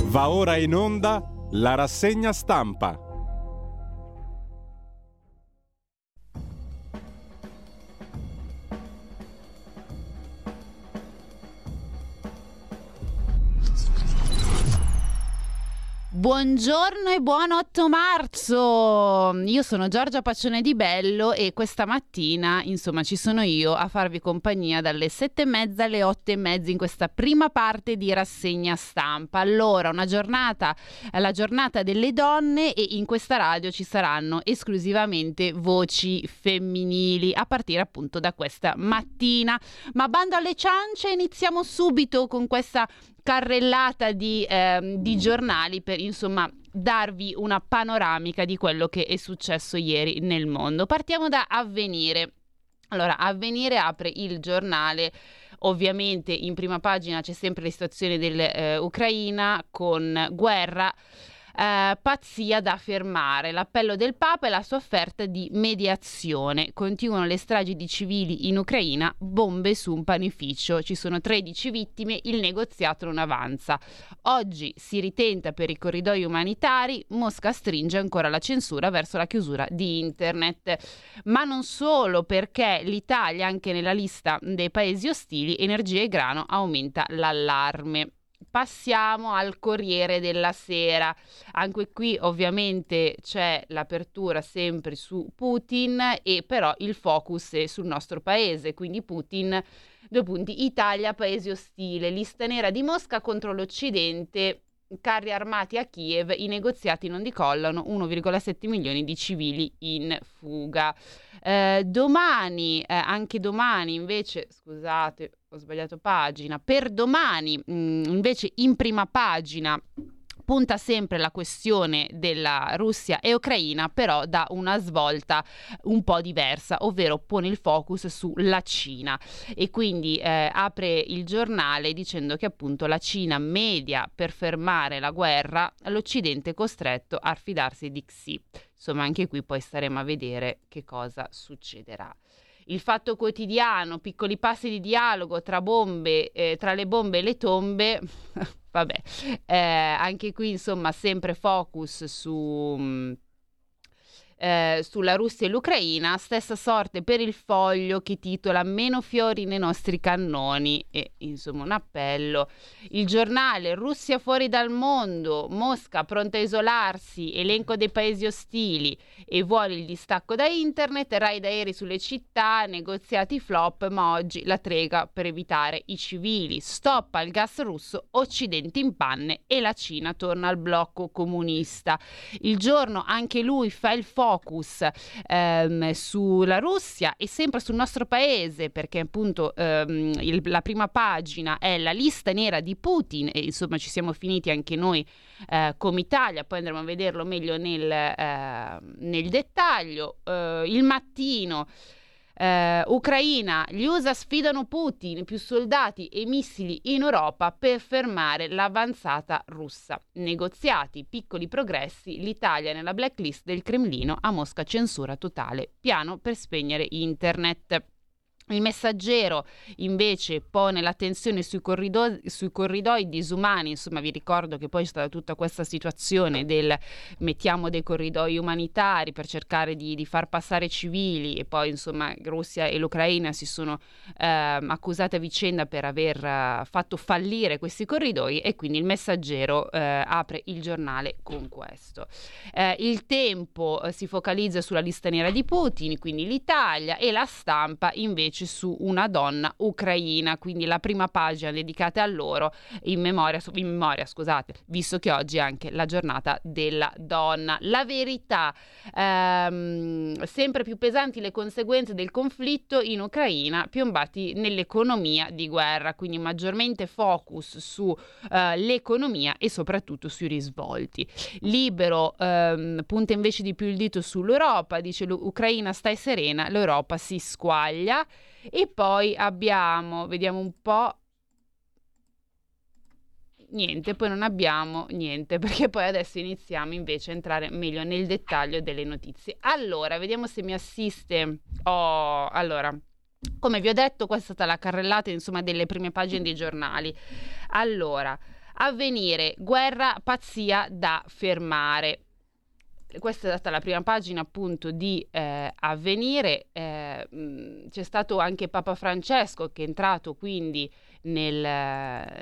Va ora in onda la rassegna stampa. Buongiorno e buon 8 marzo! Io sono Giorgia Paccione di Bello e questa mattina, insomma, ci sono io a farvi compagnia dalle 7:30 alle 8:30 in questa prima parte di rassegna stampa. Allora, la giornata delle donne, e in questa radio ci saranno esclusivamente voci femminili a partire appunto da questa mattina. Ma bando alle ciance, iniziamo subito con questa carrellata di giornali per insomma darvi una panoramica di quello che è successo ieri nel mondo. Partiamo da Avvenire. Allora, Avvenire apre il giornale. Ovviamente in prima pagina c'è sempre la situazione dell'Ucraina con guerra. Pazzia da fermare, l'appello del Papa e la sua offerta di mediazione. Continuano le stragi di civili in Ucraina, bombe su un panificio, ci sono 13 vittime, il negoziato non avanza. Oggi si ritenta per i corridoi umanitari, Mosca stringe ancora la censura verso la chiusura di internet. Ma non solo, perché l'Italia, anche nella lista dei paesi ostili, energia e grano, aumenta l'allarme. Passiamo al Corriere della Sera. Anche qui ovviamente c'è l'apertura sempre su Putin, e però il focus è sul nostro paese, quindi Putin, : Italia, paese ostile, lista nera di Mosca contro l'Occidente, carri armati a Kiev, i negoziati non decollano, 1,7 milioni di civili in fuga. Domani, anche domani invece, scusate, ho sbagliato pagina, per domani invece in prima pagina punta sempre la questione della Russia e Ucraina, però da una svolta un po' diversa, ovvero pone il focus sulla Cina, e quindi apre il giornale dicendo che appunto la Cina media per fermare la guerra, l'Occidente è costretto a fidarsi di Xi. Insomma, anche qui poi staremo a vedere che cosa succederà. Il Fatto Quotidiano, piccoli passi di dialogo tra le bombe e le tombe. Vabbè, anche qui insomma sempre focus sulla Russia e l'Ucraina. Stessa sorte per il Foglio, che titola meno fiori nei nostri cannoni, e insomma un appello. Il Giornale, Russia fuori dal mondo, Mosca pronta a isolarsi, elenco dei paesi ostili e vuole il distacco da internet, raid aerei sulle città, negoziati flop, ma oggi la trega per evitare i civili, stop al gas russo, Occidente in panne e la Cina torna al blocco comunista. Il Giorno anche lui fa il focus sulla Russia e sempre sul nostro paese, perché appunto la prima pagina è la lista nera di Putin, e insomma ci siamo finiti anche noi come Italia, poi andremo a vederlo meglio nel dettaglio. Il Mattino, Ucraina, gli USA sfidano Putin, più soldati e missili in Europa per fermare l'avanzata russa. Negoziati, piccoli progressi, l'Italia nella blacklist del Cremlino, a Mosca censura totale, piano per spegnere internet. Il Messaggero invece pone l'attenzione sui corridoi disumani. Insomma, vi ricordo che poi c'è stata tutta questa situazione del mettiamo dei corridoi umanitari per cercare di far passare civili, e poi insomma Russia e l'Ucraina si sono accusate a vicenda per aver fatto fallire questi corridoi, e quindi il Messaggero apre il giornale con questo. Il Tempo si focalizza sulla lista nera di Putin, quindi l'Italia, e La Stampa invece su una donna ucraina, quindi la prima pagina dedicata a loro in memoria, scusate, visto che oggi è anche la giornata della donna. La Verità, sempre più pesanti le conseguenze del conflitto in Ucraina, piombati nell'economia di guerra, quindi maggiormente focus su l'economia e soprattutto sui risvolti. Libero punta invece di più il dito sull'Europa, dice l'Ucraina stai serena, l'Europa si squaglia. E poi vediamo un po', niente, poi non abbiamo niente, perché poi adesso iniziamo invece a entrare meglio nel dettaglio delle notizie. Allora, vediamo se mi assiste. Allora, come vi ho detto, questa è stata la carrellata insomma delle prime pagine dei giornali. Allora, Avvenire, guerra, pazzia da fermare. Questa è stata la prima pagina appunto di Avvenire. C'è stato anche Papa Francesco che è entrato quindi nella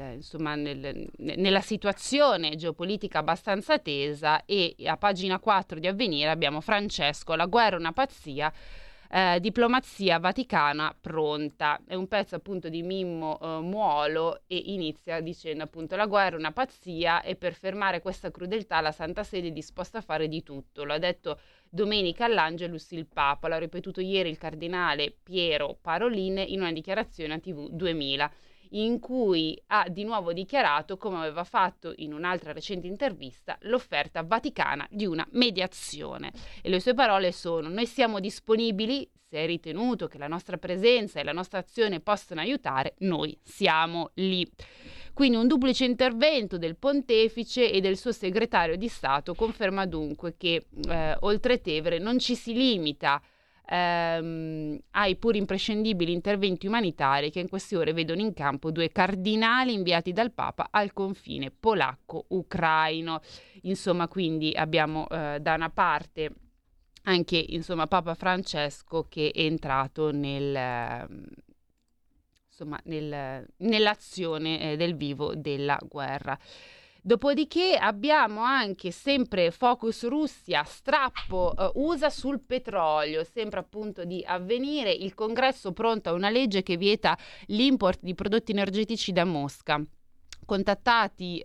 situazione geopolitica abbastanza tesa, e a pagina 4 di Avvenire abbiamo Francesco, la guerra è una pazzia, diplomazia vaticana pronta. È un pezzo appunto di Mimmo Muolo, e inizia dicendo appunto: la guerra è una pazzia e per fermare questa crudeltà la Santa Sede è disposta a fare di tutto. Lo ha detto domenica all'Angelus il Papa, l'ha ripetuto ieri il cardinale Piero Parolin in una dichiarazione a TV 2000, in cui ha di nuovo dichiarato, come aveva fatto in un'altra recente intervista, l'offerta vaticana di una mediazione. E le sue parole sono: noi siamo disponibili, se è ritenuto che la nostra presenza e la nostra azione possano aiutare, noi siamo lì. Quindi un duplice intervento del pontefice e del suo segretario di Stato conferma dunque che oltre Tevere non ci si limita ai pur imprescindibili interventi umanitari che in queste ore vedono in campo 2 cardinali inviati dal Papa al confine polacco-ucraino. Insomma, quindi abbiamo da una parte anche Papa Francesco che è entrato nell'azione del vivo della guerra. Dopodiché abbiamo anche sempre focus Russia, strappo USA sul petrolio, sempre appunto di Avvenire. Il Congresso pronto a una legge che vieta l'import di prodotti energetici da Mosca. Contatti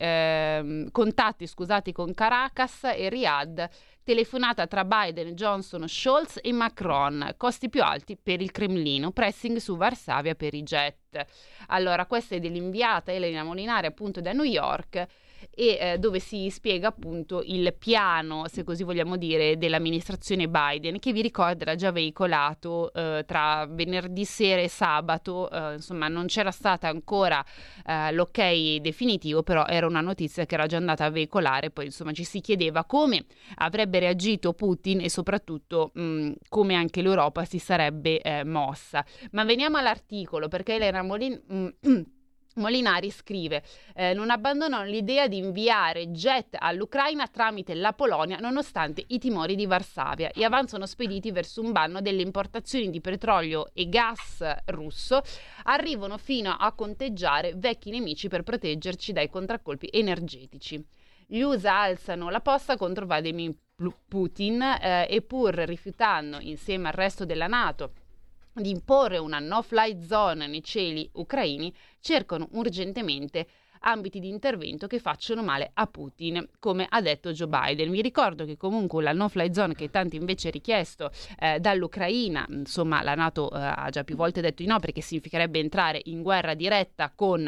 con Caracas e Riyadh, telefonata tra Biden, Johnson, Scholz e Macron, costi più alti per il Cremlino, pressing su Varsavia per i jet. Allora, questa è dell'inviata Elena Molinari appunto da New York, e dove si spiega appunto il piano, se così vogliamo dire, dell'amministrazione Biden, che vi ricordo era già veicolato tra venerdì sera e sabato. Non c'era stata ancora l'ok definitivo, però era una notizia che era già andata a veicolare. Poi ci si chiedeva come avrebbe reagito Putin e soprattutto come anche l'Europa si sarebbe mossa. Ma veniamo all'articolo, perché Elena Molinari scrive: non abbandonano l'idea di inviare jet all'Ucraina tramite la Polonia nonostante i timori di Varsavia, e avanzano spediti verso un banno delle importazioni di petrolio e gas russo. Arrivano fino a conteggiare vecchi nemici per proteggerci dai contraccolpi energetici. Gli USA alzano la posta contro Vladimir Putin e pur rifiutando insieme al resto della NATO di imporre una no-fly zone nei cieli ucraini, cercano urgentemente ambiti di intervento che facciano male a Putin, come ha detto Joe Biden. Vi ricordo che comunque la no-fly zone, che tanto invece è richiesto dall'Ucraina, la NATO ha già più volte detto di no, perché significherebbe entrare in guerra diretta con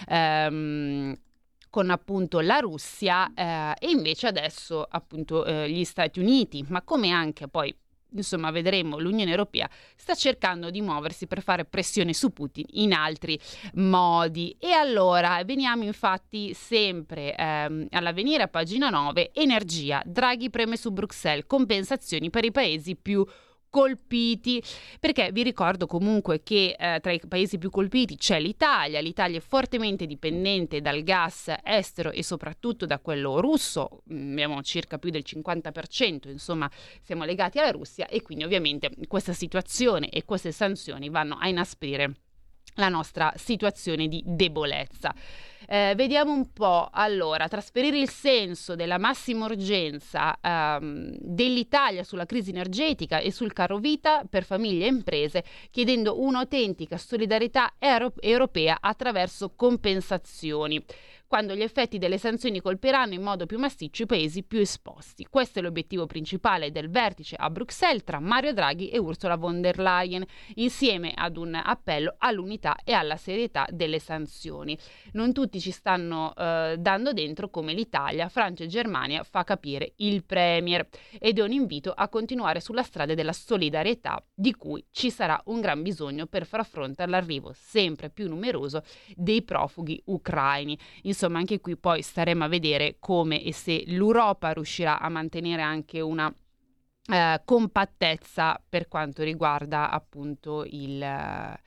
appunto la Russia, e invece adesso appunto gli Stati Uniti, ma come anche poi vedremo, l'Unione Europea sta cercando di muoversi per fare pressione su Putin in altri modi. E allora veniamo infatti sempre all'Avvenire a pagina 9, energia, Draghi preme su Bruxelles, compensazioni per i paesi più colpiti, perché vi ricordo comunque che tra i paesi più colpiti c'è l'Italia. L'Italia è fortemente dipendente dal gas estero e soprattutto da quello russo, abbiamo circa più del 50%, siamo legati alla Russia, e quindi ovviamente questa situazione e queste sanzioni vanno a inasprire la nostra situazione di debolezza. Vediamo un po'. Allora, trasferire il senso della massima urgenza dell'Italia sulla crisi energetica e sul caro vita per famiglie e imprese, chiedendo un'autentica solidarietà europea attraverso compensazioni, quando gli effetti delle sanzioni colpiranno in modo più massiccio i paesi più esposti. Questo è l'obiettivo principale del vertice a Bruxelles tra Mario Draghi e Ursula von der Leyen, insieme ad un appello all'unità e alla serietà delle sanzioni. Non tutti ci stanno dando dentro come l'Italia, Francia e Germania, fa capire il Premier, ed è un invito a continuare sulla strada della solidarietà, di cui ci sarà un gran bisogno per far fronte all'arrivo sempre più numeroso dei profughi ucraini. Anche qui poi staremo a vedere come e se l'Europa riuscirà a mantenere anche una compattezza per quanto riguarda appunto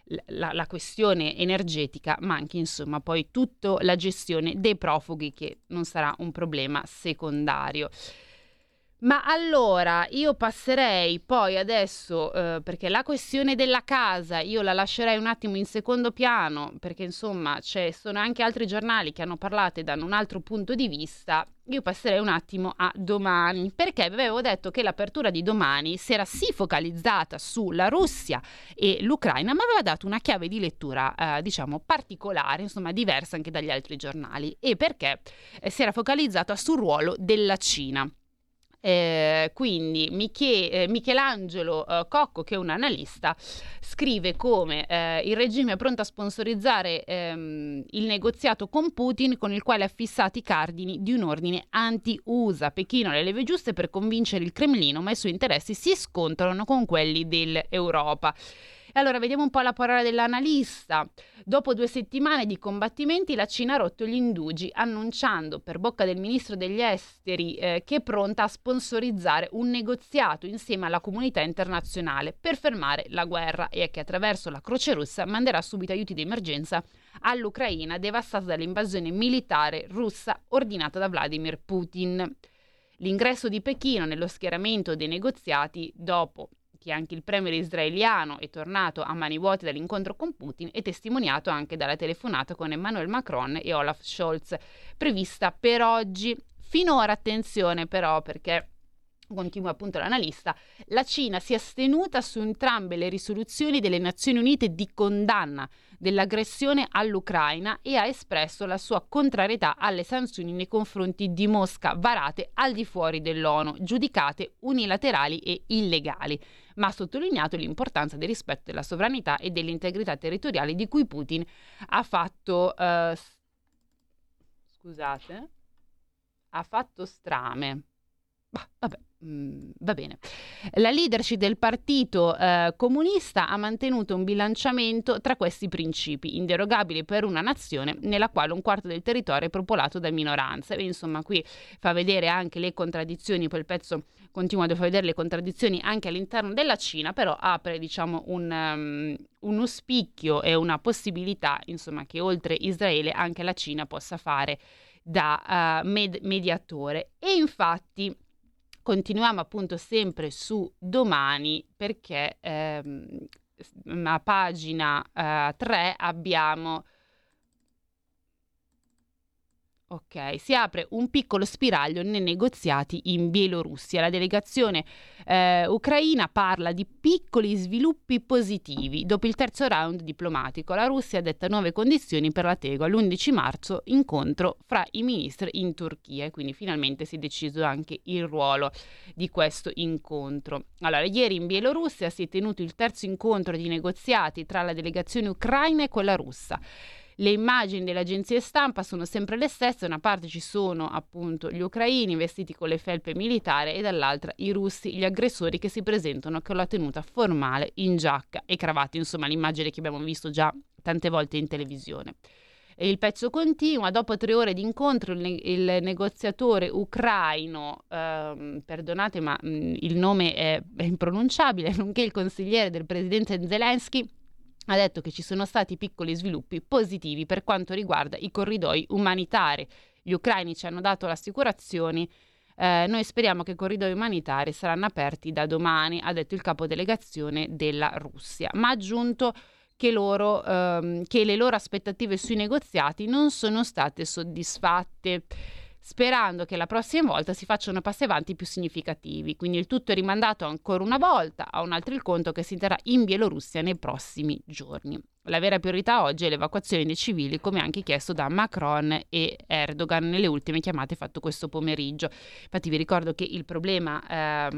la questione energetica, ma anche insomma poi tutta la gestione dei profughi, che non sarà un problema secondario. Ma allora io passerei poi adesso, perché la questione della casa io la lascerei un attimo in secondo piano, perché insomma sono anche altri giornali che hanno parlato e danno un altro punto di vista. Io passerei un attimo a Domani, perché vi avevo detto che l'apertura di Domani si era sì focalizzata sulla Russia e l'Ucraina, ma aveva dato una chiave di lettura diciamo particolare, insomma diversa anche dagli altri giornali, e perché si era focalizzata sul ruolo della Cina. Quindi Michelangelo Cocco, che è un analista, scrive come il regime è pronto a sponsorizzare il negoziato con Putin, con il quale ha fissato i cardini di un ordine anti-USA. Pechino ha le leve giuste per convincere il Cremlino, ma i suoi interessi si scontrano con quelli dell'Europa. Allora, vediamo un po' la parola dell'analista. Dopo 2 settimane di combattimenti, la Cina ha rotto gli indugi, annunciando per bocca del ministro degli esteri che è pronta a sponsorizzare un negoziato insieme alla comunità internazionale per fermare la guerra, e che attraverso la Croce Rossa manderà subito aiuti di emergenza all'Ucraina, devastata dall'invasione militare russa ordinata da Vladimir Putin. L'ingresso di Pechino nello schieramento dei negoziati, dopo che anche il premier israeliano è tornato a mani vuote dall'incontro con Putin, è testimoniato anche dalla telefonata con Emmanuel Macron e Olaf Scholz prevista per oggi. Finora, attenzione però, perché continua appunto l'analista, la Cina si è astenuta su entrambe le risoluzioni delle Nazioni Unite di condanna dell'aggressione all'Ucraina e ha espresso la sua contrarietà alle sanzioni nei confronti di Mosca varate al di fuori dell'ONU, giudicate unilaterali e illegali, ma ha sottolineato l'importanza del rispetto della sovranità e dell'integrità territoriale di cui Putin ha fatto strame. Vabbè, va bene. La leadership del partito comunista ha mantenuto un bilanciamento tra questi principi inderogabili per una nazione nella quale un quarto del territorio è popolato da minoranze. E insomma, qui fa vedere anche le contraddizioni, poi il pezzo continua a far vedere le contraddizioni anche all'interno della Cina, però apre diciamo uno spicchio e una possibilità, insomma, che oltre Israele anche la Cina possa fare da mediatore. E infatti continuiamo appunto sempre su Domani, perché a pagina 3 abbiamo si apre un piccolo spiraglio nei negoziati in Bielorussia. La delegazione ucraina parla di piccoli sviluppi positivi. Dopo il terzo round diplomatico, la Russia detta nuove condizioni per la tregua. L'11 marzo incontro fra i ministri in Turchia, e quindi finalmente si è deciso anche il ruolo di questo incontro. Allora, ieri in Bielorussia si è tenuto il terzo incontro di negoziati tra la delegazione ucraina e quella russa. Le immagini delle agenzie stampa sono sempre le stesse: da una parte ci sono appunto gli ucraini vestiti con le felpe militari e dall'altra i russi, gli aggressori, che si presentano con la tenuta formale in giacca e cravatta, insomma l'immagine che abbiamo visto già tante volte in televisione. E il pezzo continua: dopo 3 ore di incontro il negoziatore ucraino, perdonate ma il nome è impronunciabile, nonché il consigliere del presidente Zelensky, ha detto che ci sono stati piccoli sviluppi positivi per quanto riguarda i corridoi umanitari. Gli ucraini ci hanno dato le assicurazioni, noi speriamo che i corridoi umanitari saranno aperti da domani, ha detto il capo delegazione della Russia, ma ha aggiunto che le loro aspettative sui negoziati non sono state soddisfatte, sperando che la prossima volta si facciano passi avanti più significativi. Quindi il tutto è rimandato ancora una volta a un altro incontro che si terrà in Bielorussia nei prossimi giorni. La vera priorità oggi è l'evacuazione dei civili, come anche chiesto da Macron e Erdogan nelle ultime chiamate fatte questo pomeriggio. Infatti vi ricordo che il problema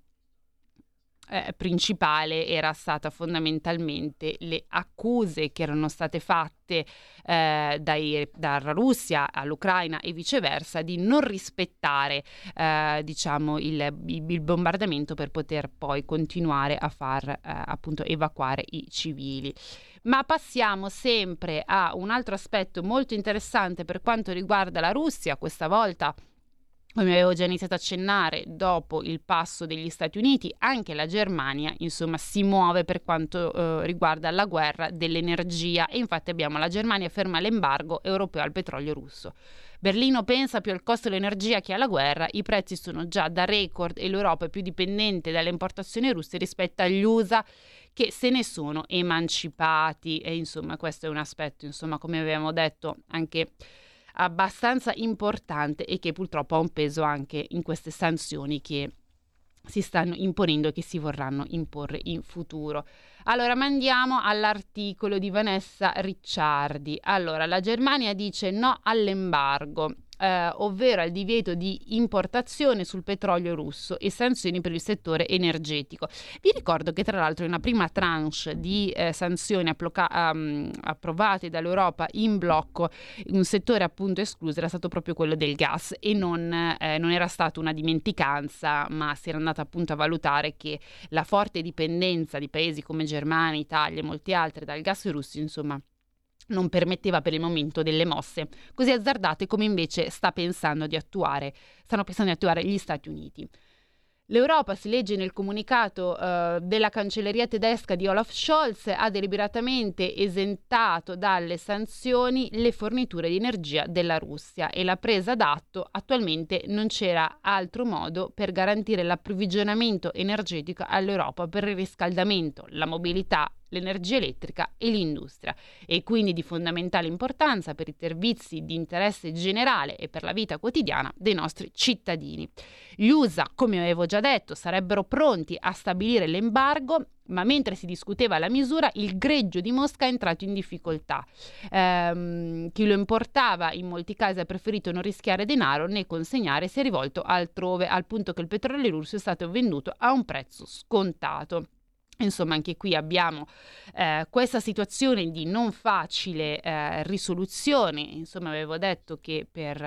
principale era stata fondamentalmente le accuse che erano state fatte dalla Russia all'Ucraina e viceversa di non rispettare diciamo il bombardamento per poter poi continuare a far appunto evacuare i civili. Ma passiamo sempre a un altro aspetto molto interessante per quanto riguarda la Russia, questa volta Come avevo già iniziato a accennare, dopo il passo degli Stati Uniti, anche la Germania, insomma, si muove per quanto riguarda la guerra dell'energia, e infatti abbiamo la Germania ferma l'embargo europeo al petrolio russo. Berlino pensa più al costo dell'energia che alla guerra, i prezzi sono già da record e l'Europa è più dipendente dalle importazioni russe rispetto agli USA, che se ne sono emancipati, e insomma questo è un aspetto, insomma, come avevamo detto, anche abbastanza importante, e che purtroppo ha un peso anche in queste sanzioni che si stanno imponendo e che si vorranno imporre in futuro. Allora, ma andiamo all'articolo di Vanessa Ricciardi. Allora, la Germania dice no all'embargo, ovvero al divieto di importazione sul petrolio russo e sanzioni per il settore energetico. Vi ricordo che tra l'altro in una prima tranche di sanzioni approvate dall'Europa in blocco, un settore appunto escluso era stato proprio quello del gas, e non era stata una dimenticanza, ma si era andata appunto a valutare che la forte dipendenza di paesi come Germania, Italia e molti altri dal gas russo, insomma, non permetteva per il momento delle mosse così azzardate come invece stanno pensando di attuare gli Stati Uniti. L'Europa, si legge nel comunicato della cancelleria tedesca di Olaf Scholz, ha deliberatamente esentato dalle sanzioni le forniture di energia della Russia, e la presa d'atto: attualmente non c'era altro modo per garantire l'approvvigionamento energetico all'Europa per il riscaldamento, la mobilità, l'energia elettrica e l'industria, e quindi di fondamentale importanza per i servizi di interesse generale e per la vita quotidiana dei nostri cittadini. Gli USA, come avevo già detto, sarebbero pronti a stabilire l'embargo, ma mentre si discuteva la misura, il greggio di Mosca è entrato in difficoltà. Chi lo importava in molti casi ha preferito non rischiare denaro né consegnare, si è rivolto altrove, al punto che il petrolio russo è stato venduto a un prezzo scontato. Insomma, anche qui abbiamo questa situazione di non facile risoluzione. Insomma, avevo detto che per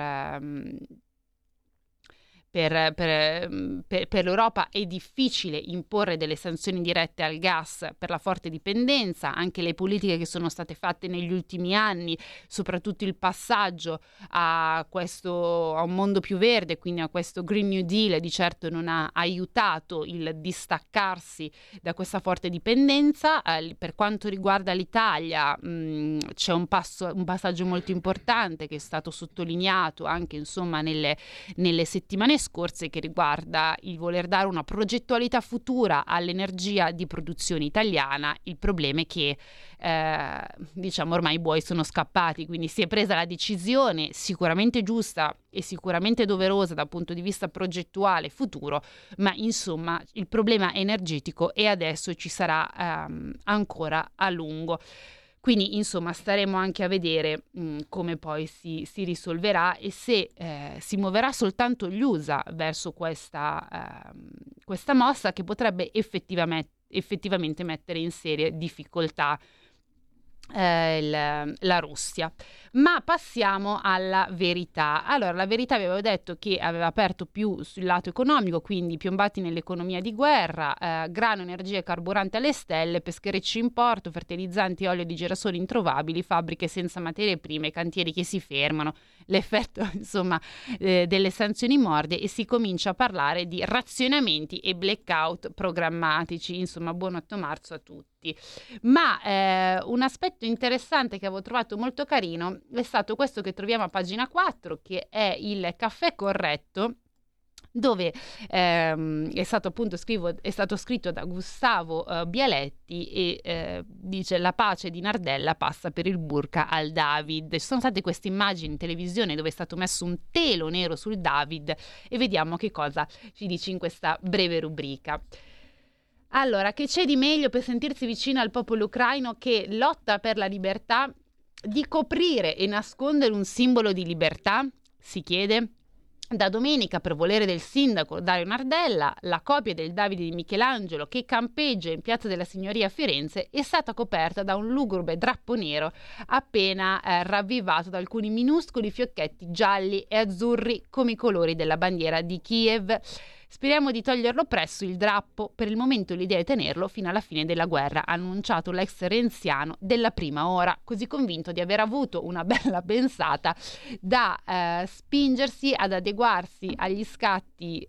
l'Europa è difficile imporre delle sanzioni dirette al gas per la forte dipendenza. Anche le politiche che sono state fatte negli ultimi anni, soprattutto il passaggio a un mondo più verde, quindi a questo Green New Deal, di certo non ha aiutato il distaccarsi da questa forte dipendenza. Per quanto riguarda l'Italia, c'è un passaggio molto importante che è stato sottolineato anche, insomma, nelle settimane scorse, che riguarda il voler dare una progettualità futura all'energia di produzione italiana. Il problema è che diciamo ormai i buoi sono scappati, quindi si è presa la decisione sicuramente giusta e sicuramente doverosa dal punto di vista progettuale futuro, ma insomma il problema energetico è adesso e ci sarà ancora a lungo. Quindi insomma staremo anche a vedere come poi si risolverà, e se si muoverà soltanto gli USA verso questa mossa che potrebbe effettivamente mettere in serie difficoltà la Russia. Ma passiamo alla Verità. Allora, la Verità avevo detto che aveva aperto più sul lato economico, quindi piombati nell'economia di guerra, grano, energia e carburante alle stelle, pescherecci in porto, fertilizzanti e olio di girasole introvabili, fabbriche senza materie prime, cantieri che si fermano. L'effetto, insomma, delle sanzioni morde, e si comincia a parlare di razionamenti e blackout programmatici. Insomma, buon 8 marzo a tutti. Ma un aspetto interessante che avevo trovato molto carino è stato questo che troviamo a pagina 4, che è il caffè corretto, dove è stato scritto da Gustavo Bialetti, e dice: la pace di Nardella passa per il burka al David. Ci sono state queste immagini in televisione dove è stato messo un telo nero sul David, e vediamo che cosa ci dice in questa breve rubrica. Allora, che c'è di meglio per sentirsi vicino al popolo ucraino che lotta per la libertà di coprire e nascondere un simbolo di libertà? Si chiede. Da domenica, per volere del sindaco Dario Nardella, la copia del Davide di Michelangelo che campeggia in Piazza della Signoria a Firenze è stata coperta da un lugubre drappo nero appena ravvivato da alcuni minuscoli fiocchetti gialli e azzurri come i colori della bandiera di Kiev. Speriamo di toglierlo presto il drappo, per il momento l'idea è tenerlo fino alla fine della guerra, ha annunciato l'ex renziano della prima ora, così convinto di aver avuto una bella pensata da spingersi ad adeguarsi agli scatti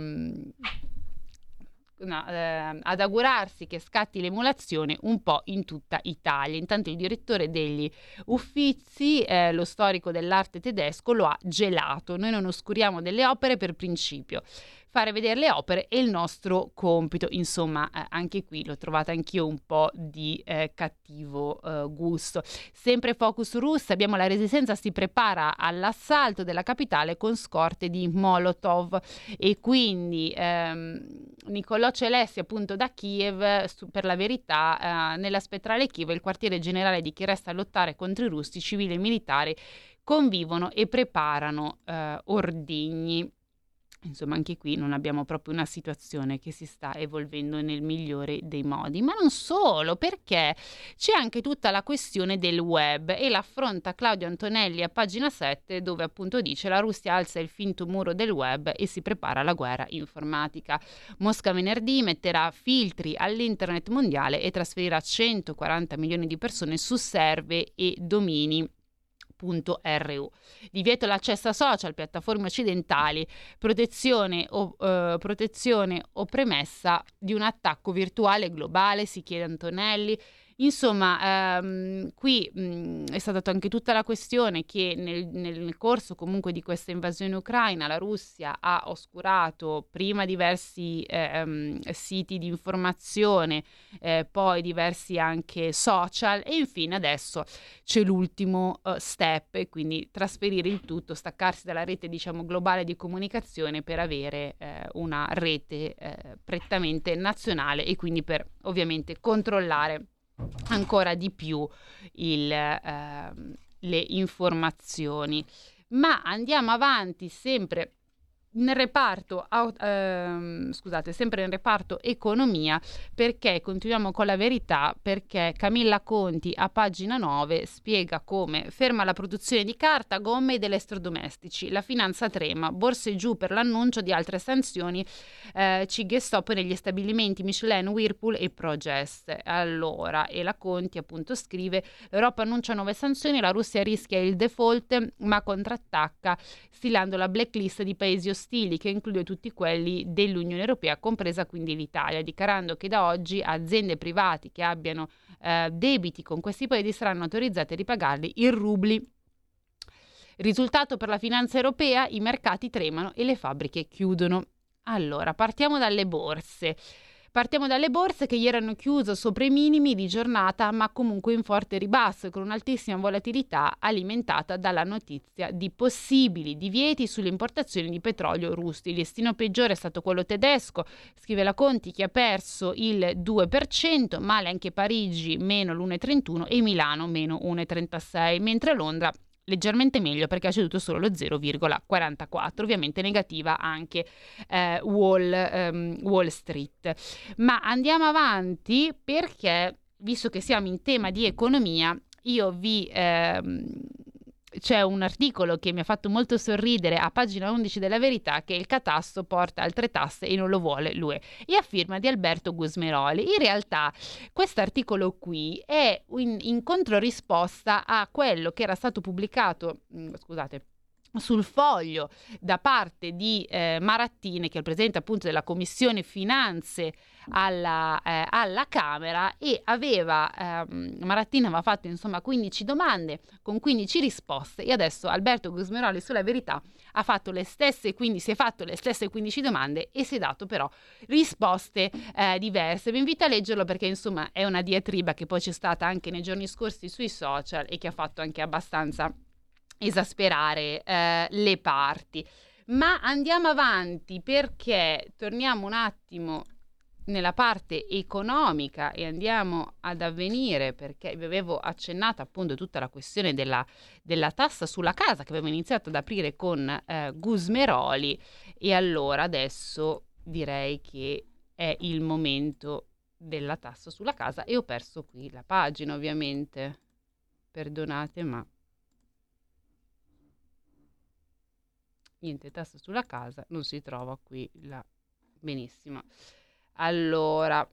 ad augurarsi che scatti l'emulazione un po' in tutta Italia. Intanto il direttore degli Uffizi, lo storico dell'arte tedesco, lo ha gelato. Noi non oscuriamo delle opere per principio. Fare vedere le opere è il nostro compito. Insomma, anche qui l'ho trovata anch'io un po' di cattivo gusto. Sempre focus russo, abbiamo la resistenza si prepara all'assalto della capitale con scorte di Molotov e quindi Nicolò Celessi appunto da Kiev, per la verità nella spettrale Kiev il quartiere generale di chi resta a lottare contro i russi, civili e militari convivono e preparano ordigni. Insomma, anche qui non abbiamo proprio una situazione che si sta evolvendo nel migliore dei modi, ma non solo, perché c'è anche tutta la questione del web e l'affronta Claudio Antonelli a pagina 7, dove appunto dice: la Russia alza il finto muro del web e si prepara alla guerra informatica. Mosca venerdì metterà filtri all'internet mondiale e trasferirà 140 milioni di persone su server e domini. .ru. Divieto l'accesso a social, piattaforme occidentali, protezione o premessa di un attacco virtuale globale, si chiede Antonelli. Insomma, qui è stata anche tutta la questione che nel corso comunque di questa invasione ucraina la Russia ha oscurato prima diversi siti di informazione, poi diversi anche social e infine adesso c'è l'ultimo step, e quindi trasferire il tutto, staccarsi dalla rete diciamo globale di comunicazione per avere una rete prettamente nazionale e quindi per ovviamente controllare ancora di più le informazioni. Ma andiamo avanti sempre nel reparto sempre nel reparto economia, perché continuiamo con la verità, perché Camilla Conti a pagina 9 spiega come ferma la produzione di carta, gomme ed elettrodomestici, la finanza trema, borse giù per l'annuncio di altre sanzioni, CIG stop negli stabilimenti Michelin, Whirlpool e Progest. Allora, e la Conti appunto scrive: l'Europa annuncia nuove sanzioni, la Russia rischia il default ma contrattacca stilando la blacklist di paesi ostili che include tutti quelli dell'Unione Europea, compresa quindi l'Italia, dichiarando che da oggi aziende private che abbiano debiti con questi paesi saranno autorizzate a ripagarli in rubli. Risultato per la finanza europea: i mercati tremano e le fabbriche chiudono. Allora, partiamo dalle borse che ieri hanno chiuso sopra i minimi di giornata, ma comunque in forte ribasso, con un'altissima volatilità alimentata dalla notizia di possibili divieti sulle importazioni di petrolio russo. Il destino peggiore è stato quello tedesco, scrive la Conti, che ha perso il 2%, male anche Parigi, meno l'1,31 e Milano, meno 1,36, mentre Londra leggermente meglio perché ha ceduto solo lo 0,44, ovviamente negativa anche Wall Street. Ma andiamo avanti perché, visto che siamo in tema di economia, c'è un articolo che mi ha fatto molto sorridere a pagina 11 della Verità, che il catasto porta altre tasse e non lo vuole l'UE, e a firma di Alberto Gusmeroli. In realtà questo articolo qui è in controrisposta a quello che era stato pubblicato, sul Foglio da parte di Marattini, che è il presidente appunto della Commissione Finanze alla Camera, e Marattini aveva fatto insomma 15 domande con 15 risposte, e adesso Alberto Gusmeroli sulla Verità ha fatto le stesse 15 domande e si è dato però risposte diverse. Vi invito a leggerlo perché insomma è una diatriba che poi c'è stata anche nei giorni scorsi sui social e che ha fatto anche abbastanza esasperare le parti. Ma andiamo avanti perché torniamo un attimo nella parte economica e andiamo ad Avvenire, perché vi avevo accennato appunto tutta la questione della tassa sulla casa che avevo iniziato ad aprire con Gusmeroli, e allora adesso direi che è il momento della tassa sulla casa e ho perso qui la pagina, ovviamente, perdonate, ma niente, tassa sulla casa, non si trova qui la benissimo. Allora.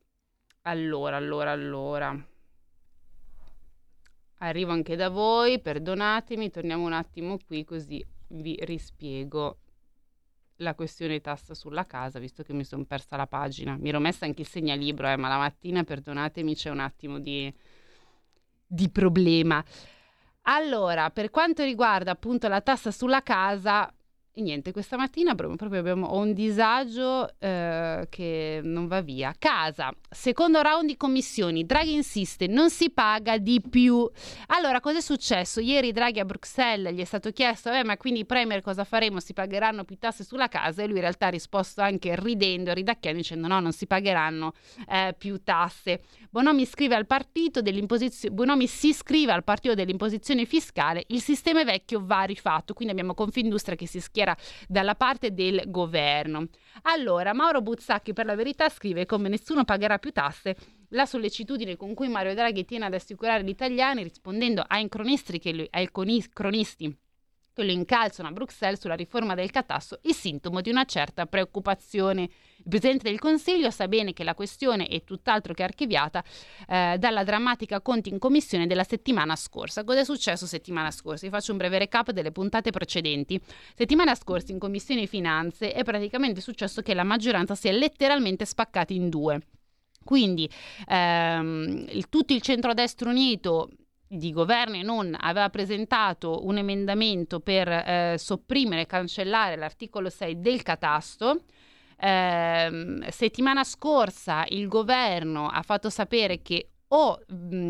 Arrivo anche da voi, perdonatemi, torniamo un attimo qui così vi rispiego la questione tassa sulla casa, visto che mi sono persa la pagina. Mi ero messa anche il segnalibro, ma la mattina, perdonatemi, c'è un attimo di problema. Allora, per quanto riguarda appunto la tassa sulla casa, e niente, questa mattina proprio ho un disagio che non va via. Casa, secondo round di commissioni, Draghi insiste, non si paga di più. Allora, cosa è successo? Ieri Draghi a Bruxelles gli è stato chiesto, ma quindi i premier cosa faremo? Si pagheranno più tasse sulla casa? E lui in realtà ha risposto anche ridendo, ridacchiando, dicendo no, non si pagheranno più tasse. Bonomi si iscrive al partito dell'imposizione fiscale, il sistema è vecchio, va rifatto. Quindi abbiamo Confindustria che si schiera dalla parte del governo. Allora, Mauro Buzzacchi per La Verità scrive: come nessuno pagherà più tasse, la sollecitudine con cui Mario Draghi tiene ad assicurare gli italiani, rispondendo ai cronisti che lo incalzano a Bruxelles sulla riforma del catasto, il sintomo di una certa preoccupazione. Il Presidente del Consiglio sa bene che la questione è tutt'altro che archiviata dalla drammatica Conti in commissione della settimana scorsa. Cosa è successo settimana scorsa? Vi faccio un breve recap delle puntate precedenti. Settimana scorsa in Commissione Finanze è praticamente successo che la maggioranza si è letteralmente spaccata in due. Quindi tutto il centrodestra unito di governo e non aveva presentato un emendamento per sopprimere e cancellare l'articolo 6 del catasto. Settimana scorsa il governo ha fatto sapere che o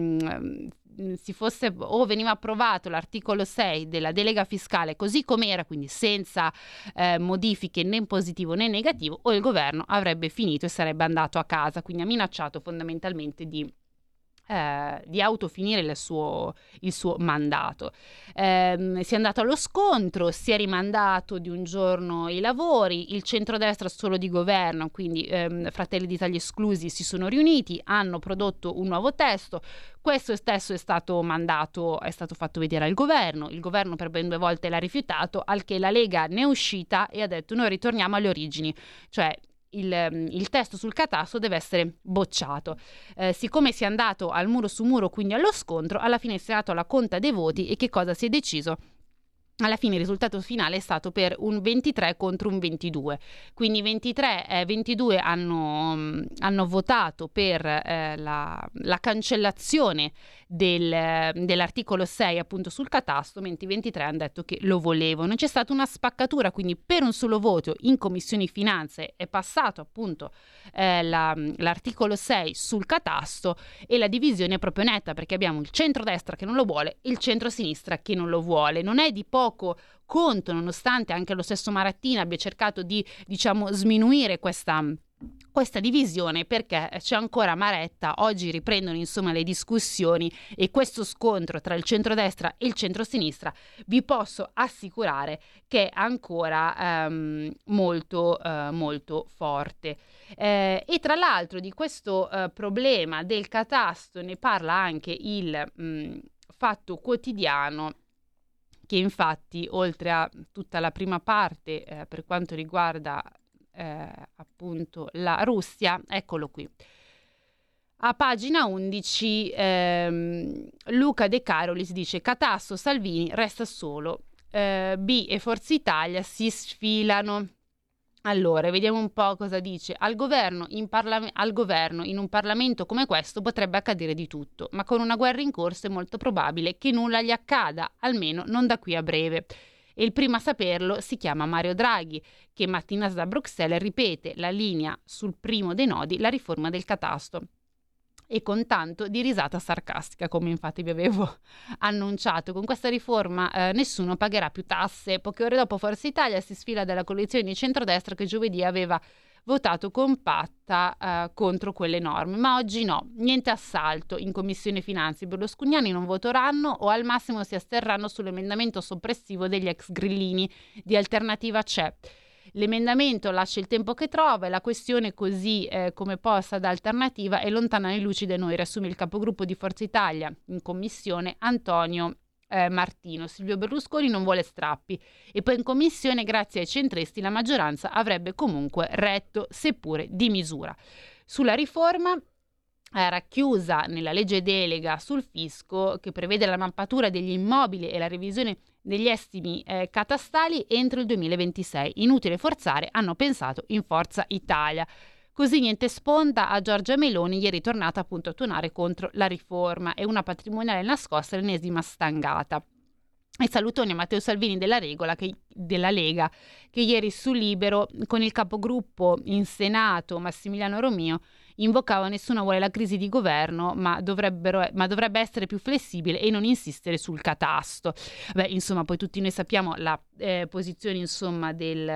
veniva approvato l'articolo 6 della delega fiscale così com'era, quindi senza modifiche né positivo né negativo, o il governo avrebbe finito e sarebbe andato a casa. Quindi ha minacciato fondamentalmente di autofinire il suo mandato. Si è andato allo scontro, si è rimandato di un giorno i lavori, il centrodestra solo di governo, quindi Fratelli d'Italia esclusi, si sono riuniti, hanno prodotto un nuovo testo. Questo stesso è stato fatto vedere al governo. Il governo per ben 2 volte l'ha rifiutato, al che la Lega ne è uscita e ha detto: noi ritorniamo alle origini, cioè il testo sul catasto deve essere bocciato. Siccome si è andato al muro su muro, quindi allo scontro, alla fine si è dato la conta dei voti e che cosa si è deciso? Alla fine il risultato finale è stato per un 23 contro un 22, quindi 22 hanno votato per la cancellazione dell'articolo 6 appunto sul catasto, mentre i 23 hanno detto che lo volevano. C'è stata una spaccatura, quindi per un solo voto in Commissione Finanze è passato appunto l'articolo 6 sul catasto, e la divisione è proprio netta, perché abbiamo il centrodestra che non lo vuole e il centrosinistra che non lo vuole. Non è di poco conto, nonostante anche lo stesso Marattini abbia cercato di sminuire questa divisione, perché c'è ancora Maretta. Oggi riprendono insomma le discussioni e questo scontro tra il centrodestra e il centrosinistra vi posso assicurare che è ancora molto forte. E tra l'altro di questo problema del catasto ne parla anche il Fatto Quotidiano, che infatti oltre a tutta la prima parte per quanto riguarda appunto la Russia, eccolo qui. A pagina 11 Luca De Carolis dice: catasto, Salvini resta solo, B e Forza Italia si sfilano. Allora, vediamo un po' cosa dice. Al governo in un Parlamento come questo potrebbe accadere di tutto, ma con una guerra in corso è molto probabile che nulla gli accada, almeno non da qui a breve. E il primo a saperlo si chiama Mario Draghi, che mattinata da Bruxelles ripete la linea sul primo dei nodi, la riforma del catasto, e con tanto di risata sarcastica, come infatti vi avevo annunciato. Con questa riforma nessuno pagherà più tasse. Poche ore dopo Forza Italia si sfila dalla coalizione di centrodestra che giovedì aveva votato compatta contro quelle norme, ma oggi no, niente assalto. In Commissione Finanze i berlusconiani non voteranno o al massimo si asterranno sull'emendamento soppressivo degli ex grillini di Alternativa C'è. L'emendamento lascia il tempo che trova e la questione, così come posta da Alternativa, è lontana alle luci da noi, riassume il capogruppo di Forza Italia in commissione Antonio Martino. Silvio Berlusconi non vuole strappi e poi in commissione, grazie ai centristi, la maggioranza avrebbe comunque retto, seppure di misura. Sulla riforma racchiusa nella legge delega sul fisco, che prevede la mappatura degli immobili e la revisione degli estimi catastali entro il 2026. Inutile forzare, hanno pensato in Forza Italia. Così niente sponda a Giorgia Meloni, ieri tornata appunto a tuonare contro la riforma e una patrimoniale nascosta, l'ennesima stangata. E salutoni a Matteo Salvini della Lega, che ieri su Libero con il capogruppo in Senato Massimiliano Romeo invocava: nessuno vuole la crisi di governo, ma dovrebbe essere più flessibile e non insistere sul catasto. Beh, insomma, poi tutti noi sappiamo la posizione, insomma,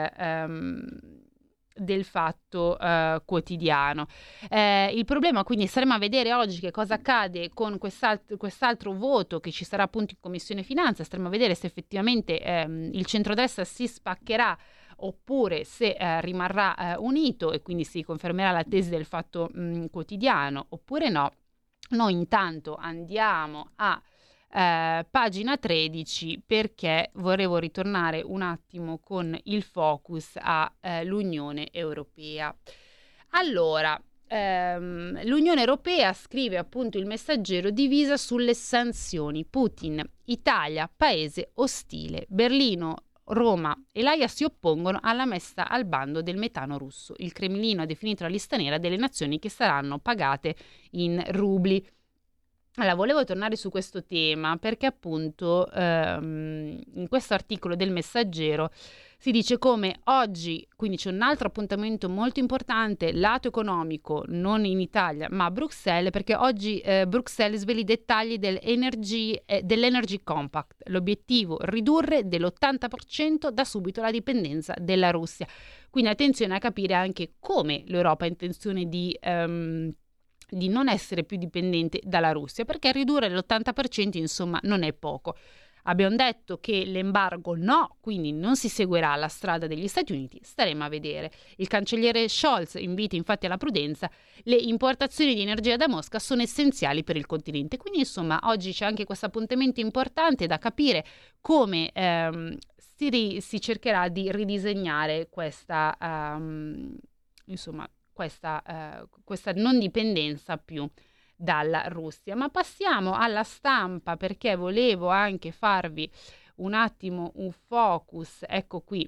del Fatto Quotidiano. Il problema, quindi, saremo a vedere oggi che cosa accade con quest'altro voto che ci sarà appunto in Commissione Finanza. Staremo a vedere se effettivamente il centrodestra si spaccherà oppure se rimarrà unito e quindi si confermerà la tesi del Fatto Quotidiano oppure no. Noi intanto andiamo a pagina 13, perché volevo ritornare un attimo con il focus all'Unione Europea. Allora, l'Unione Europea, scrive appunto il Messaggero, divisa sulle sanzioni. Putin, Italia, paese ostile. Berlino, Roma e l'Aia si oppongono alla messa al bando del metano russo. Il Cremlino ha definito la lista nera delle nazioni che saranno pagate in rubli. Allora, volevo tornare su questo tema perché appunto in questo articolo del Messaggero si dice come oggi, quindi c'è un altro appuntamento molto importante, lato economico, non in Italia ma a Bruxelles, perché oggi Bruxelles svela i dettagli dell'Energy Compact, l'obiettivo ridurre dell'80% da subito la dipendenza della Russia. Quindi attenzione a capire anche come l'Europa ha intenzione di non essere più dipendente dalla Russia, perché ridurre l'80% insomma non è poco. Abbiamo detto che l'embargo no, quindi non si seguirà la strada degli Stati Uniti, staremo a vedere. Il cancelliere Scholz invita infatti alla prudenza: le importazioni di energia da Mosca sono essenziali per il continente. Quindi insomma oggi c'è anche questo appuntamento importante da capire come si cercherà di ridisegnare questa non dipendenza più dalla Russia. Ma passiamo alla stampa, perché volevo anche farvi un attimo un focus, ecco qui,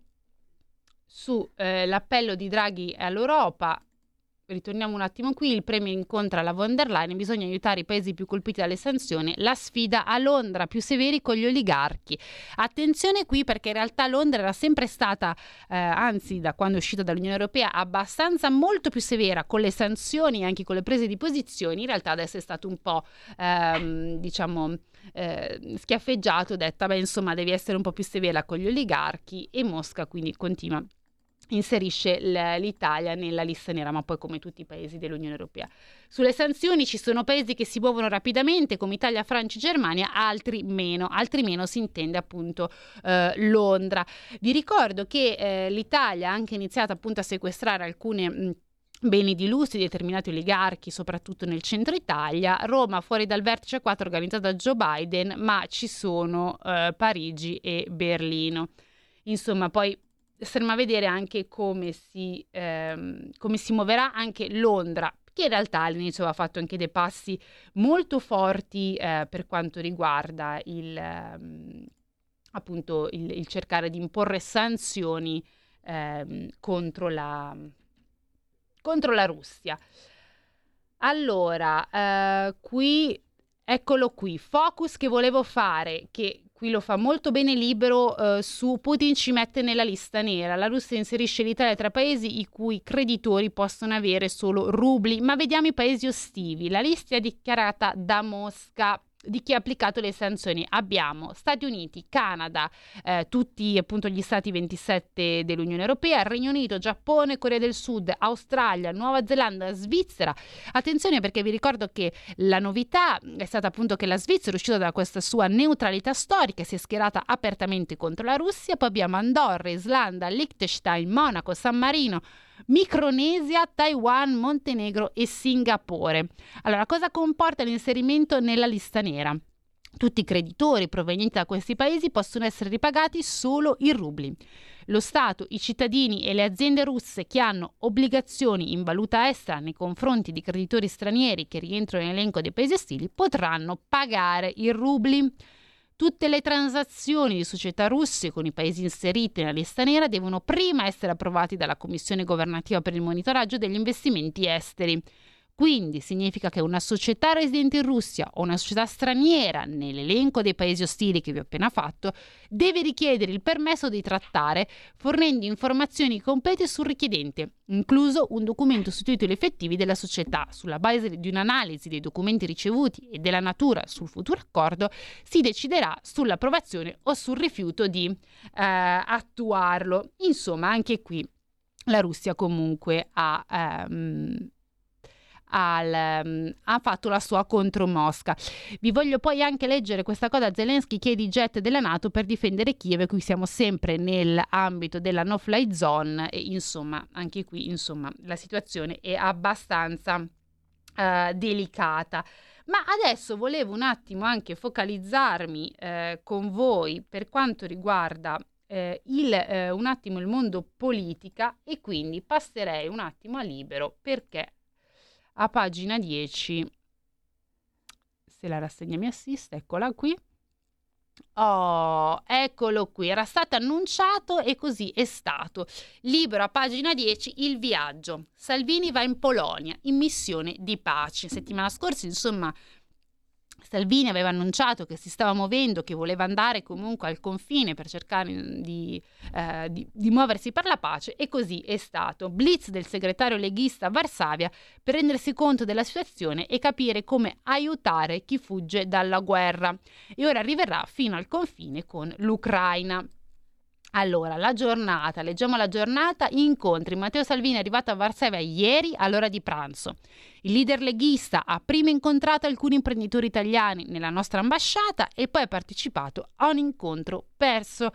su l'appello di Draghi all'Europa. Ritorniamo un attimo qui, il Premier incontra la von der Leyen, bisogna aiutare i paesi più colpiti dalle sanzioni, la sfida a Londra, più severi con gli oligarchi. Attenzione qui, perché in realtà Londra era sempre stata, anzi da quando è uscita dall'Unione Europea, abbastanza molto più severa con le sanzioni e anche con le prese di posizioni. In realtà adesso è stato un po' schiaffeggiato, detta insomma devi essere un po' più severa con gli oligarchi, e Mosca quindi inserisce l'Italia nella lista nera, ma poi come tutti i paesi dell'Unione Europea. Sulle sanzioni ci sono paesi che si muovono rapidamente come Italia, Francia e Germania, altri meno si intende appunto Londra. Vi ricordo che l'Italia ha anche iniziato appunto a sequestrare alcune beni di lusso di determinati oligarchi, soprattutto nel centro Italia. Roma fuori dal vertice 4 organizzato da Joe Biden, ma ci sono Parigi e Berlino. Insomma, poi staremo a vedere anche come si muoverà anche Londra, che in realtà all'inizio aveva fatto anche dei passi molto forti per quanto riguarda il cercare di imporre sanzioni contro la Russia. Allora, qui eccolo qui, focus che volevo fare, che qui lo fa molto bene Libero, su Putin ci mette nella lista nera. La Russia inserisce l'Italia tra paesi i cui creditori possono avere solo rubli. Ma vediamo i paesi ostili. La lista è dichiarata da Mosca di chi ha applicato le sanzioni. Abbiamo Stati Uniti, Canada, tutti appunto gli stati 27 dell'Unione Europea, Regno Unito, Giappone, Corea del Sud, Australia, Nuova Zelanda, Svizzera. Attenzione, perché vi ricordo che la novità è stata appunto che la Svizzera, uscita da questa sua neutralità storica, si è schierata apertamente contro la Russia. Poi abbiamo Andorra, Islanda, Liechtenstein, Monaco, San Marino, Micronesia, Taiwan, Montenegro e Singapore. Allora, cosa comporta l'inserimento nella lista nera? Tutti i creditori provenienti da questi paesi possono essere ripagati solo in rubli. Lo Stato, i cittadini e le aziende russe che hanno obbligazioni in valuta estera nei confronti di creditori stranieri che rientrano nell'elenco dei paesi ostili potranno pagare in rubli. Tutte le transazioni di società russe con i paesi inseriti nella lista nera devono prima essere approvati dalla Commissione governativa per il monitoraggio degli investimenti esteri. Quindi significa che una società residente in Russia o una società straniera nell'elenco dei paesi ostili che vi ho appena fatto deve richiedere il permesso di trattare fornendo informazioni complete sul richiedente, incluso un documento sui titoli effettivi della società. Sulla base di un'analisi dei documenti ricevuti e della natura sul futuro accordo si deciderà sull'approvazione o sul rifiuto di attuarlo. Insomma, anche qui la Russia comunque ha fatto la sua contro Mosca. Vi voglio poi anche leggere questa cosa: Zelensky chiede i jet della NATO per difendere Kiev, qui siamo sempre nell'ambito della no-fly zone e insomma anche qui la situazione è abbastanza delicata. Ma adesso volevo un attimo anche focalizzarmi con voi per quanto riguarda un attimo il mondo politica, e quindi passerei un attimo a Libero, perché a pagina 10, se la rassegna mi assiste, eccola qui. Oh, eccolo qui, era stato annunciato e così è stato. Libero a pagina 10, il viaggio. Salvini va in Polonia in missione di pace. Settimana scorsa, Salvini aveva annunciato che si stava muovendo, che voleva andare comunque al confine per cercare di muoversi per la pace, e così è stato. Blitz del segretario leghista a Varsavia per rendersi conto della situazione e capire come aiutare chi fugge dalla guerra. E ora arriverà fino al confine con l'Ucraina. Allora, leggiamo la giornata. Incontri. Matteo Salvini è arrivato a Varsavia ieri all'ora di pranzo. Il leader leghista ha prima incontrato alcuni imprenditori italiani nella nostra ambasciata e poi ha partecipato a un incontro presso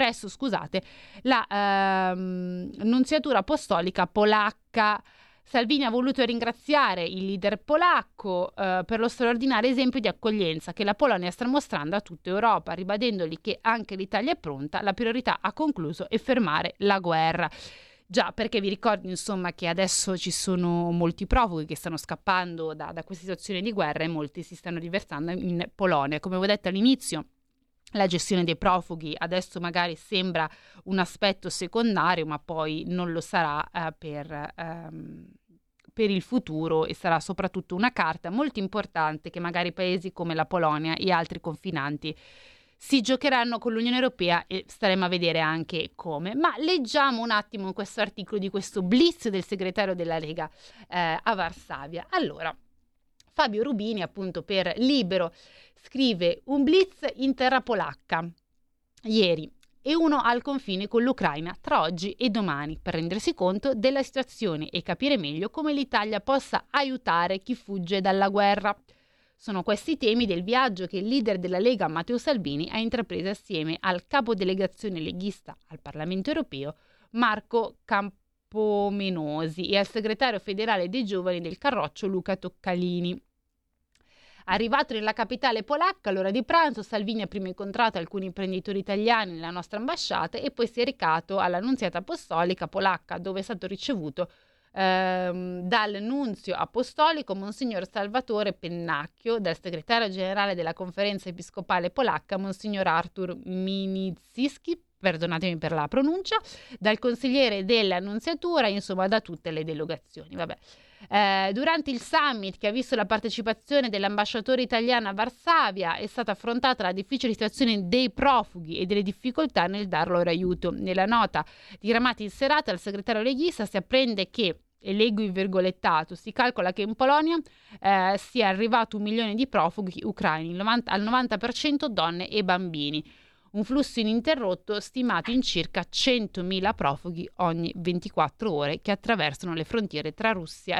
la nunziatura apostolica polacca. Salvini ha voluto ringraziare il leader polacco per lo straordinario esempio di accoglienza che la Polonia sta mostrando a tutta Europa, ribadendogli che anche l'Italia è pronta. La priorità, ha concluso, è fermare la guerra. Già, perché vi ricordo che adesso ci sono molti profughi che stanno scappando da questa situazione di guerra e molti si stanno riversando in Polonia. Come vi ho detto all'inizio, la gestione dei profughi adesso magari sembra un aspetto secondario, ma poi non lo sarà per il futuro, e sarà soprattutto una carta molto importante che magari paesi come la Polonia e altri confinanti si giocheranno con l'Unione Europea, e staremo a vedere anche come. Ma leggiamo un attimo questo articolo di questo blitz del segretario della Lega a Varsavia. Allora, Fabio Rubini, appunto per Libero, scrive: un blitz in terra polacca ieri e uno al confine con l'Ucraina tra oggi e domani, per rendersi conto della situazione e capire meglio come l'Italia possa aiutare chi fugge dalla guerra. Sono questi i temi del viaggio che il leader della Lega Matteo Salvini ha intrapreso assieme al capodelegazione leghista al Parlamento europeo Marco Campomenosi e al segretario federale dei giovani del Carroccio Luca Toccalini. Arrivato nella capitale polacca all'ora di pranzo, Salvini ha prima incontrato alcuni imprenditori italiani nella nostra ambasciata e poi si è recato alla nunziata apostolica polacca, dove è stato ricevuto dal nunzio apostolico Monsignor Salvatore Pennacchio, dal segretario generale della Conferenza Episcopale Polacca Monsignor Artur Miniszewski, perdonatemi per la pronuncia, dal consigliere della nunziatura, insomma da tutte le delegazioni. Durante il summit, che ha visto la partecipazione dell'ambasciatore italiano a Varsavia, è stata affrontata la difficile situazione dei profughi e delle difficoltà nel dar loro aiuto. Nella nota diramata in serata al segretario leghista si apprende che, e leggo il virgolettato, si calcola che in Polonia sia arrivato 1 milione di profughi ucraini, al 90% donne e bambini. Un flusso ininterrotto stimato in circa 100.000 profughi ogni 24 ore che attraversano le frontiere tra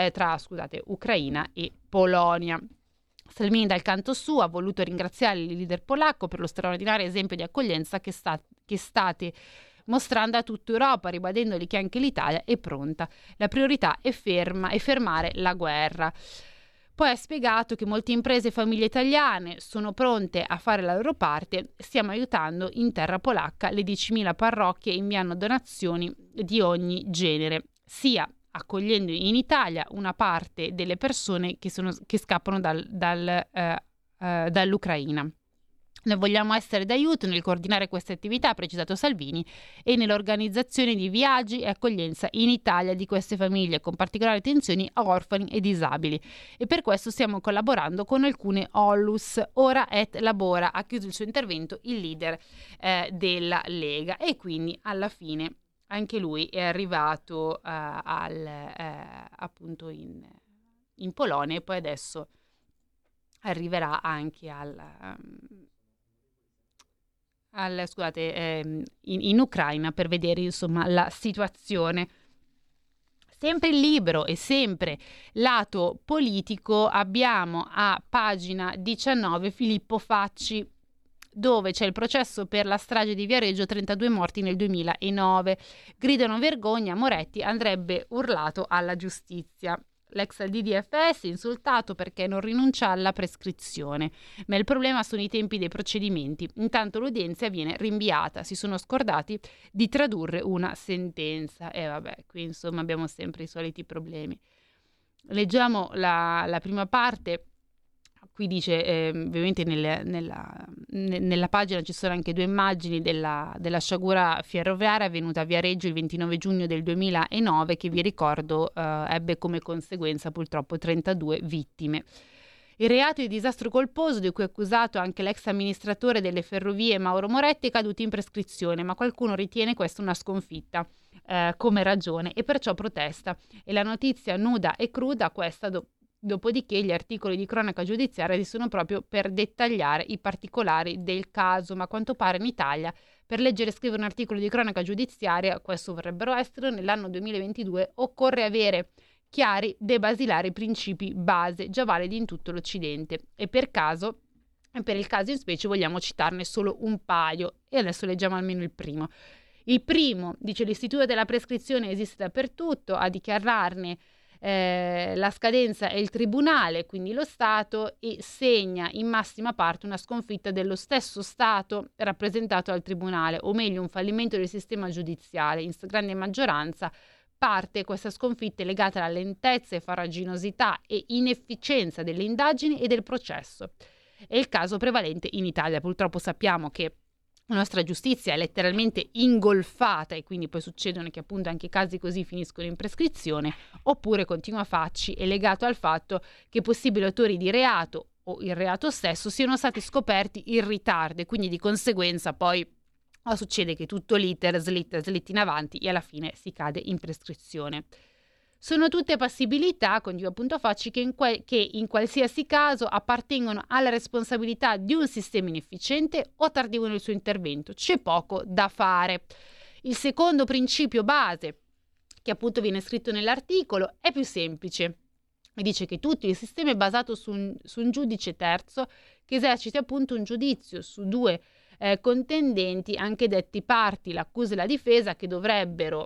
Ucraina e Polonia. Salvini dal canto suo ha voluto ringraziare il leader polacco per lo straordinario esempio di accoglienza che state mostrando a tutta Europa, ribadendogli che anche l'Italia è pronta. La priorità è fermare la guerra. Poi ha spiegato che molte imprese e famiglie italiane sono pronte a fare la loro parte. Stiamo aiutando in terra polacca le 10.000 parrocchie inviando donazioni di ogni genere, sia accogliendo in Italia una parte delle persone che scappano dall'Ucraina. Noi vogliamo essere d'aiuto nel coordinare queste attività, ha precisato Salvini, e nell'organizzazione di viaggi e accoglienza in Italia di queste famiglie, con particolare attenzione a orfani e disabili. E per questo stiamo collaborando con alcune ONLUS. Ora et labora, ha chiuso il suo intervento il leader della Lega, e quindi alla fine anche lui è arrivato appunto in Polonia, e poi adesso arriverà anche in Ucraina per vedere insomma la situazione. Sempre il Libero e sempre lato politico abbiamo a pagina 19 Filippo Facci, dove c'è il processo per la strage di Viareggio, 32 morti nel 2009. Gridano vergogna, Moretti andrebbe urlato alla giustizia. L'ex DDFS insultato perché non rinuncia alla prescrizione, ma il problema sono i tempi dei procedimenti. Intanto l'udienza viene rinviata, si sono scordati di tradurre una sentenza. E vabbè, qui insomma abbiamo sempre i soliti problemi. Leggiamo la prima parte. Qui dice, ovviamente nella pagina ci sono anche due immagini della sciagura ferroviaria avvenuta a Viareggio il 29 giugno del 2009, che vi ricordo ebbe come conseguenza purtroppo 32 vittime. Il reato di disastro colposo, di cui è accusato anche l'ex amministratore delle ferrovie Mauro Moretti, è caduto in prescrizione, ma qualcuno ritiene questa una sconfitta come ragione e perciò protesta. E la notizia nuda e cruda questa dopodiché gli articoli di cronaca giudiziaria sono proprio per dettagliare i particolari del caso, ma a quanto pare in Italia per leggere e scrivere un articolo di cronaca giudiziaria, questo vorrebbero essere, nell'anno 2022 occorre avere chiari dei basilari principi base già validi in tutto l'Occidente, e per il caso in specie vogliamo citarne solo un paio, e adesso leggiamo almeno il primo. Il primo, dice: l'istituto della prescrizione esiste dappertutto, a dichiararne la scadenza è il tribunale, quindi lo Stato, e segna in massima parte una sconfitta dello stesso Stato rappresentato dal tribunale, o meglio un fallimento del sistema giudiziario. In grande maggioranza parte questa sconfitta è legata alla lentezza e farraginosità e inefficienza delle indagini e del processo. È il caso prevalente in Italia. Purtroppo sappiamo che la nostra giustizia è letteralmente ingolfata, e quindi poi succedono che appunto anche casi così finiscono in prescrizione. Oppure, continua Facci, è legato al fatto che possibili autori di reato o il reato stesso siano stati scoperti in ritardo, e quindi di conseguenza poi succede che tutto l'iter slitta in avanti e alla fine si cade in prescrizione. Sono tutte passibilità, continua appunto Facci, che in qualsiasi caso appartengono alla responsabilità di un sistema inefficiente o tardivo nel suo intervento. C'è poco da fare. Il secondo principio base, che appunto viene scritto nell'articolo, è più semplice. E dice che tutto il sistema è basato su un giudice terzo che eserciti appunto un giudizio su due contendenti, anche detti parti, l'accusa e la difesa, che dovrebbero,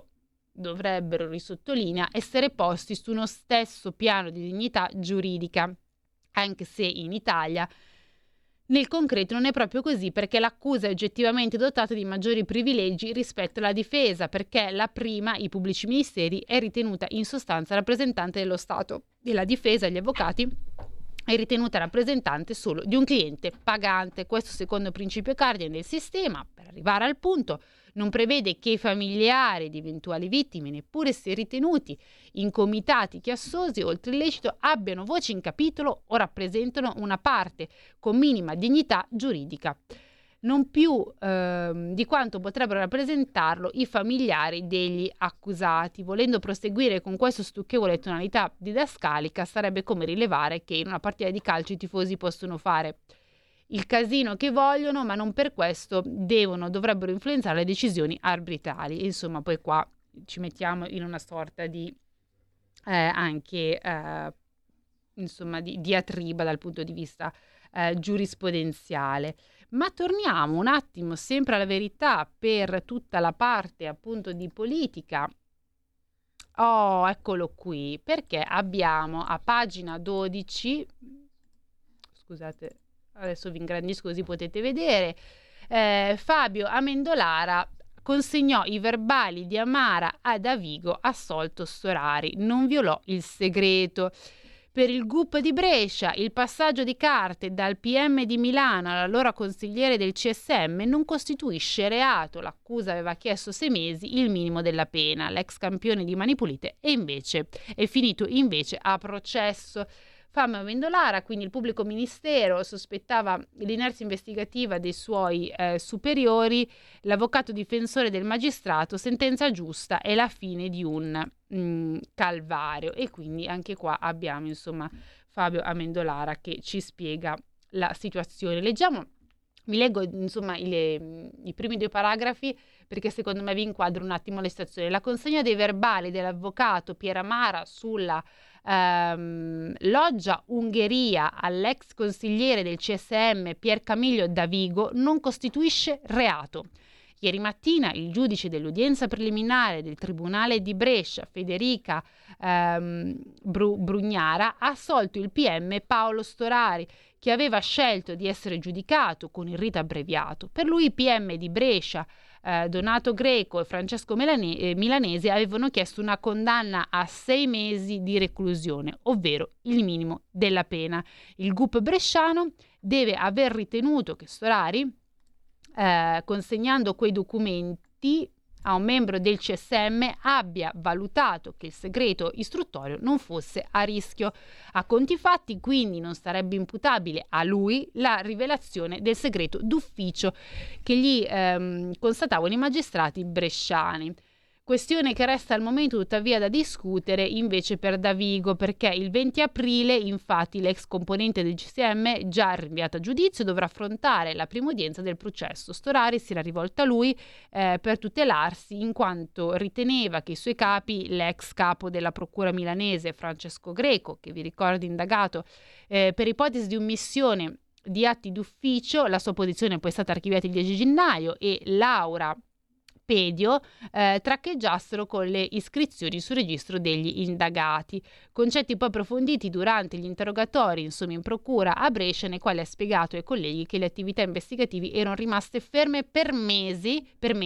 risottolinea, essere posti su uno stesso piano di dignità giuridica, anche se in Italia nel concreto non è proprio così, perché l'accusa è oggettivamente dotata di maggiori privilegi rispetto alla difesa, perché la prima, i pubblici ministeri, è ritenuta in sostanza rappresentante dello Stato, e la difesa, gli avvocati, è ritenuta rappresentante solo di un cliente pagante. Questo secondo principio cardine del sistema, per arrivare al punto, non prevede che i familiari di eventuali vittime, neppure se ritenuti in comitati chiassosi oltre illecito, abbiano voce in capitolo o rappresentano una parte con minima dignità giuridica, non più di quanto potrebbero rappresentarlo i familiari degli accusati. Volendo proseguire con questo stucchevole tonalità didascalica, sarebbe come rilevare che in una partita di calcio i tifosi possono fare il casino che vogliono, ma non per questo dovrebbero influenzare le decisioni arbitrali. Insomma, poi qua ci mettiamo in una sorta di di diatriba dal punto di vista giurisprudenziale. Ma torniamo un attimo sempre alla verità per tutta la parte appunto di politica Oh, eccolo qui, perché abbiamo a pagina 12, scusate, adesso vi ingrandisco così potete vedere, Fabio Amendolara consegnò i verbali di Amara a Davigo, assolto Storari, non violò il segreto. Per il GUP di Brescia, il passaggio di carte dal PM di Milano all'allora consigliere del CSM non costituisce reato. L'accusa aveva chiesto 6 mesi, il minimo della pena. L'ex campione di Mani Pulite è finito invece a processo. Fabio Amendolara, quindi il pubblico ministero, sospettava l'inerzia investigativa dei suoi superiori, l'avvocato difensore del magistrato, sentenza giusta è la fine di un calvario. E quindi anche qua abbiamo insomma Fabio Amendolara che ci spiega la situazione. Vi leggo insomma i primi 2 paragrafi perché secondo me vi inquadro un attimo la situazione. La consegna dei verbali dell'avvocato Pier Amara sulla Loggia Ungheria all'ex consigliere del CSM Pier Camillo Davigo non costituisce reato. Ieri mattina il giudice dell'udienza preliminare del Tribunale di Brescia, Federica Brugnara, ha assolto il PM Paolo Storari, che aveva scelto di essere giudicato con il rito abbreviato. Per lui i PM di Brescia, Donato Greco e Francesco Milanese avevano chiesto una condanna a 6 mesi di reclusione, ovvero il minimo della pena. Il GUP bresciano deve aver ritenuto che Storari, consegnando quei documenti a un membro del CSM, abbia valutato che il segreto istruttorio non fosse a rischio. A conti fatti, quindi, non sarebbe imputabile a lui la rivelazione del segreto d'ufficio che gli constatavano i magistrati bresciani. Questione che resta al momento tuttavia da discutere invece per Davigo, perché il 20 aprile infatti l'ex componente del CSM, già rinviato a giudizio, dovrà affrontare la prima udienza del processo. Storari si era rivolta a lui per tutelarsi, in quanto riteneva che i suoi capi, l'ex capo della procura milanese Francesco Greco, che vi ricordo indagato per ipotesi di omissione di atti d'ufficio, la sua posizione è poi stata archiviata il 10 gennaio, e Laura Pedio traccheggiassero con le iscrizioni sul registro degli indagati. Concetti poi approfonditi durante gli interrogatori insomma in procura a Brescia, nei quali ha spiegato ai colleghi che le attività investigative erano rimaste ferme per mesi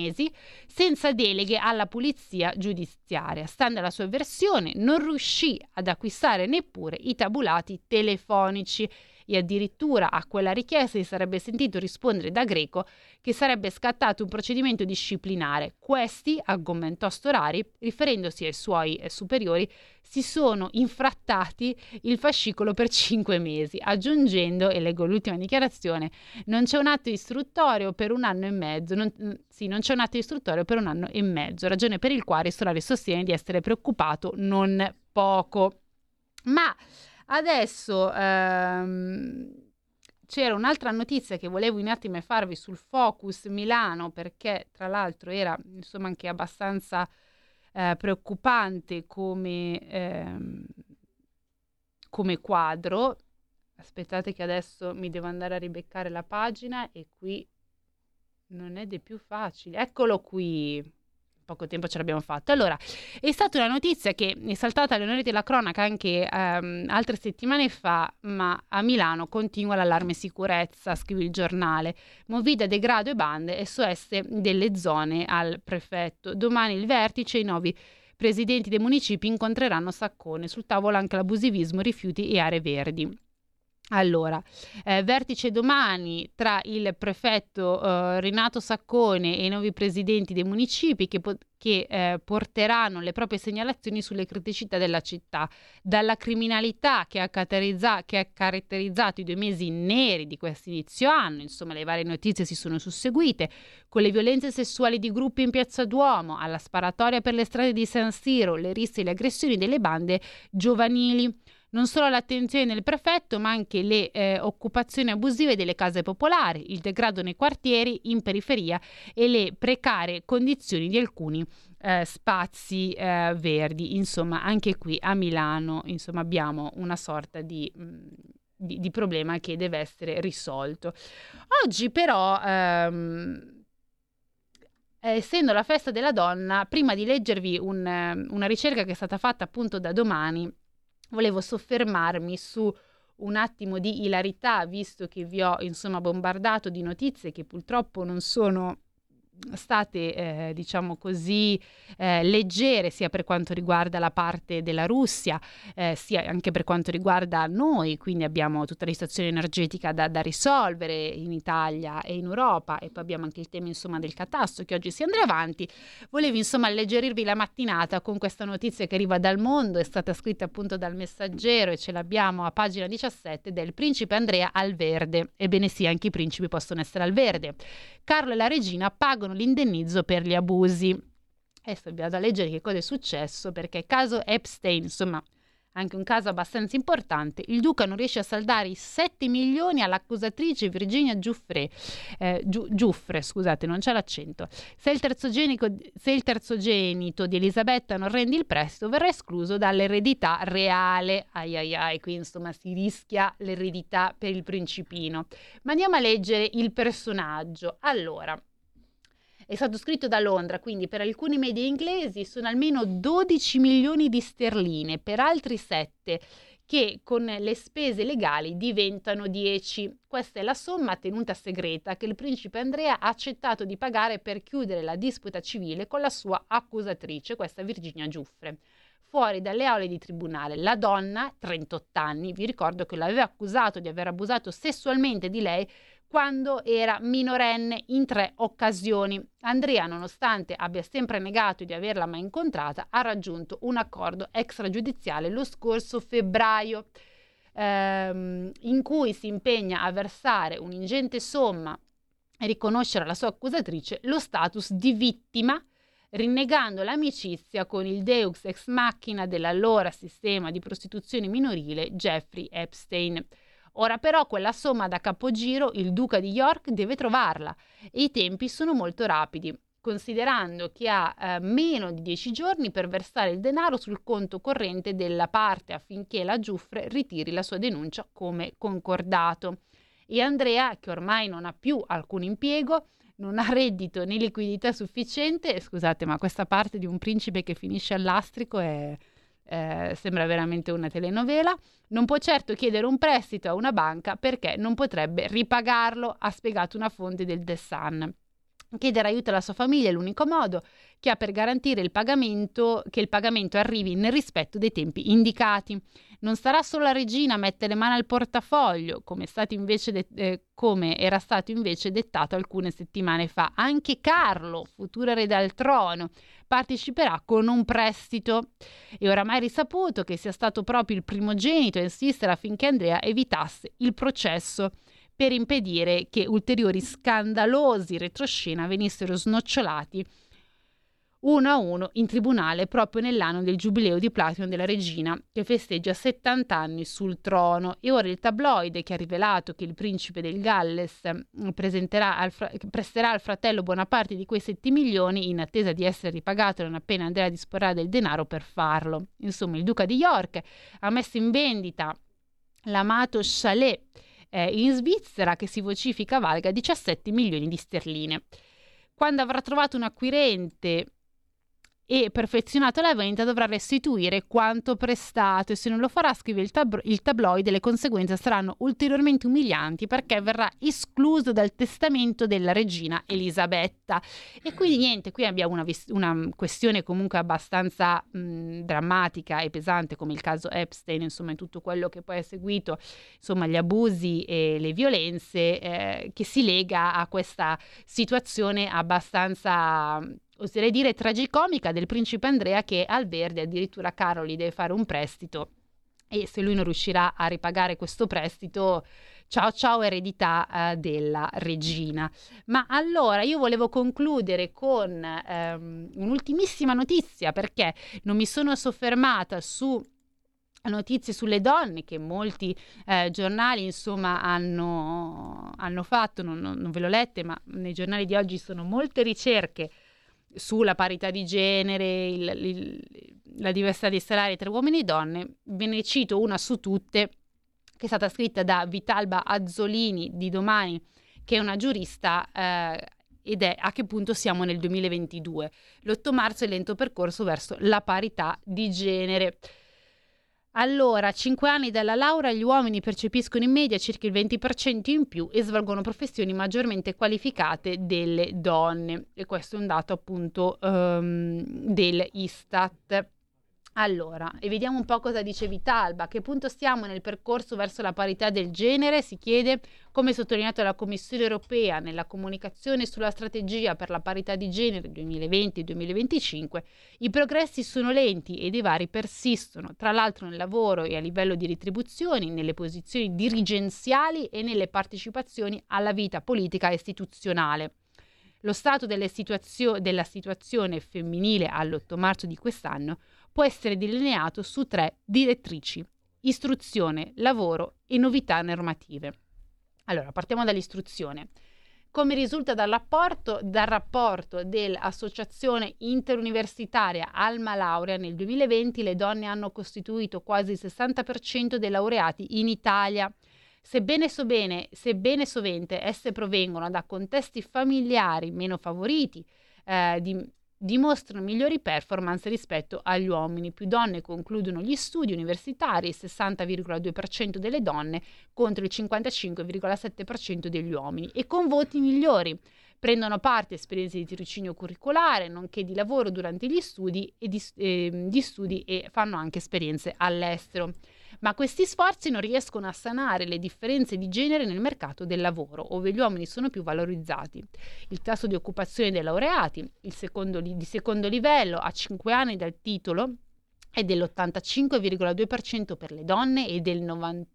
senza deleghe alla polizia giudiziaria. Stando alla sua versione, non riuscì ad acquistare neppure i tabulati telefonici, e addirittura a quella richiesta si sarebbe sentito rispondere da Greco che sarebbe scattato un procedimento disciplinare. Questi, argomentò Storari, riferendosi ai suoi superiori, si sono infrattati il fascicolo per 5 mesi, aggiungendo, e leggo l'ultima dichiarazione, non c'è un atto istruttorio per 1 anno e mezzo, non c'è un atto istruttorio per 1 anno e mezzo, ragione per il quale Storari sostiene di essere preoccupato non poco. Ma adesso c'era un'altra notizia che volevo un attimo farvi sul Focus Milano, perché tra l'altro era insomma anche abbastanza preoccupante come quadro. Aspettate che adesso mi devo andare a ribeccare la pagina e qui non è dei più facili. Eccolo qui. Poco tempo ce l'abbiamo fatto. Allora, è stata una notizia che è saltata agli onori della cronaca anche altre settimane fa, ma a Milano continua l'allarme sicurezza, scrive il giornale. Movida, degrado e bande, SOS delle zone al prefetto. Domani il vertice, i 9 presidenti dei municipi incontreranno Saccone, sul tavolo anche l'abusivismo, rifiuti e aree verdi. Allora, vertice domani tra il prefetto Renato Saccone e i nuovi presidenti dei municipi che porteranno le proprie segnalazioni sulle criticità della città, dalla criminalità che ha caratterizzato i 2 mesi neri di questo inizio anno. Insomma, le varie notizie si sono susseguite, con le violenze sessuali di gruppi in Piazza Duomo, alla sparatoria per le strade di San Siro, le risse e le aggressioni delle bande giovanili. Non solo l'attenzione del prefetto, ma anche le occupazioni abusive delle case popolari, il degrado nei quartieri, in periferia, e le precarie condizioni di alcuni spazi verdi. Insomma, anche qui a Milano insomma, abbiamo una sorta di problema che deve essere risolto. Oggi però essendo la festa della donna, prima di leggervi una ricerca che è stata fatta appunto da Domani, volevo soffermarmi su un attimo di ilarità, visto che vi ho insomma bombardato di notizie che purtroppo non sono state diciamo così leggere, sia per quanto riguarda la parte della Russia, sia anche per quanto riguarda noi. Quindi abbiamo tutta la situazione energetica da risolvere in Italia e in Europa, e poi abbiamo anche il tema insomma del catasto che oggi si andrà avanti. Volevo insomma alleggerirvi la mattinata con questa notizia che arriva dal Mondo, è stata scritta appunto dal Messaggero e ce l'abbiamo a pagina 17, del principe Andrea al verde. Ebbene sì, anche i principi possono essere al verde. Carlo e la regina pagano l'indennizzo per gli abusi. Adesso vi vado a leggere che cosa è successo, perché caso Epstein, insomma anche un caso abbastanza importante. Il duca non riesce a saldare i 7 milioni all'accusatrice Virginia Giuffre, scusate, non c'è l'accento. Se il terzogenito di Elisabetta non rende il prestito, verrà escluso dall'eredità reale. Qui insomma si rischia l'eredità per il principino. Ma andiamo a leggere il personaggio. Allora, è stato scritto da Londra, quindi per alcuni media inglesi sono almeno 12 milioni di sterline, per altri 7 che con le spese legali diventano 10. Questa è la somma tenuta segreta che il principe Andrea ha accettato di pagare per chiudere la disputa civile con la sua accusatrice, questa Virginia Giuffre. Fuori dalle aule di tribunale, la donna, 38 anni, vi ricordo che l'aveva accusato di aver abusato sessualmente di lei quando era minorenne in 3 occasioni. Andrea, nonostante abbia sempre negato di averla mai incontrata, ha raggiunto un accordo extragiudiziale lo scorso febbraio, in cui si impegna a versare un'ingente somma e riconoscere alla sua accusatrice lo status di vittima, rinnegando l'amicizia con il deus ex machina dell'allora sistema di prostituzione minorile Jeffrey Epstein. Ora però quella somma da capogiro il duca di York deve trovarla e i tempi sono molto rapidi, considerando che ha meno di 10 giorni per versare il denaro sul conto corrente della parte affinché la Giuffre ritiri la sua denuncia come concordato. E Andrea, che ormai non ha più alcun impiego, non ha reddito né liquidità sufficiente, scusate, ma questa parte di un principe che finisce all'astrico sembra veramente una telenovela, non può certo chiedere un prestito a una banca perché non potrebbe ripagarlo, ha spiegato una fonte del The Sun. Chiedere aiuto alla sua famiglia è l'unico modo che ha per garantire che il pagamento arrivi nel rispetto dei tempi indicati. Non sarà solo la regina a mettere mano al portafoglio, come era stato invece dettato alcune settimane fa. Anche Carlo, futuro erede al trono, parteciperà con un prestito. È oramai risaputo che sia stato proprio il primogenito a insistere affinché Andrea evitasse il processo per impedire che ulteriori scandalosi retroscena venissero snocciolati uno a uno in tribunale proprio nell'anno del giubileo di platino della regina, che festeggia 70 anni sul trono. E ora il tabloide che ha rivelato che il principe del Galles presterà al fratello buona parte di quei 7 milioni in attesa di essere ripagato non appena Andrea disporrà del denaro per farlo. Insomma, il duca di York ha messo in vendita l'amato chalet in Svizzera che si vocifika valga 17 milioni di sterline. Quando avrà trovato un acquirente e perfezionato la vendita dovrà restituire quanto prestato, e se non lo farà, scrive il tabloide, le conseguenze saranno ulteriormente umilianti perché verrà escluso dal testamento della regina Elisabetta. E quindi niente, qui abbiamo una questione comunque abbastanza drammatica e pesante, come il caso Epstein, insomma, in tutto quello che poi è seguito, insomma, gli abusi e le violenze, che si lega a questa situazione abbastanza, oserei dire, tragicomica del principe Andrea, che al verde addirittura Carlo gli deve fare un prestito e se lui non riuscirà a ripagare questo prestito, ciao eredità della regina. Ma allora io volevo concludere con un'ultimissima notizia, perché non mi sono soffermata su notizie sulle donne che molti giornali insomma hanno fatto, non ve l'ho lette, ma nei giornali di oggi sono molte ricerche sulla parità di genere, la diversità dei salari tra uomini e donne. Ve ne cito una su tutte, che è stata scritta da Vitalba Azzolini di Domani, che è una giurista ed è a che punto siamo nel 2022. L'8 marzo è il lento percorso verso la parità di genere. Allora, 5 anni dalla laurea, gli uomini percepiscono in media circa il 20% in più e svolgono professioni maggiormente qualificate delle donne. E questo è un dato appunto dell'Istat. Allora, e vediamo un po' cosa dice Vitalba. A che punto stiamo nel percorso verso la parità del genere? Si chiede. Come sottolineato dalla Commissione europea nella comunicazione sulla strategia per la parità di genere 2020-2025, i progressi sono lenti ed i vari persistono, tra l'altro nel lavoro e a livello di retribuzioni, nelle posizioni dirigenziali e nelle partecipazioni alla vita politica e istituzionale. Lo stato della situazione femminile all'8 marzo di quest'anno può essere delineato su 3 direttrici: istruzione, lavoro e novità normative. Allora, partiamo dall'istruzione. Come risulta dal rapporto dell'Associazione Interuniversitaria Alma Laurea, nel 2020 le donne hanno costituito quasi il 60% dei laureati in Italia. Sebbene sovente esse provengono da contesti familiari meno favoriti, dimostrano migliori performance rispetto agli uomini. Più donne concludono gli studi universitari, il 60,2% delle donne contro il 55,7% degli uomini, e con voti migliori. Prendono parte a esperienze di tirocinio curricolare, nonché di lavoro durante gli studi e fanno anche esperienze all'estero. Ma questi sforzi non riescono a sanare le differenze di genere nel mercato del lavoro, ove gli uomini sono più valorizzati. Il tasso di occupazione dei laureati, di secondo livello, a 5 anni dal titolo, è dell'85,2% per le donne e del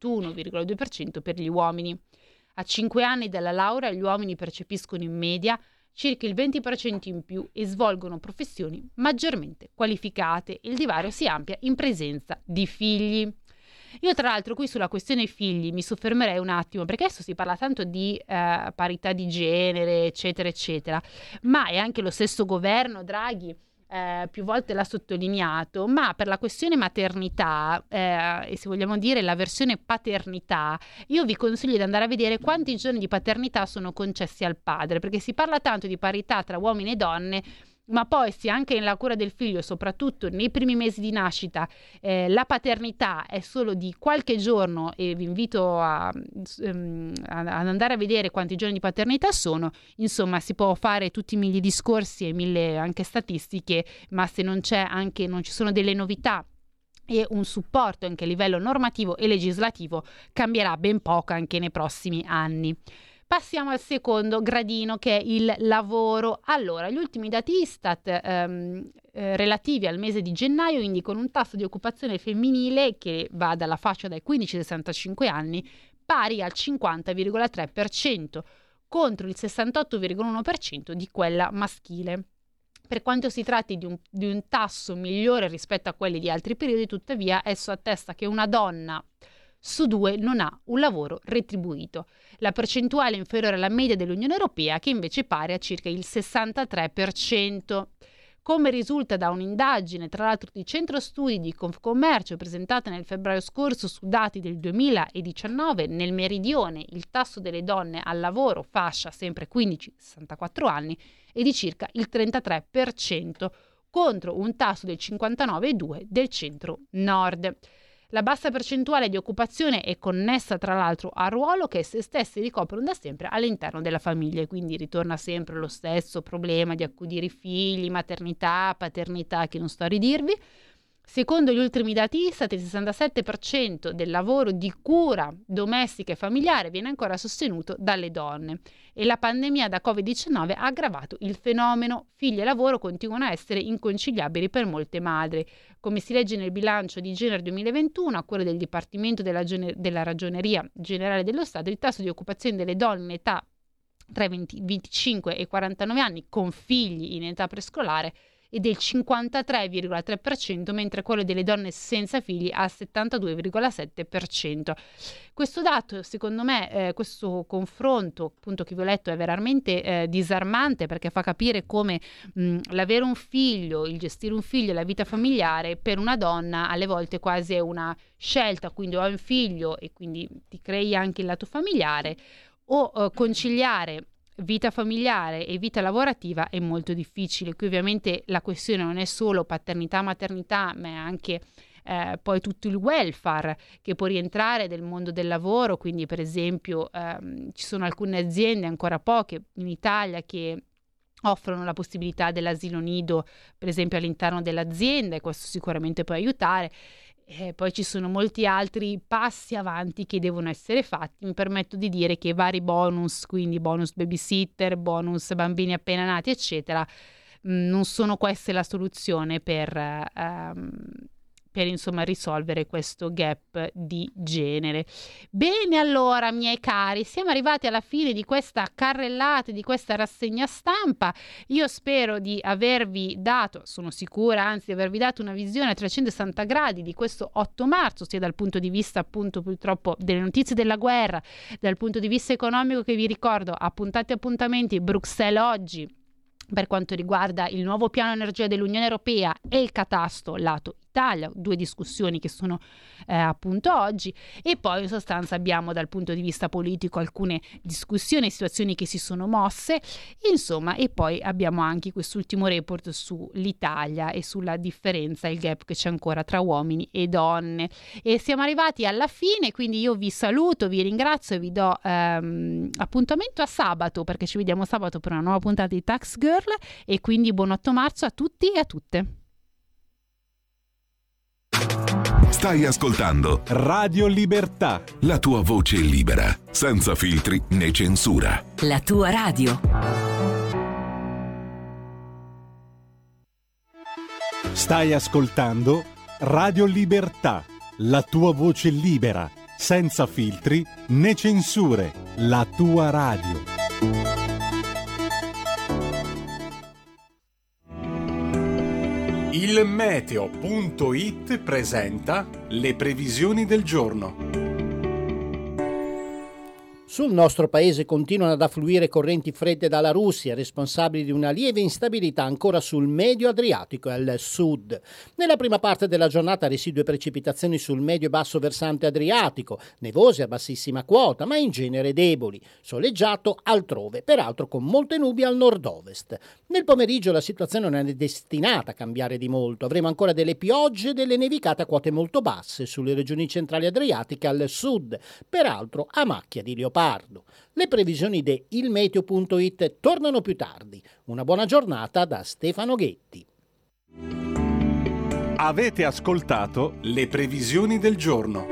91,2% per gli uomini. A 5 anni dalla laurea gli uomini percepiscono in media circa il 20% in più e svolgono professioni maggiormente qualificate. Il divario si amplia in presenza di figli. Io tra l'altro qui sulla questione figli mi soffermerei un attimo, perché adesso si parla tanto di parità di genere, eccetera, eccetera, ma è anche lo stesso governo Draghi più volte l'ha sottolineato, ma per la questione maternità e se vogliamo dire la versione paternità, io vi consiglio di andare a vedere quanti giorni di paternità sono concessi al padre, perché si parla tanto di parità tra uomini e donne, ma poi sia anche nella cura del figlio, soprattutto nei primi mesi di nascita, la paternità è solo di qualche giorno, e vi invito ad andare a vedere quanti giorni di paternità sono. Insomma, si può fare tutti i mille discorsi e mille anche statistiche, ma se non ci sono delle novità e un supporto anche a livello normativo e legislativo, cambierà ben poco anche nei prossimi anni. Passiamo al secondo gradino, che è il lavoro. Allora, gli ultimi dati Istat relativi al mese di gennaio indicano un tasso di occupazione femminile che va dalla fascia dai 15 ai 65 anni pari al 50,3% contro il 68,1% di quella maschile. Per quanto si tratti di un tasso migliore rispetto a quelli di altri periodi, tuttavia esso attesta che una donna su 2 non ha un lavoro retribuito. La percentuale è inferiore alla media dell'Unione Europea, che invece è pari a circa il 63%. Come risulta da un'indagine, tra l'altro di Centro Studi di Confcommercio, presentata nel febbraio scorso su dati del 2019, nel meridione il tasso delle donne al lavoro, fascia sempre 15-64 anni, è di circa il 33%, contro un tasso del 59,2% del centro-nord. La bassa percentuale di occupazione è connessa tra l'altro al ruolo che esse stesse ricoprono da sempre all'interno della famiglia, e quindi ritorna sempre lo stesso problema di accudire i figli, maternità, paternità, che non sto a ridirvi. Secondo gli ultimi dati Istat, il 67% del lavoro di cura domestica e familiare viene ancora sostenuto dalle donne, e la pandemia da Covid-19 ha aggravato il fenomeno. Figli e lavoro continuano a essere inconciliabili per molte madri. Come si legge nel bilancio di genere 2021, a cura del Dipartimento della Ragioneria Generale dello Stato, il tasso di occupazione delle donne in età tra i 25 e i 49 anni con figli in età prescolare è del 53,3%, mentre quello delle donne senza figli al 72,7%. Questo dato, secondo me, questo confronto appunto che vi ho letto è veramente disarmante, perché fa capire come l'avere un figlio, il gestire un figlio e la vita familiare per una donna alle volte quasi è una scelta, quindi ho un figlio e quindi ti crei anche il lato familiare, o conciliare vita familiare e vita lavorativa è molto difficile. Qui ovviamente la questione non è solo paternità, maternità, ma è anche poi tutto il welfare che può rientrare del mondo del lavoro. Quindi per esempio ci sono alcune aziende, ancora poche in Italia, che offrono la possibilità dell'asilo nido per esempio all'interno dell'azienda, e questo sicuramente può aiutare. Poi ci sono molti altri passi avanti che devono essere fatti. Mi permetto di dire che vari bonus, quindi bonus babysitter, bonus bambini appena nati eccetera, non sono queste la soluzione per insomma risolvere questo gap di genere. Bene, allora miei cari, siamo arrivati alla fine di questa carrellata, di questa rassegna stampa. Io spero di avervi dato, sono sicura anzi di avervi dato una visione a 360 gradi di questo 8 marzo, sia dal punto di vista appunto purtroppo delle notizie della guerra, dal punto di vista economico, che vi ricordo appuntamenti Bruxelles oggi per quanto riguarda il nuovo piano energia dell'Unione Europea e il catasto lato Italia, 2 discussioni che sono appunto oggi, e poi in sostanza abbiamo dal punto di vista politico alcune discussioni, situazioni che si sono mosse, insomma, e poi abbiamo anche quest'ultimo report sull'Italia e sulla differenza, il gap che c'è ancora tra uomini e donne. E siamo arrivati alla fine, quindi io vi saluto, vi ringrazio e vi do appuntamento a sabato, perché ci vediamo sabato per una nuova puntata di Tax Girl, e quindi buon 8 marzo a tutti e a tutte. Stai ascoltando Radio Libertà. la tua voce libera, senza filtri né censura. La tua radio. Stai ascoltando Radio Libertà, la tua voce libera, senza filtri né censure. La tua radio. Il meteo.it presenta le previsioni del giorno. Sul nostro paese continuano ad affluire correnti fredde dalla Russia, responsabili di una lieve instabilità ancora sul medio Adriatico e al sud. Nella prima parte della giornata residue precipitazioni sul medio e basso versante adriatico, nevose a bassissima quota, ma in genere deboli, soleggiato altrove, peraltro con molte nubi al nord-ovest. Nel pomeriggio la situazione non è destinata a cambiare di molto, avremo ancora delle piogge e delle nevicate a quote molto basse sulle regioni centrali adriatiche al sud, peraltro a macchia di leopardo. Le previsioni di ilmeteo.it tornano più tardi. Una buona giornata da Stefano Ghetti. Avete ascoltato le previsioni del giorno.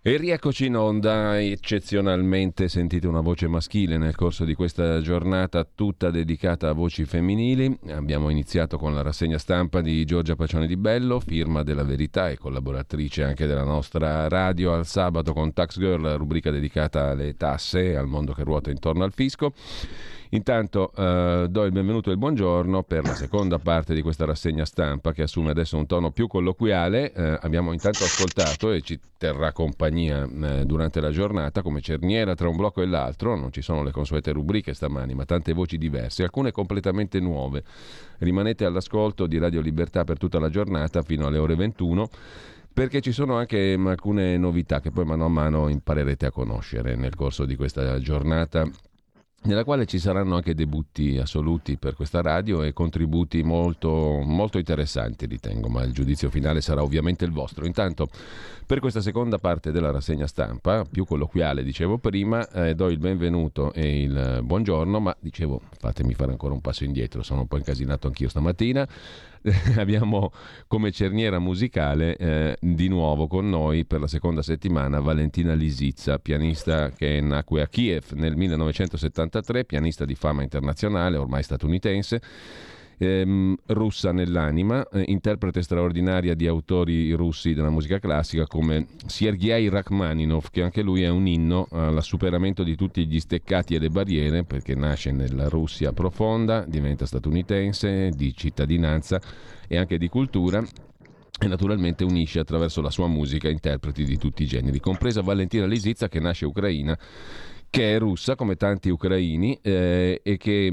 E rieccoci in onda. Eccezionalmente sentite una voce maschile nel corso di questa giornata tutta dedicata a voci femminili. Abbiamo iniziato con la rassegna stampa di Giorgia Pacione di Bello, firma della Verità e collaboratrice anche della nostra radio al sabato con Tax Girl, la rubrica dedicata alle tasse e al mondo che ruota intorno al fisco. Intanto do il benvenuto e il buongiorno per la seconda parte di questa rassegna stampa che assume adesso un tono più colloquiale. Abbiamo intanto ascoltato e ci terrà compagnia durante la giornata come cerniera tra un blocco e l'altro. Non ci sono le consuete rubriche stamani, ma tante voci diverse, alcune completamente nuove. Rimanete all'ascolto di Radio Libertà per tutta la giornata fino alle ore 21. Perché ci sono anche alcune novità che poi mano a mano imparerete a conoscere nel corso di questa giornata, nella quale ci saranno anche debutti assoluti per questa radio e contributi molto, molto interessanti, ritengo, ma il giudizio finale sarà ovviamente il vostro. Intanto, per questa seconda parte della rassegna stampa, più colloquiale, dicevo prima, do il benvenuto e il buongiorno, ma dicevo, fatemi fare ancora un passo indietro, sono un po' incasinato anch'io stamattina. Abbiamo come cerniera musicale di nuovo con noi per la seconda settimana Valentina Lisitsa, pianista che nacque a Kiev nel 1973, pianista di fama internazionale, ormai statunitense, russa nell'anima, interprete straordinaria di autori russi della musica classica come Sergei Rachmaninov, che anche lui è un inno al superamento di tutti gli steccati e le barriere, perché nasce nella Russia profonda, diventa statunitense di cittadinanza e anche di cultura, e naturalmente unisce attraverso la sua musica interpreti di tutti i generi, compresa Valentina Lisitsa, che nasce ucraina, che è russa come tanti ucraini e che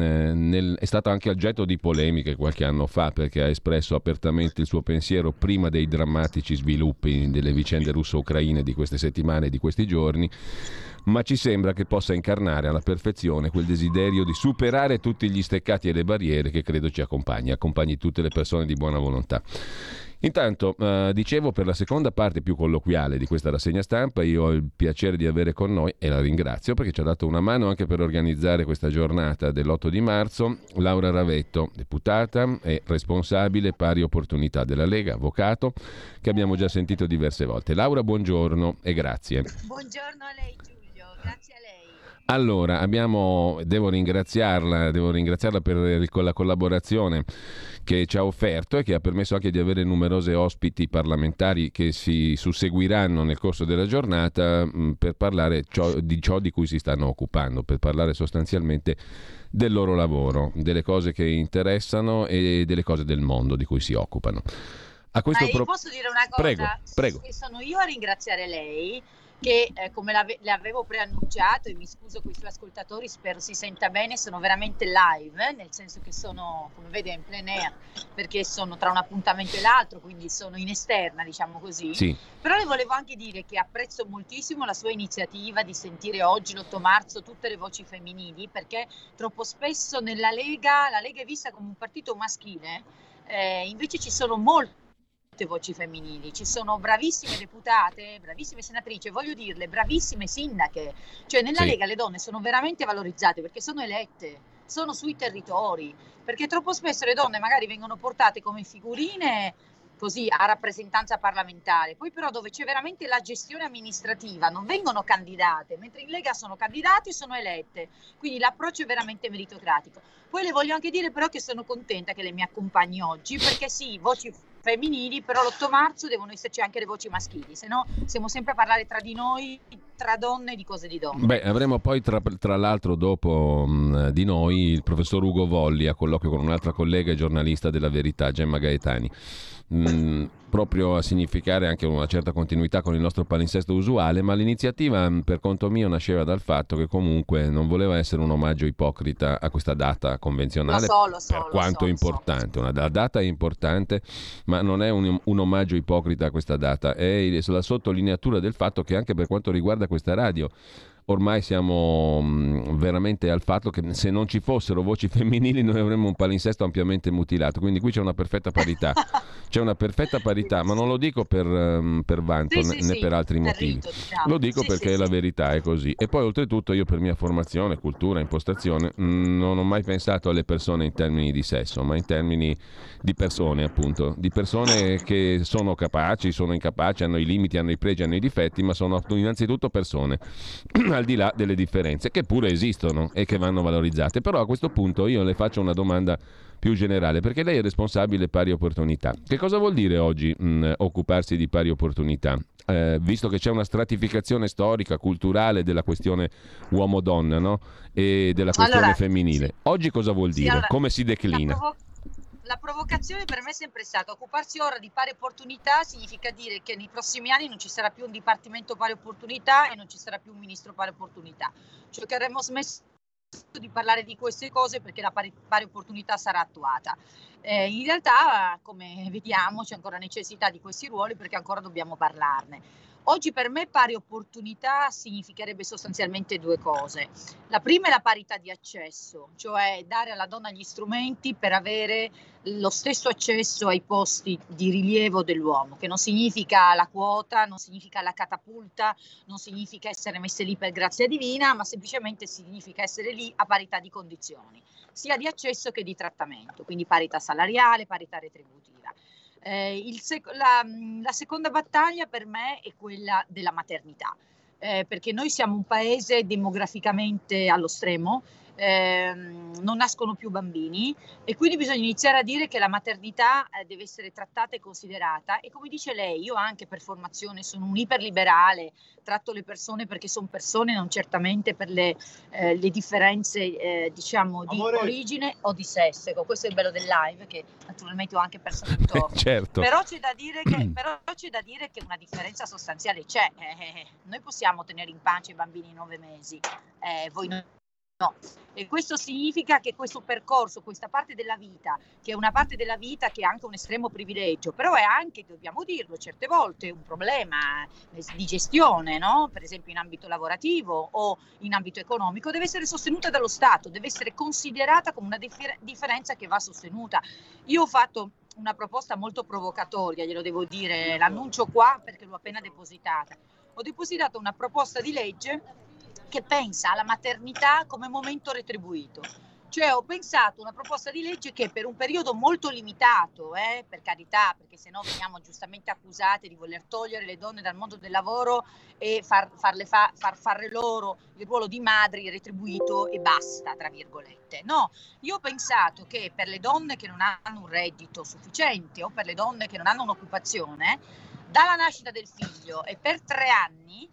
è stata anche oggetto di polemiche qualche anno fa, perché ha espresso apertamente il suo pensiero prima dei drammatici sviluppi delle vicende russo-ucraine di queste settimane, di questi giorni, ma ci sembra che possa incarnare alla perfezione quel desiderio di superare tutti gli steccati e le barriere che credo ci accompagni tutte le persone di buona volontà. Intanto, dicevo, per la seconda parte più colloquiale di questa rassegna stampa io ho il piacere di avere con noi, e la ringrazio perché ci ha dato una mano anche per organizzare questa giornata dell'8 di marzo, Laura Ravetto, deputata e responsabile pari opportunità della Lega, avvocato, che abbiamo già sentito diverse volte. Laura, buongiorno e grazie. Buongiorno a lei Giulio, grazie a lei. Allora, devo ringraziarla per la collaborazione che ci ha offerto e che ha permesso anche di avere numerose ospiti parlamentari che si susseguiranno nel corso della giornata per parlare di ciò di cui si stanno occupando, per parlare sostanzialmente del loro lavoro, delle cose che interessano e delle cose del mondo di cui si occupano. Posso dire una cosa? Prego. Sono io a ringraziare lei, che come le avevo preannunciato, e mi scuso con i suoi ascoltatori, spero si senta bene, sono veramente live, nel senso che sono, come vede, in plein air, perché sono tra un appuntamento e l'altro, quindi sono in esterna, diciamo così. Sì. Però le volevo anche dire che apprezzo moltissimo la sua iniziativa di sentire oggi, l'8 marzo, tutte le voci femminili, perché troppo spesso nella Lega, la Lega è vista come un partito maschile, invece ci sono molte voci femminili, ci sono bravissime deputate, bravissime senatrici, voglio dirle bravissime sindache, cioè nella Lega le donne sono veramente valorizzate perché sono elette, sono sui territori, perché troppo spesso le donne magari vengono portate come figurine così a rappresentanza parlamentare, poi però dove c'è veramente la gestione amministrativa non vengono candidate, mentre in Lega sono candidate e sono elette, quindi l'approccio è veramente meritocratico. Poi le voglio anche dire però che sono contenta che lei mi accompagni oggi, perché sì, voci femminili, però l'8 marzo devono esserci anche le voci maschili, se no siamo sempre a parlare tra di noi, tra donne, di cose di donne. Beh, avremo poi tra l'altro dopo di noi il professor Ugo Volli a colloquio con un'altra collega e giornalista della Verità, Gemma Gaetani, proprio a significare anche una certa continuità con il nostro palinsesto usuale, ma l'iniziativa per conto mio nasceva dal fatto che comunque non voleva essere un omaggio ipocrita a questa data convenzionale, per quanto importante. La data è importante, ma non è un omaggio ipocrita a questa data, è la sottolineatura del fatto che anche per quanto riguarda questa radio ormai siamo veramente al fatto che se non ci fossero voci femminili noi avremmo un palinsesto ampiamente mutilato, quindi qui c'è una perfetta parità. c'è una perfetta parità, ma non lo dico per vanto né per altri motivi. Rito, diciamo. Lo dico perché la verità è così. E poi oltretutto io, per mia formazione, cultura, impostazione, non ho mai pensato alle persone in termini di sesso, ma in termini di persone, appunto, di persone che sono capaci, sono incapaci, hanno i limiti, hanno i pregi, hanno i difetti, ma sono innanzitutto persone, al di là delle differenze, che pure esistono e che vanno valorizzate. Però a questo punto io le faccio una domanda più generale, perché lei è responsabile pari opportunità. Che cosa vuol dire oggi occuparsi di pari opportunità? Visto che c'è una stratificazione storica, culturale della questione uomo-donna, no? E della questione femminile. Oggi cosa vuol dire? Come si declina? La provocazione per me è sempre stata: occuparsi ora di pari opportunità significa dire che nei prossimi anni non ci sarà più un dipartimento pari opportunità e non ci sarà più un ministro pari opportunità, cioè che avremmo smesso di parlare di queste cose perché la pari opportunità sarà attuata. In realtà, come vediamo, c'è ancora necessità di questi ruoli perché ancora dobbiamo parlarne. Oggi per me pari opportunità significherebbe sostanzialmente due cose. La prima è la parità di accesso, cioè dare alla donna gli strumenti per avere lo stesso accesso ai posti di rilievo dell'uomo, che non significa la quota, non significa la catapulta, non significa essere messe lì per grazia divina, ma semplicemente significa essere lì a parità di condizioni, sia di accesso che di trattamento, quindi parità salariale, parità retributiva. La seconda battaglia per me è quella della maternità, perché noi siamo un paese demograficamente allo stremo, non nascono più bambini e quindi bisogna iniziare a dire che la maternità deve essere trattata e considerata. E come dice lei, io anche per formazione sono un iperliberale, tratto le persone perché sono persone, non certamente per le differenze diciamo di origine o di sesso. Ecco, questo è il bello del live, che naturalmente ho anche persone intorno. Certo. Però c'è da dire che una differenza sostanziale c'è. Noi possiamo tenere in pancia i bambini 9 mesi, voi no. No, e questo significa che questo percorso, questa parte della vita, che è una parte della vita che è anche un estremo privilegio, però è anche, dobbiamo dirlo, certe volte un problema di gestione, no? Per esempio in ambito lavorativo o in ambito economico, deve essere sostenuta dallo Stato, deve essere considerata come una differenza che va sostenuta. Io ho fatto una proposta molto provocatoria, glielo devo dire, l'annuncio qua perché l'ho appena depositata. Ho depositato una proposta di legge che pensa alla maternità come momento retribuito. Cioè ho pensato una proposta di legge che per un periodo molto limitato, per carità, perché sennò veniamo giustamente accusate di voler togliere le donne dal mondo del lavoro e far fare loro il ruolo di madri retribuito e basta, tra virgolette. No, io ho pensato che per le donne che non hanno un reddito sufficiente o per le donne che non hanno un'occupazione, dalla nascita del figlio e per 3 anni,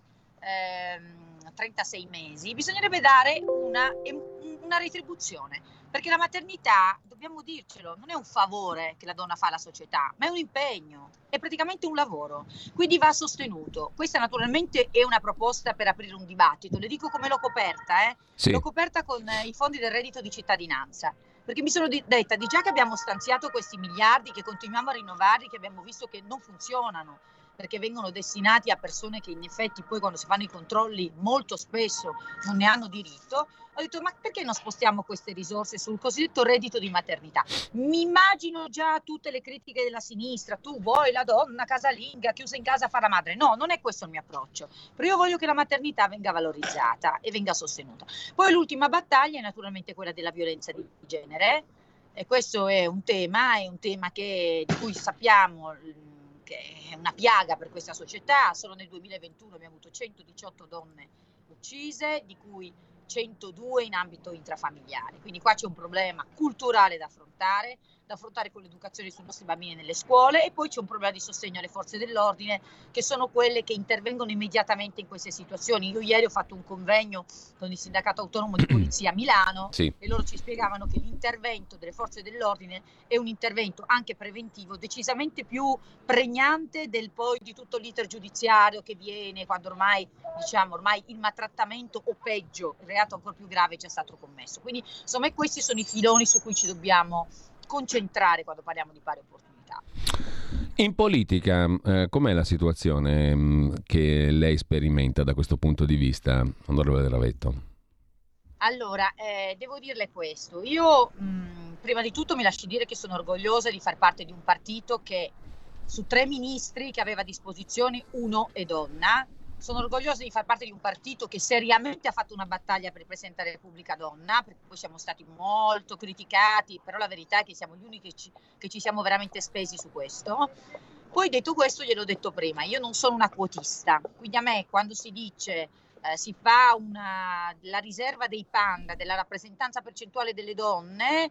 36 mesi, bisognerebbe dare una retribuzione, perché la maternità, dobbiamo dircelo, non è un favore che la donna fa alla società, ma è un impegno, è praticamente un lavoro, quindi va sostenuto. Questa naturalmente è una proposta per aprire un dibattito, le dico come l'ho coperta, Sì. L'ho coperta con i fondi del reddito di cittadinanza, perché mi sono detta di già che abbiamo stanziato questi miliardi, che continuiamo a rinnovarli, che abbiamo visto che non funzionano, perché vengono destinati a persone che in effetti poi quando si fanno i controlli molto spesso non ne hanno diritto. Ho detto, ma perché non spostiamo queste risorse sul cosiddetto reddito di maternità? Mi immagino già tutte le critiche della sinistra: tu vuoi la donna casalinga chiusa in casa a fare la madre. No, non è questo il mio approccio, però io voglio che la maternità venga valorizzata e venga sostenuta. Poi l'ultima battaglia è naturalmente quella della violenza di genere, e questo è un tema di cui sappiamo che è una piaga per questa società. Solo nel 2021 abbiamo avuto 118 donne uccise, di cui 102 in ambito intrafamiliare. Quindi qua c'è un problema culturale da affrontare con l'educazione sui nostri bambini nelle scuole, e poi c'è un problema di sostegno alle forze dell'ordine, che sono quelle che intervengono immediatamente in queste situazioni. Io ieri ho fatto un convegno con il Sindacato Autonomo di Polizia a Milano, Sì. E loro ci spiegavano che l'intervento delle forze dell'ordine è un intervento anche preventivo, decisamente più pregnante di tutto l'iter giudiziario che viene quando ormai il maltrattamento o peggio, il reato ancora più grave, è già stato commesso. Quindi insomma questi sono i filoni su cui ci dobbiamo concentrare quando parliamo di pari opportunità. In politica, com'è la situazione che lei sperimenta da questo punto di vista, onorevole Ravetto? Allora, devo dirle questo. Io, prima di tutto, mi lasci dire che sono orgogliosa di far parte di un partito che su 3 ministri che aveva a disposizione, 1 è donna. Sono orgogliosa di far parte di un partito che seriamente ha fatto una battaglia per presentare Repubblica Donna, perché poi siamo stati molto criticati, però la verità è che siamo gli unici che ci siamo veramente spesi su questo. Poi detto questo, gliel'ho detto prima, io non sono una quotista, quindi a me quando si dice si fa la riserva dei panda, della rappresentanza percentuale delle donne,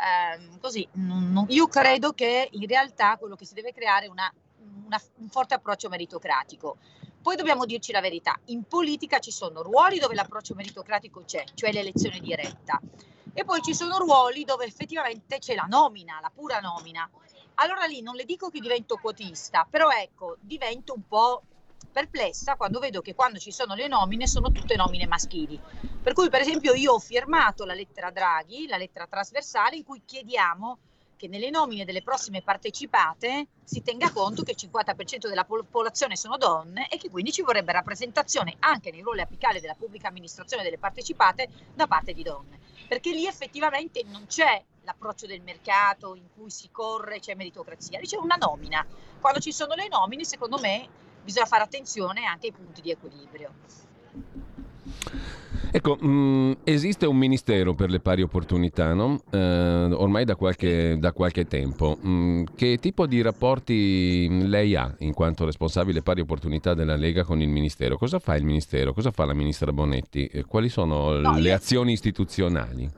io credo che in realtà quello che si deve creare è un forte approccio meritocratico. Poi dobbiamo dirci la verità, in politica ci sono ruoli dove l'approccio meritocratico c'è, cioè l'elezione diretta, e poi ci sono ruoli dove effettivamente c'è la nomina, la pura nomina. Allora lì non le dico che divento quotista, però ecco, divento un po' perplessa quando vedo che quando ci sono le nomine sono tutte nomine maschili. Per cui per esempio io ho firmato la lettera Draghi, la lettera trasversale, in cui chiediamo che nelle nomine delle prossime partecipate si tenga conto che il 50% della popolazione sono donne e che quindi ci vorrebbe rappresentazione anche nei ruoli apicali della pubblica amministrazione delle partecipate da parte di donne, perché lì effettivamente non c'è l'approccio del mercato in cui si corre, c'è meritocrazia, lì c'è una nomina. Quando ci sono le nomine, secondo me, bisogna fare attenzione anche ai punti di equilibrio. Ecco, esiste un ministero per le pari opportunità, no? Ormai da qualche tempo. Che tipo di rapporti lei ha in quanto responsabile pari opportunità della Lega con il ministero? Cosa fa il ministero? Cosa fa la ministra Bonetti? Quali sono le azioni istituzionali?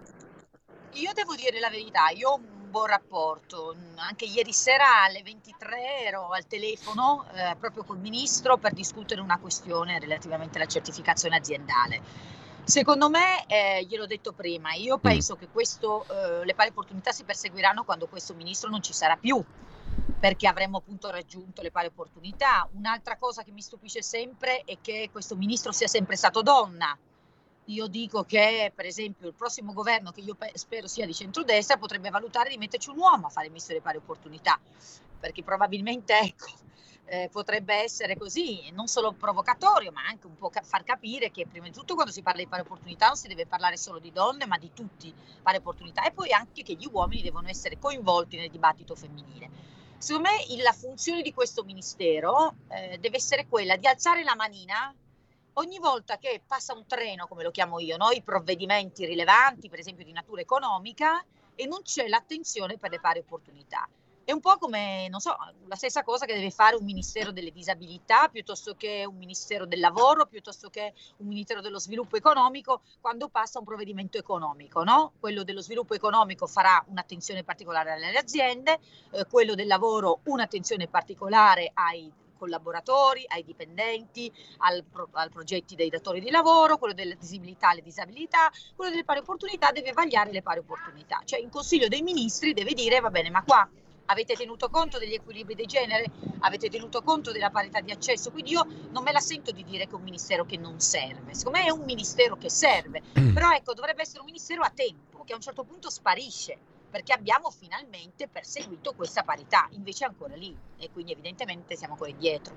Io devo dire la verità, io ho un buon rapporto. Anche ieri sera alle 23 ero al telefono proprio col ministro per discutere una questione relativamente alla certificazione aziendale. Secondo me, gliel'ho detto prima, io penso che le pari opportunità si perseguiranno quando questo ministro non ci sarà più, perché avremo appunto raggiunto le pari opportunità. Un'altra cosa che mi stupisce sempre è che questo ministro sia sempre stato donna. Io dico che per esempio il prossimo governo, che io spero sia di centrodestra, potrebbe valutare di metterci un uomo a fare il ministro delle pari opportunità, perché probabilmente potrebbe essere così, non solo provocatorio, ma anche un po' far capire che prima di tutto quando si parla di pari opportunità non si deve parlare solo di donne, ma di tutti pari opportunità, e poi anche che gli uomini devono essere coinvolti nel dibattito femminile. Secondo me la funzione di questo ministero deve essere quella di alzare la manina ogni volta che passa un treno, come lo chiamo io, no? I provvedimenti rilevanti, per esempio di natura economica, e non c'è l'attenzione per le pari opportunità. È un po' come, non so, la stessa cosa che deve fare un ministero delle disabilità, piuttosto che un ministero del lavoro, piuttosto che un ministero dello sviluppo economico, quando passa un provvedimento economico, no? Quello dello sviluppo economico farà un'attenzione particolare alle aziende, quello del lavoro un'attenzione particolare ai collaboratori, ai dipendenti, al progetti dei datori di lavoro, quello delle disabilità alle disabilità, quello delle pari opportunità deve vagliare le pari opportunità. Cioè in Consiglio dei Ministri deve dire va bene, ma qua avete tenuto conto degli equilibri di genere, avete tenuto conto della parità di accesso, quindi io non me la sento di dire che è un ministero che non serve, secondo me è un ministero che serve, però ecco dovrebbe essere un ministero a tempo, che a un certo punto sparisce, perché abbiamo finalmente perseguito questa parità, invece è ancora lì e quindi evidentemente siamo ancora indietro.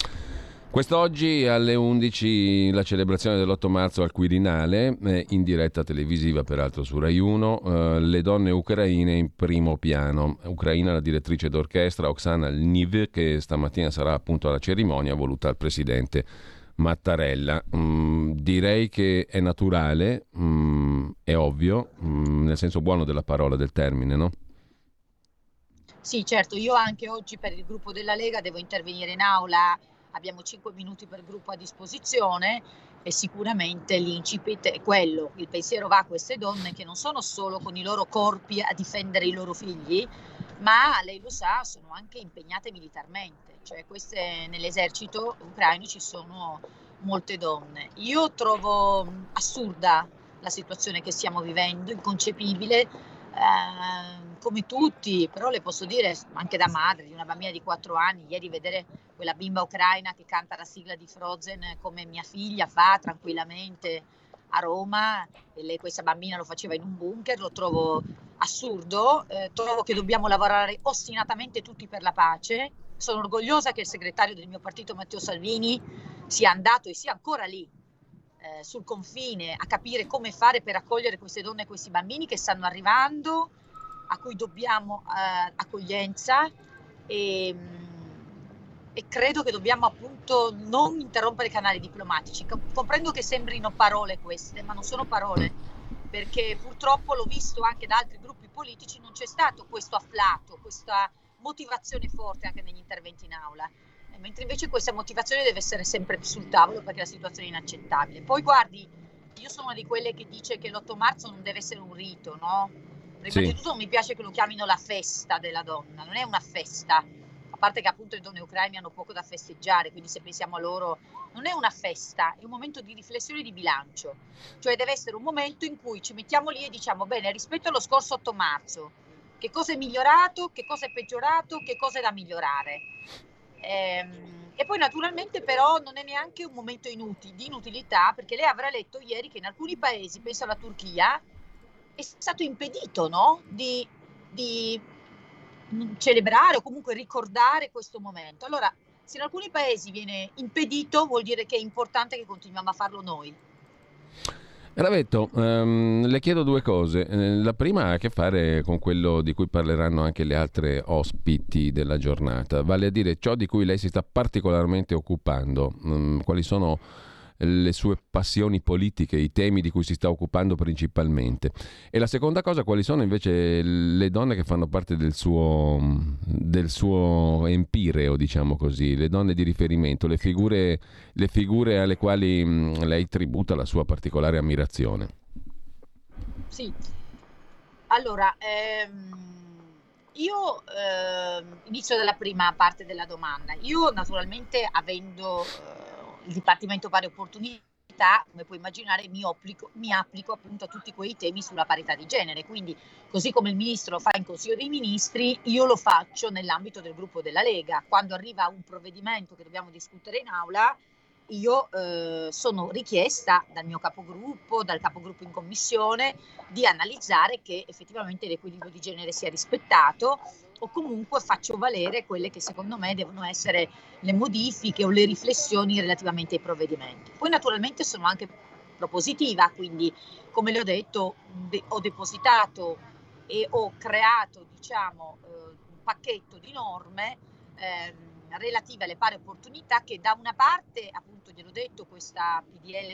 Quest'oggi alle 11 la celebrazione dell'8 marzo al Quirinale, in diretta televisiva peraltro su Rai 1, le donne ucraine in primo piano. Ucraina, la direttrice d'orchestra Oksana Lniv, che stamattina sarà appunto alla cerimonia voluta dal presidente Mattarella. Direi che è naturale, è ovvio, nel senso buono della parola, del termine, no? Sì, certo, io anche oggi per il gruppo della Lega devo intervenire in aula, abbiamo 5 minuti per gruppo a disposizione e sicuramente l'incipit è quello, il pensiero va a queste donne che non sono solo con i loro corpi a difendere i loro figli, ma lei lo sa, sono anche impegnate militarmente, cioè nell'esercito ucraino ci sono molte donne. Io trovo assurda la situazione che stiamo vivendo, inconcepibile, come tutti, però le posso dire anche da madre di una bambina di 4 anni, ieri vedere quella bimba ucraina che canta la sigla di Frozen come mia figlia fa tranquillamente a Roma, e lei, questa bambina, lo faceva in un bunker, lo trovo assurdo, trovo che dobbiamo lavorare ostinatamente tutti per la pace. Sono orgogliosa che il segretario del mio partito Matteo Salvini sia andato e sia ancora lì sul confine a capire come fare per accogliere queste donne e questi bambini che stanno arrivando, a cui dobbiamo accoglienza, e e credo che dobbiamo appunto non interrompere i canali diplomatici. Comprendo che sembrino parole queste, ma non sono parole, perché purtroppo l'ho visto anche da altri gruppi politici, non c'è stato questo afflato, questa motivazione forte anche negli interventi in aula, mentre invece questa motivazione deve essere sempre sul tavolo perché la situazione è inaccettabile. Poi guardi, io sono una di quelle che dice che l'8 marzo non deve essere un rito, no? Prima di tutto non mi piace che lo chiamino la festa della donna, non è una festa, a parte che appunto le donne ucraine hanno poco da festeggiare, quindi se pensiamo a loro non è una festa, è un momento di riflessione e di bilancio, cioè deve essere un momento in cui ci mettiamo lì e diciamo bene, rispetto allo scorso 8 marzo, che cosa è migliorato, che cosa è peggiorato, che cosa è da migliorare. E poi naturalmente però non è neanche un momento di inutilità, perché lei avrà letto ieri che in alcuni paesi, penso alla Turchia, è stato impedito, no? di celebrare o comunque ricordare questo momento. Allora, se in alcuni paesi viene impedito, vuol dire che è importante che continuiamo a farlo noi. Ravetto, le chiedo due cose. La prima ha a che fare con quello di cui parleranno anche le altre ospiti della giornata, vale a dire ciò di cui lei si sta particolarmente occupando. Quali sono le sue passioni politiche, i temi di cui si sta occupando principalmente? E la seconda cosa, quali sono invece le donne che fanno parte del suo empireo, diciamo così, le donne di riferimento, le figure alle quali lei tributa la sua particolare ammirazione? Sì, allora io inizio dalla prima parte della domanda. Io naturalmente avendo il Dipartimento Pari Opportunità, come puoi immaginare, mi applico appunto a tutti quei temi sulla parità di genere, quindi così come il Ministro lo fa in Consiglio dei Ministri, io lo faccio nell'ambito del gruppo della Lega. Quando arriva un provvedimento che dobbiamo discutere in aula, io sono richiesta dal mio capogruppo, dal capogruppo in commissione, di analizzare che effettivamente l'equilibrio di genere sia rispettato, o comunque faccio valere quelle che secondo me devono essere le modifiche o le riflessioni relativamente ai provvedimenti. Poi naturalmente sono anche propositiva, quindi come le ho detto ho depositato e ho creato un pacchetto di norme relative alle pari opportunità, che da una parte appunto gliel'ho detto, questa PDL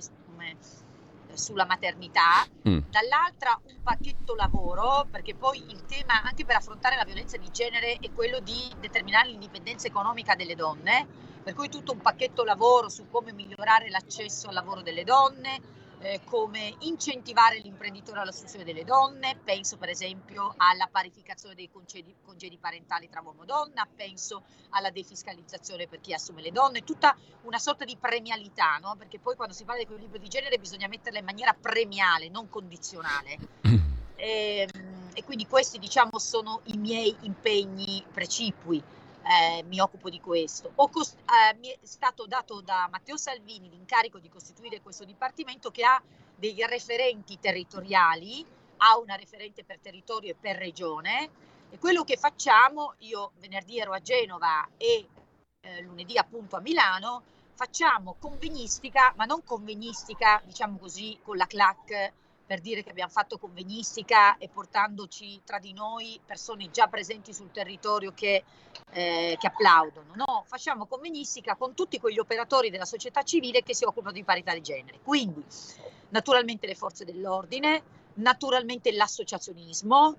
sulla maternità, dall'altra un pacchetto lavoro, perché poi il tema anche per affrontare la violenza di genere è quello di determinare l'indipendenza economica delle donne, per cui tutto un pacchetto lavoro su come migliorare l'accesso al lavoro delle donne, come incentivare l'imprenditore all'assunzione delle donne. Penso per esempio alla parificazione dei congedi parentali tra uomo e donna, penso alla defiscalizzazione per chi assume le donne, tutta una sorta di premialità, no? Perché poi quando si parla di equilibrio di genere bisogna metterla in maniera premiale, non condizionale. E quindi questi sono i miei impegni precipui. Mi occupo di questo. Mi è stato dato da Matteo Salvini l'incarico di costituire questo dipartimento, che ha dei referenti territoriali, ha una referente per territorio e per regione, e quello che facciamo, io venerdì ero a Genova e lunedì appunto a Milano, facciamo convegnistica, ma non convegnistica diciamo così con la clac, per dire che abbiamo fatto convegnistica e portandoci tra di noi persone già presenti sul territorio che applaudono. No, facciamo convegnistica con tutti quegli operatori della società civile che si occupano di parità di genere. Quindi naturalmente le forze dell'ordine, naturalmente l'associazionismo,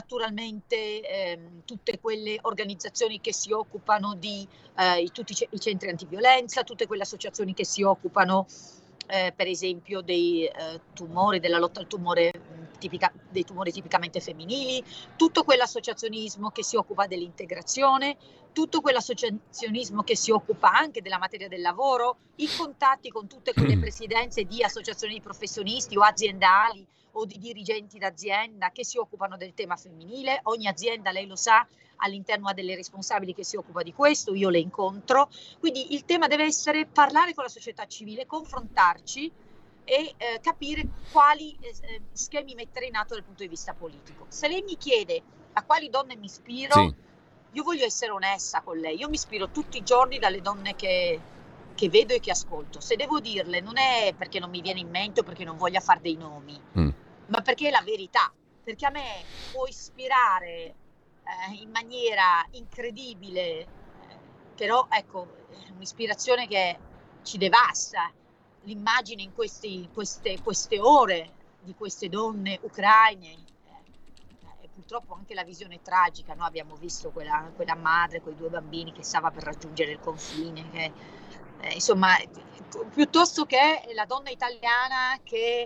naturalmente tutte quelle organizzazioni che si occupano di tutti i centri antiviolenza, tutte quelle associazioni che si occupano per esempio dei tumori, della lotta al tumore dei tumori tipicamente femminili, tutto quell'associazionismo che si occupa dell'integrazione, tutto quell'associazionismo che si occupa anche della materia del lavoro, i contatti con tutte quelle presidenze di associazioni di professionisti o aziendali o di dirigenti d'azienda che si occupano del tema femminile. Ogni azienda, lei lo sa, all'interno ha delle responsabili che si occupa di questo, io le incontro. Quindi il tema deve essere parlare con la società civile, confrontarci e capire quali schemi mettere in atto dal punto di vista politico. Se lei mi chiede a quali donne mi ispiro, sì, io voglio essere onesta con lei. Io mi ispiro tutti i giorni dalle donne che vedo e che ascolto. Se devo dirle, non è perché non mi viene in mente o perché non voglia fare dei nomi, ma perché è la verità. Perché a me può ispirare in maniera incredibile però ecco, è un'ispirazione che ci devasta, l'immagine in queste ore di queste donne ucraine, e purtroppo anche la visione tragica, no? Abbiamo visto quella madre con i 2 bambini che stava per raggiungere il confine, che, insomma, piuttosto che la donna italiana che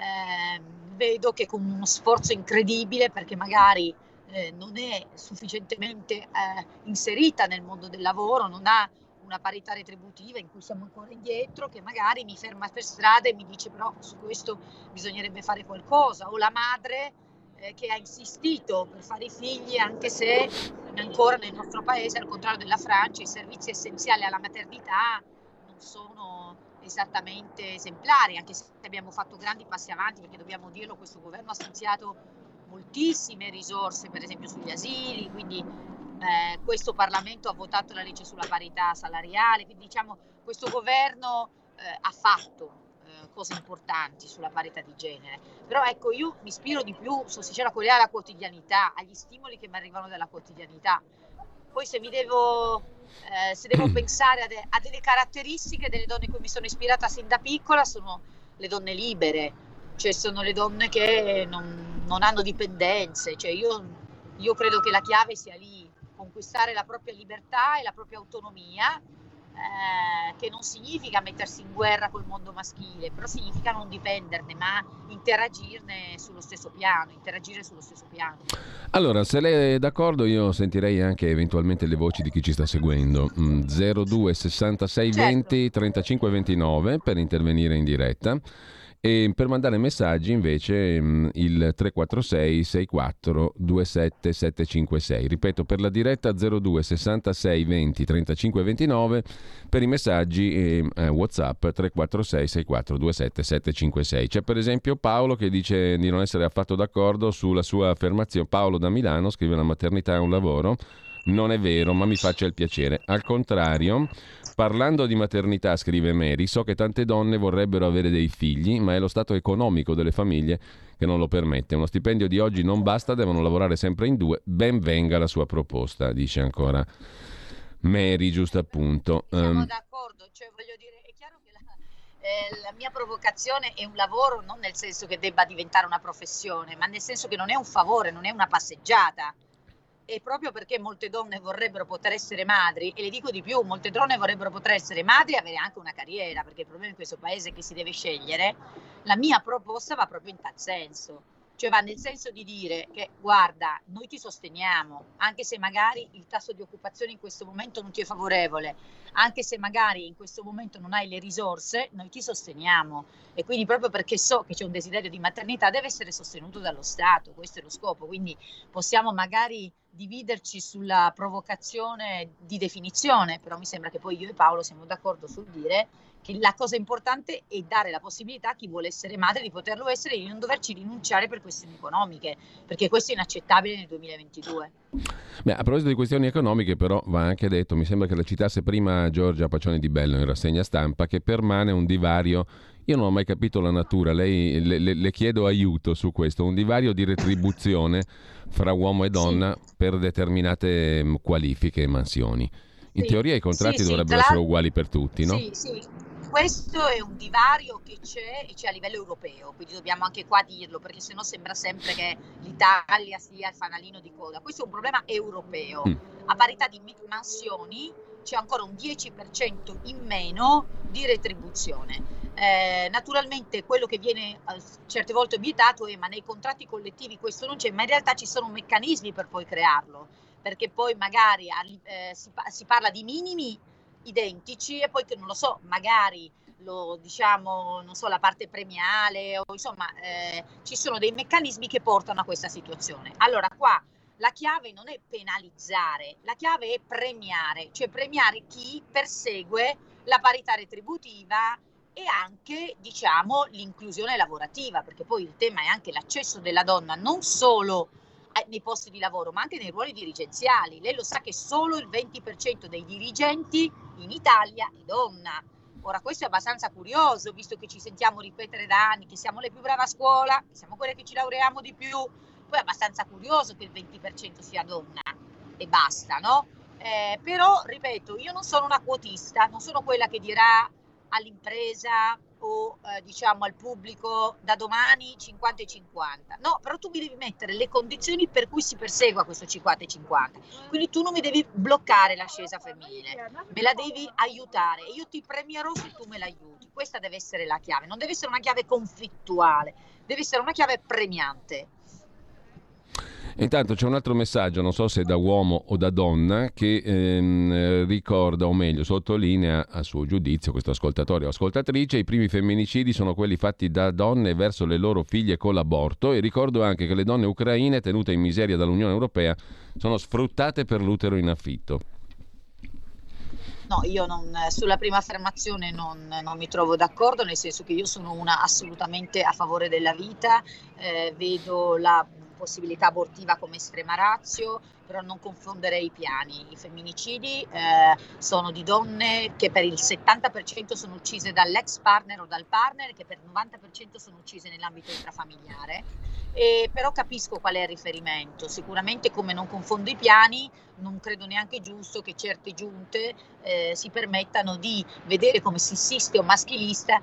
vedo che con uno sforzo incredibile, perché magari non è sufficientemente inserita nel mondo del lavoro, non ha una parità retributiva, in cui siamo ancora indietro, che magari mi ferma per strada e mi dice però su questo bisognerebbe fare qualcosa, o la madre che ha insistito per fare i figli, anche se ancora nel nostro paese, al contrario della Francia, i servizi essenziali alla maternità non sono esattamente esemplari, anche se abbiamo fatto grandi passi avanti, perché dobbiamo dirlo, questo governo ha stanziato moltissime risorse, per esempio sugli asili, quindi questo Parlamento ha votato la legge sulla parità salariale, quindi diciamo questo governo ha fatto cose importanti sulla parità di genere, però ecco, io mi ispiro di più, sono sincera, alla quotidianità, agli stimoli che mi arrivano dalla quotidianità. Poi se devo pensare a delle caratteristiche delle donne a cui mi sono ispirata sin da piccola, sono le donne libere, cioè sono le donne che non hanno dipendenze, cioè io credo che la chiave sia lì, conquistare la propria libertà e la propria autonomia, che non significa mettersi in guerra col mondo maschile, però significa non dipenderne, ma interagire sullo stesso piano. Allora, se lei è d'accordo, io sentirei anche eventualmente le voci di chi ci sta seguendo. 02 66 20 35 29 per intervenire in diretta. E per mandare messaggi invece il 346 64 27 756. Ripeto, per la diretta 02 66 20 35 29, per i messaggi WhatsApp 346 64 27 756. C'è per esempio Paolo che dice di non essere affatto d'accordo sulla sua affermazione. Paolo da Milano scrive: la maternità è un lavoro. Non è vero, ma mi faccia il piacere. Al contrario, parlando di maternità, scrive Mary, so che tante donne vorrebbero avere dei figli, ma è lo stato economico delle famiglie che non lo permette. Uno stipendio di oggi non basta, devono lavorare sempre in 2. Ben venga la sua proposta, dice ancora Mary, giusto appunto. Siamo d'accordo, cioè voglio dire, è chiaro che la mia provocazione è un lavoro, non nel senso che debba diventare una professione, ma nel senso che non è un favore, non è una passeggiata. E proprio perché molte donne vorrebbero poter essere madri, e le dico di più, molte donne vorrebbero poter essere madri e avere anche una carriera, perché il problema in questo paese è che si deve scegliere, la mia proposta va proprio in tal senso, cioè va nel senso di dire che guarda, noi ti sosteniamo, anche se magari il tasso di occupazione in questo momento non ti è favorevole, anche se magari in questo momento non hai le risorse, noi ti sosteniamo, e quindi proprio perché so che c'è un desiderio di maternità deve essere sostenuto dallo Stato, questo è lo scopo, quindi possiamo magari dividerci sulla provocazione di definizione, però mi sembra che poi io e Paolo siamo d'accordo sul dire che la cosa importante è dare la possibilità a chi vuole essere madre di poterlo essere e di non doverci rinunciare per questioni economiche, perché questo è inaccettabile nel 2022. Beh, a proposito di questioni economiche, però, va anche detto, mi sembra che la citasse prima Giorgia Pacione di Bello in rassegna stampa, che permane un divario. Io non ho mai capito la natura, lei le chiedo aiuto su questo, un divario di retribuzione fra uomo e donna per determinate qualifiche e mansioni. In teoria i contratti dovrebbero essere uguali per tutti, no? Sì. Questo è un divario che c'è e c'è a livello europeo, quindi dobbiamo anche qua dirlo, perché sennò sembra sempre che l'Italia sia il fanalino di coda. Questo è un problema europeo. A parità di mansioni c'è ancora un 10% in meno di retribuzione. Naturalmente quello che viene certe volte vietato è ma nei contratti collettivi questo non c'è, ma in realtà ci sono meccanismi per poi crearlo, perché poi magari si parla di minimi identici e poi che non lo so, magari lo diciamo, non so, la parte premiale o insomma ci sono dei meccanismi che portano a questa situazione. Allora qua la chiave non è penalizzare, la chiave è premiare, cioè premiare chi persegue la parità retributiva e anche, diciamo, l'inclusione lavorativa, perché poi il tema è anche l'accesso della donna non solo nei posti di lavoro, ma anche nei ruoli dirigenziali. Lei lo sa che solo il 20% dei dirigenti in Italia è donna. Ora questo è abbastanza curioso, visto che ci sentiamo ripetere da anni che siamo le più brave a scuola, che siamo quelle che ci laureiamo di più, poi è abbastanza curioso che il 20% sia donna e basta, no? Però, ripeto, io non sono una quotista, non sono quella che dirà all'impresa o diciamo al pubblico da domani 50 e 50. No, però tu mi devi mettere le condizioni per cui si persegua questo 50 e 50. Quindi tu non mi devi bloccare l'ascesa femminile, me la devi aiutare e io ti premierò se tu me l'aiuti. Questa deve essere la chiave, non deve essere una chiave conflittuale, deve essere una chiave premiante. Intanto c'è un altro messaggio, non so se da uomo o da donna, che ricorda, o meglio sottolinea a suo giudizio, questo ascoltatore o ascoltatrice: i primi femminicidi sono quelli fatti da donne verso le loro figlie con l'aborto, e ricordo anche che le donne ucraine tenute in miseria dall'Unione Europea sono sfruttate per l'utero in affitto. No, io sulla prima affermazione non mi trovo d'accordo, nel senso che io sono una assolutamente a favore della vita, vedo la possibilità abortiva come estrema ratio, però non confondere i piani. I femminicidi sono di donne che per il 70% sono uccise dall'ex partner o dal partner, che per il 90% sono uccise nell'ambito intrafamiliare. Però capisco qual è il riferimento. Sicuramente, come non confondo i piani, non credo neanche giusto che certe giunte si permettano di vedere come sessista o maschilista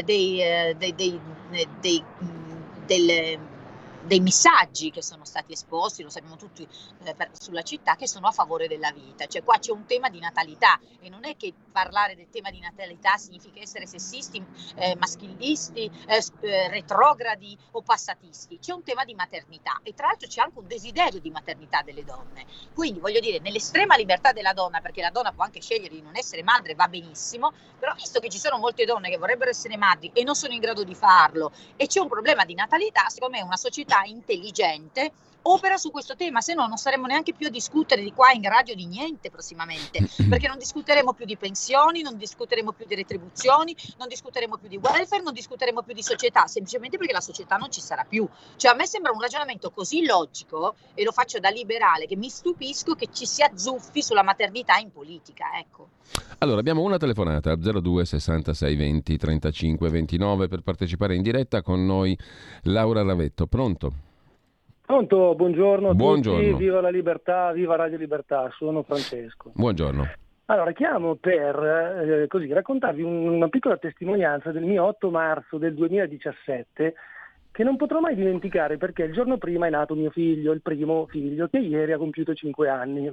dei messaggi che sono stati esposti, lo sappiamo tutti, sulla città, che sono a favore della vita. Cioè qua c'è un tema di natalità, e non è che parlare del tema di natalità significa essere sessisti, maschilisti, retrogradi o passatisti. C'è un tema di maternità, e tra l'altro c'è anche un desiderio di maternità delle donne. Quindi voglio dire, nell'estrema libertà della donna, perché la donna può anche scegliere di non essere madre, va benissimo, però visto che ci sono molte donne che vorrebbero essere madri e non sono in grado di farlo, e c'è un problema di natalità, secondo me una società intelligente opera su questo tema, se no non saremo neanche più a discutere di qua in radio di niente prossimamente, perché non discuteremo più di pensioni, non discuteremo più di retribuzioni, non discuteremo più di welfare, non discuteremo più di società, semplicemente perché la società non ci sarà più. Cioè a me sembra un ragionamento così logico, e lo faccio da liberale, che mi stupisco che ci si azzuffi sulla maternità in politica, ecco. Allora, abbiamo una telefonata 02 66 20 35 29 per partecipare in diretta con noi. Laura Ravetto, pronto? Pronto, buongiorno a Buongiorno. tutti, viva la libertà, viva Radio Libertà, sono Francesco. Buongiorno. Allora, chiamo per così raccontarvi una piccola testimonianza del mio 8 marzo del 2017 che non potrò mai dimenticare, perché il giorno prima è nato mio figlio, il primo figlio, che ieri ha compiuto 5 anni.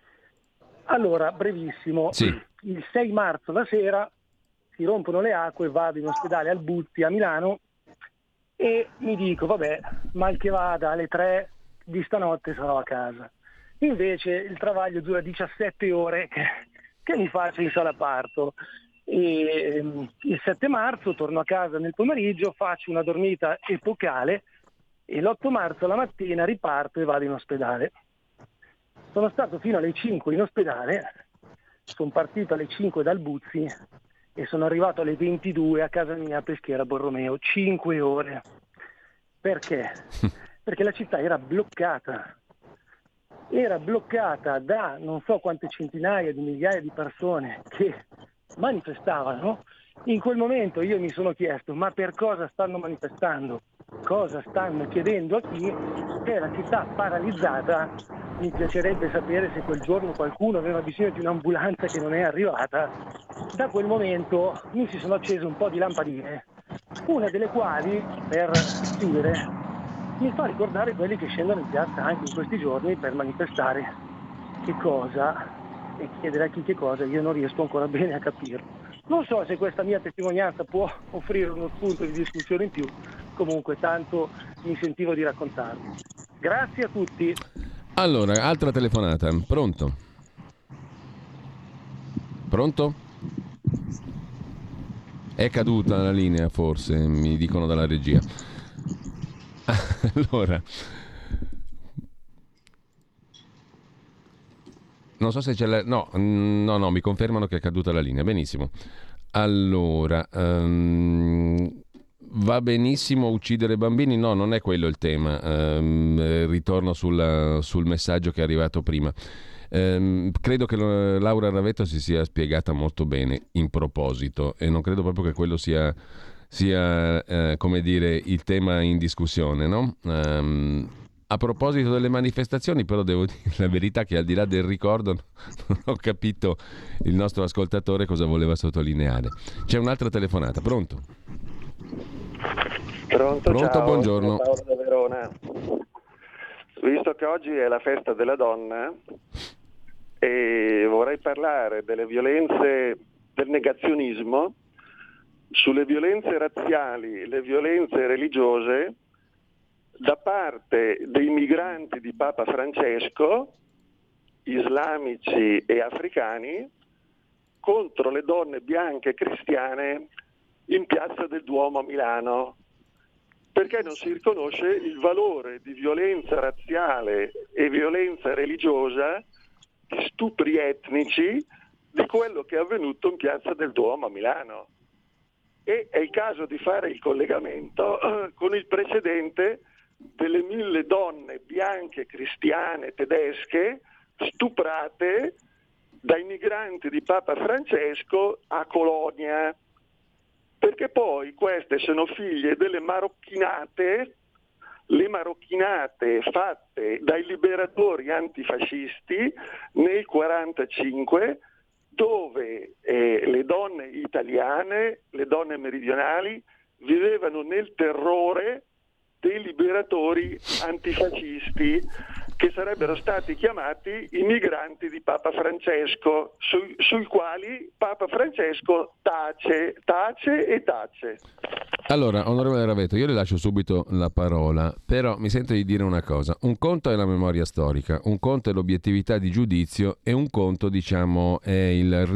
Allora, brevissimo, Sì. Il 6 marzo la sera si rompono le acque, vado in ospedale al Buzzi a Milano e mi dico, vabbè, mal che vada, alle 3 di stanotte sarò a casa. Invece il travaglio dura 17 ore che mi faccio in sala parto. E il 7 marzo torno a casa nel pomeriggio, faccio una dormita epocale e l'8 marzo la mattina riparto e vado in ospedale. Sono stato fino alle 5 in ospedale, sono partito alle 5 dal Buzzi e sono arrivato alle 22 a casa mia a Peschiera Borromeo, 5 ore. Perché? Perché la città era bloccata da non so quante centinaia di migliaia di persone che manifestavano. In quel momento io mi sono chiesto, ma per cosa stanno manifestando? Cosa stanno chiedendo a chi? È la città paralizzata. Mi piacerebbe sapere se quel giorno qualcuno aveva bisogno di un'ambulanza che non è arrivata. Da quel momento mi si sono accese un po' di lampadine, una delle quali, per chiudere, mi fa ricordare quelli che scendono in piazza anche in questi giorni per manifestare. Che cosa? E chiedere a chi che cosa, io non riesco ancora bene a capirlo. Non so se questa mia testimonianza può offrire uno spunto di discussione in più, comunque tanto mi sentivo di raccontarvi. Grazie a tutti. Allora, altra telefonata. Pronto? Pronto? È caduta la linea, forse, mi dicono dalla regia. Allora, non so se c'è la... No, mi confermano che è caduta la linea. Benissimo. Allora, va benissimo uccidere bambini? No, non è quello il tema. Ritorno sul messaggio che è arrivato prima. Credo che Laura Ravetto si sia spiegata molto bene in proposito, e non credo proprio che quello sia come dire, il tema in discussione, no? A proposito delle manifestazioni, però devo dire la verità che al di là del ricordo non ho capito il nostro ascoltatore cosa voleva sottolineare. C'è un'altra telefonata, pronto? Pronto, ciao, buongiorno. sono Paolo da Verona. Visto che oggi è la festa della donna e vorrei parlare delle violenze, del negazionismo, sulle violenze razziali, le violenze religiose da parte dei migranti di Papa Francesco, islamici e africani, contro le donne bianche cristiane in Piazza del Duomo a Milano, perché non si riconosce il valore di violenza razziale e violenza religiosa, di stupri etnici, di quello che è avvenuto in Piazza del Duomo a Milano. E è il caso di fare il collegamento con il precedente delle 1000 donne bianche cristiane tedesche stuprate dai migranti di Papa Francesco a Colonia, perché poi queste sono figlie delle marocchinate, le marocchinate fatte dai liberatori antifascisti nel 1945, dove le donne italiane, le donne meridionali, vivevano nel terrore dei liberatori antifascisti, che sarebbero stati chiamati i migranti di Papa Francesco, sui quali Papa Francesco tace. Allora, onorevole Ravetto, io le lascio subito la parola, però mi sento di dire una cosa. Un conto è la memoria storica, un conto è l'obiettività di giudizio e un conto, diciamo, è il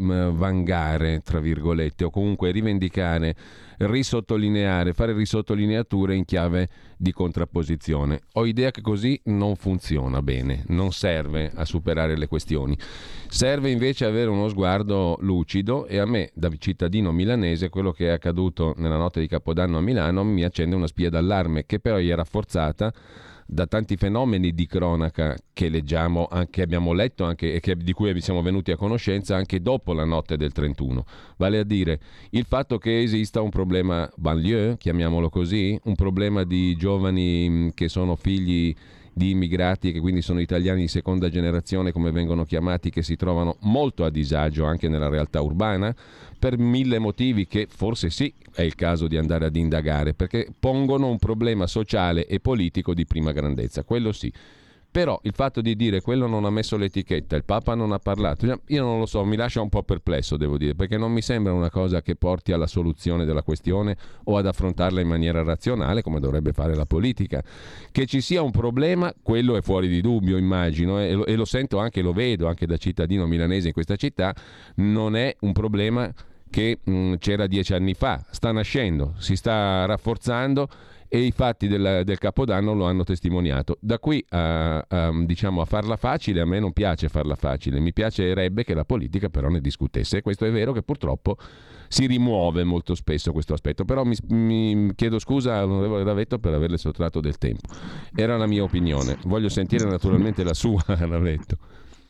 rivangare, tra virgolette, o comunque rivendicare, risottolineare, fare risottolineature in chiave di contrapposizione. Ho idea che così non funziona bene, non serve a superare le questioni. Serve invece avere uno sguardo lucido, e a me, da cittadino milanese, quello che è accaduto nella notte di Capodanno a Milano mi accende una spia d'allarme, che però è rafforzata da tanti fenomeni di cronaca che leggiamo, anche abbiamo letto anche, e di cui siamo venuti a conoscenza anche dopo la notte del 31. Vale a dire il fatto che esista un problema banlieue, chiamiamolo così, un problema di giovani che sono figli di immigrati e che quindi sono italiani di seconda generazione, come vengono chiamati, che si trovano molto a disagio anche nella realtà urbana, per 1000 motivi che forse sì è il caso di andare ad indagare, perché pongono un problema sociale e politico di prima grandezza, quello sì. Però il fatto di dire quello non ha messo l'etichetta, il Papa non ha parlato, io non lo so, mi lascia un po' perplesso, devo dire, perché non mi sembra una cosa che porti alla soluzione della questione o ad affrontarla in maniera razionale, come dovrebbe fare la politica. Che ci sia un problema, quello è fuori di dubbio, immagino, e lo sento anche, lo vedo anche da cittadino milanese in questa città. Non è un problema che c'era 10 anni fa, sta nascendo, si sta rafforzando, e i fatti del Capodanno lo hanno testimoniato. Da qui diciamo a farla facile, a me non piace farla facile, mi piacerebbe che la politica però ne discutesse, e questo è vero che purtroppo si rimuove molto spesso questo aspetto. Però mi chiedo scusa all'onorevole Ravetto per averle sottratto del tempo, era la mia opinione, voglio sentire naturalmente la sua, Ravetto.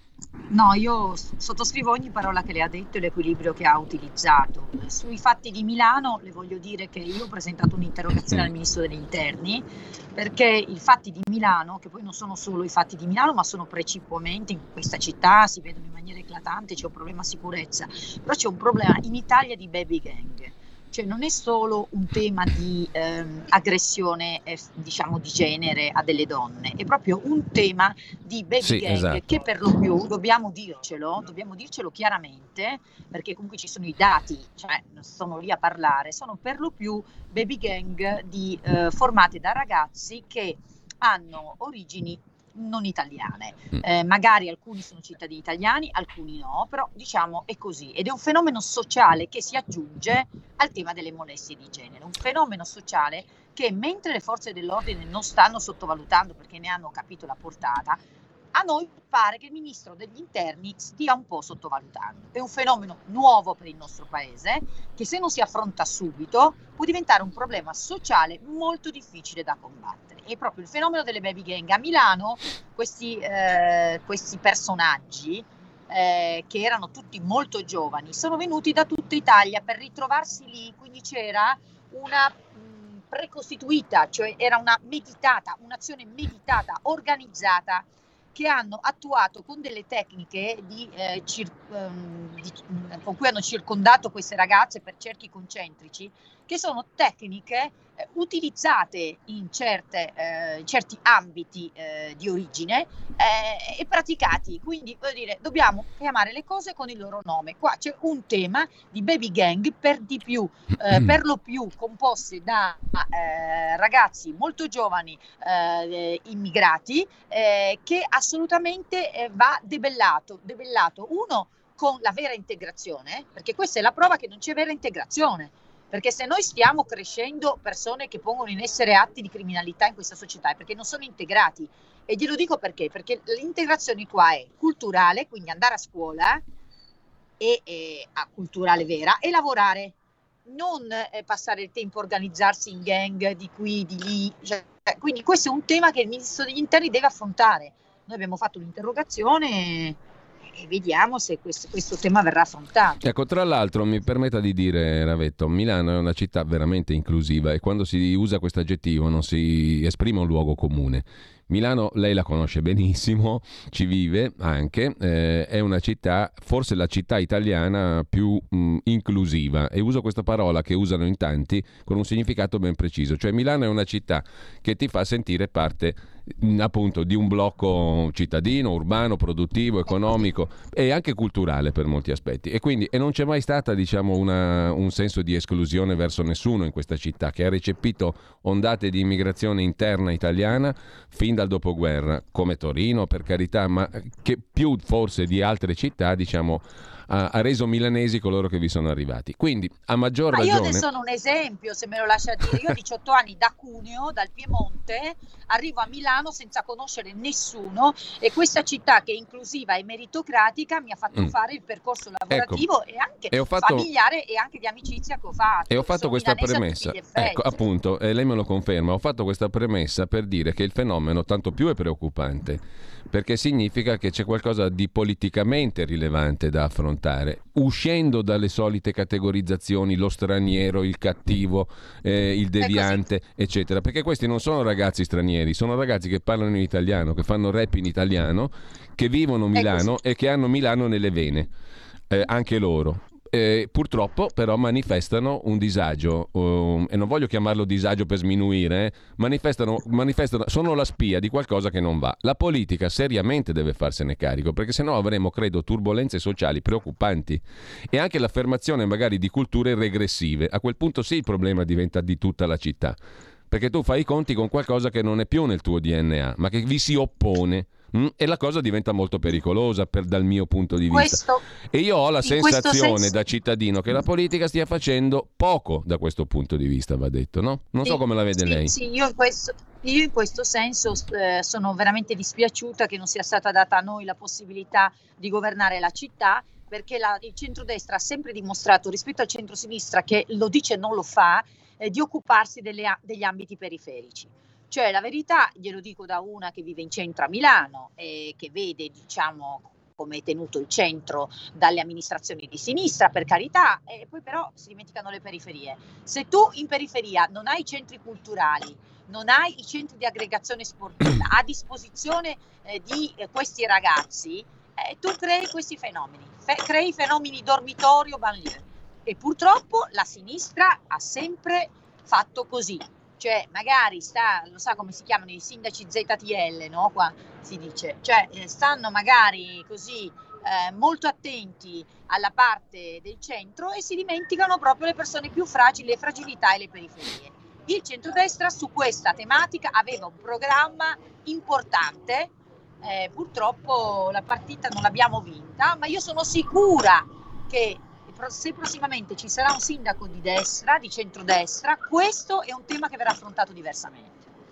No, io sottoscrivo ogni parola che le ha detto e l'equilibrio che ha utilizzato. Sui fatti di Milano le voglio dire che io ho presentato un'interrogazione al Ministro degli Interni, perché i fatti di Milano, che poi non sono solo i fatti di Milano, ma sono precipuamente in questa città, si vedono in maniera eclatante, c'è un problema sicurezza, però c'è un problema in Italia di baby gang. Cioè non è solo un tema di aggressione diciamo di genere a delle donne, è proprio un tema di baby gang, esatto, che per lo più dobbiamo dircelo chiaramente, perché comunque ci sono i dati, cioè non sono lì a parlare, sono per lo più baby gang formate da ragazzi che hanno origini non italiane, magari alcuni sono cittadini italiani, alcuni no, però diciamo è così, ed è un fenomeno sociale che si aggiunge al tema delle molestie di genere, un fenomeno sociale che mentre le forze dell'ordine non stanno sottovalutando perché ne hanno capito la portata, a noi pare che il Ministro degli Interni stia un po' sottovalutando. È un fenomeno nuovo per il nostro paese che, se non si affronta subito, può diventare un problema sociale molto difficile da combattere. È proprio il fenomeno delle baby gang. A Milano questi personaggi che erano tutti molto giovani sono venuti da tutta Italia per ritrovarsi lì, quindi c'era una precostituita, cioè era un'azione meditata, organizzata, che hanno attuato con delle tecniche con cui hanno circondato queste ragazze per cerchi concentrici, che sono tecniche utilizzate in certi ambiti di origine e praticati. Quindi voglio dire, dobbiamo chiamare le cose con il loro nome. Qua c'è un tema di baby gang, per lo più composte da ragazzi molto giovani immigrati, che assolutamente va debellato. Uno, con la vera integrazione, perché questa è la prova che non c'è vera integrazione. Perché se noi stiamo crescendo persone che pongono in essere atti di criminalità in questa società, è perché non sono integrati. E glielo dico perché l'integrazione qua è culturale, quindi andare a scuola, culturale vera, e lavorare, non passare il tempo a organizzarsi in gang di qui, di lì. Quindi questo è un tema che il Ministro degli Interni deve affrontare. Noi abbiamo fatto un'interrogazione e vediamo se questo tema verrà affrontato. Ecco, tra l'altro mi permetta di dire, Ravetto, Milano è una città veramente inclusiva e quando si usa questo aggettivo non si esprime un luogo comune. Milano lei la conosce benissimo, ci vive anche, è una città, forse la città italiana più inclusiva, e uso questa parola che usano in tanti con un significato ben preciso, cioè Milano è una città che ti fa sentire parte appunto di un blocco cittadino, urbano, produttivo, economico e anche culturale per molti aspetti, e quindi non c'è mai stata, diciamo, un senso di esclusione verso nessuno in questa città, che ha recepito ondate di immigrazione interna italiana fin dal dopoguerra, come Torino per carità, ma che più forse di altre città, diciamo, ha reso milanesi coloro che vi sono arrivati. Quindi a maggior ragione. Io ne sono un esempio, se me lo lascia dire. Io ho 18 anni da Cuneo, dal Piemonte, arrivo a Milano senza conoscere nessuno, e questa città che è inclusiva e meritocratica mi ha fatto fare il percorso lavorativo, ecco, e anche familiare e anche di amicizia che ho fatto. E ho fatto questa premessa, ecco, appunto, lei me lo conferma, ho fatto questa premessa per dire che il fenomeno tanto più è preoccupante, perché significa che c'è qualcosa di politicamente rilevante da affrontare, uscendo dalle solite categorizzazioni, lo straniero, il cattivo, il deviante, eccetera, perché questi non sono ragazzi stranieri, sono ragazzi che parlano in italiano, che fanno rap in italiano, che vivono Milano e che hanno Milano nelle vene, anche loro. Purtroppo però manifestano un disagio, e non voglio chiamarlo disagio per sminuire, manifestano, sono la spia di qualcosa che non va. La politica seriamente deve farsene carico, perché sennò avremo, credo, turbolenze sociali preoccupanti e anche l'affermazione magari di culture regressive. A quel punto sì, il problema diventa di tutta la città, perché tu fai i conti con qualcosa che non è più nel tuo DNA, ma che vi si oppone. E la cosa diventa molto pericolosa dal mio punto di vista. E io ho la sensazione da cittadino che la politica stia facendo poco da questo punto di vista, va detto, no? Non so come la vede lei. Sì, io in questo senso sono veramente dispiaciuta che non sia stata data a noi la possibilità di governare la città, perché il centrodestra ha sempre dimostrato rispetto al centrosinistra, che lo dice e non lo fa, di occuparsi degli ambiti periferici. Cioè, la verità, glielo dico da una che vive in centro a Milano e che vede, diciamo, come è tenuto il centro dalle amministrazioni di sinistra, per carità, e poi però si dimenticano le periferie. Se tu in periferia non hai i centri culturali, non hai i centri di aggregazione sportiva a disposizione di questi ragazzi, tu crei questi fenomeni, crei fenomeni dormitorio, banlieue, e purtroppo la sinistra ha sempre fatto così. Cioè magari lo sa come si chiamano i sindaci ZTL, no? Qua si dice, cioè stanno magari così molto attenti alla parte del centro e si dimenticano proprio le persone più fragili, le fragilità e le periferie. Il centrodestra su questa tematica aveva un programma importante, purtroppo la partita non l'abbiamo vinta, ma io sono sicura che se prossimamente ci sarà un sindaco di destra, di centrodestra, questo è un tema che verrà affrontato diversamente.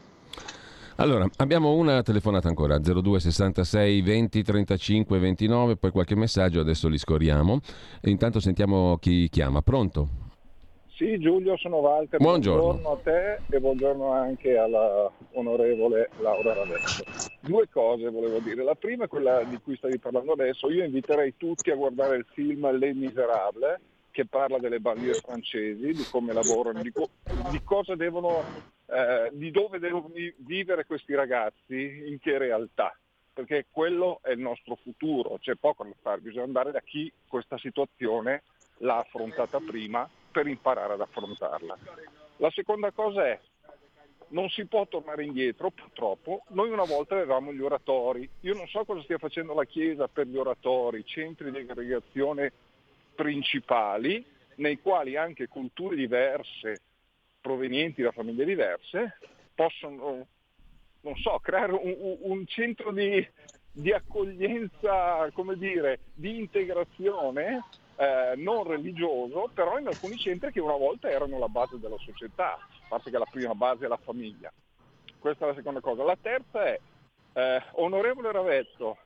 Allora, abbiamo una telefonata ancora, 02 66 20 35 29, poi qualche messaggio, adesso li scorriamo. E intanto sentiamo chi chiama. Pronto? Sì, Giulio, sono Walter. Buongiorno a te e buongiorno anche alla onorevole Laura Ravetto. Due cose volevo dire. La prima è quella di cui stavi parlando adesso. Io inviterei tutti a guardare il film Les Miserables, che parla delle bandiere francesi, di come lavorano, di cosa devono, di dove devono vivere questi ragazzi, in che realtà, perché quello è il nostro futuro, c'è poco da fare, bisogna andare da chi questa situazione l'ha affrontata prima per imparare ad affrontarla. La seconda cosa è, non si può tornare indietro, purtroppo. Noi una volta avevamo gli oratori, io non so cosa stia facendo la Chiesa per gli oratori, centri di aggregazione principali, nei quali anche culture diverse, provenienti da famiglie diverse, possono, non so, creare un centro di accoglienza, come dire, di integrazione non religioso, però in alcuni centri che una volta erano la base della società, a parte che la prima base è la famiglia. Questa è la seconda cosa. La terza è, onorevole Ravetto,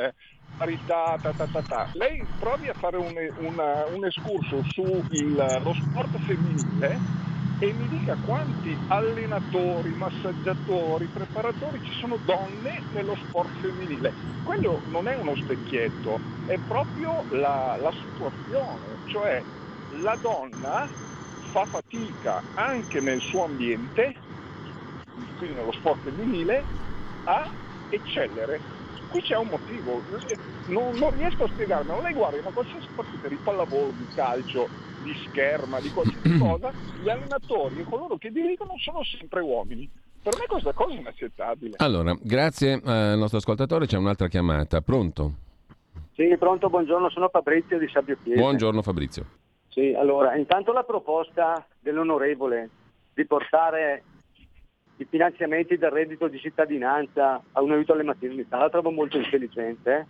parità, lei provi a fare un escurso lo sport femminile e mi dica quanti allenatori, massaggiatori, preparatori ci sono donne nello sport femminile. Quello non è uno specchietto, è proprio la situazione, cioè la donna fa fatica anche nel suo ambiente, quindi nello sport femminile, a eccellere. Qui c'è un motivo, non riesco a spiegarmelo. Lei guarda una qualsiasi partita di pallavolo, di calcio, di scherma, di qualsiasi cosa, gli allenatori e coloro che dirigono sono sempre uomini. Per me questa cosa è inaccettabile. Allora, grazie al nostro ascoltatore, c'è un'altra chiamata. Pronto? Sì, pronto, buongiorno, sono Fabrizio di Sabbio Chiese. Buongiorno Fabrizio. Sì, allora, intanto la proposta dell'onorevole di portare i finanziamenti del reddito di cittadinanza a un aiuto alle maternità la trovo molto intelligente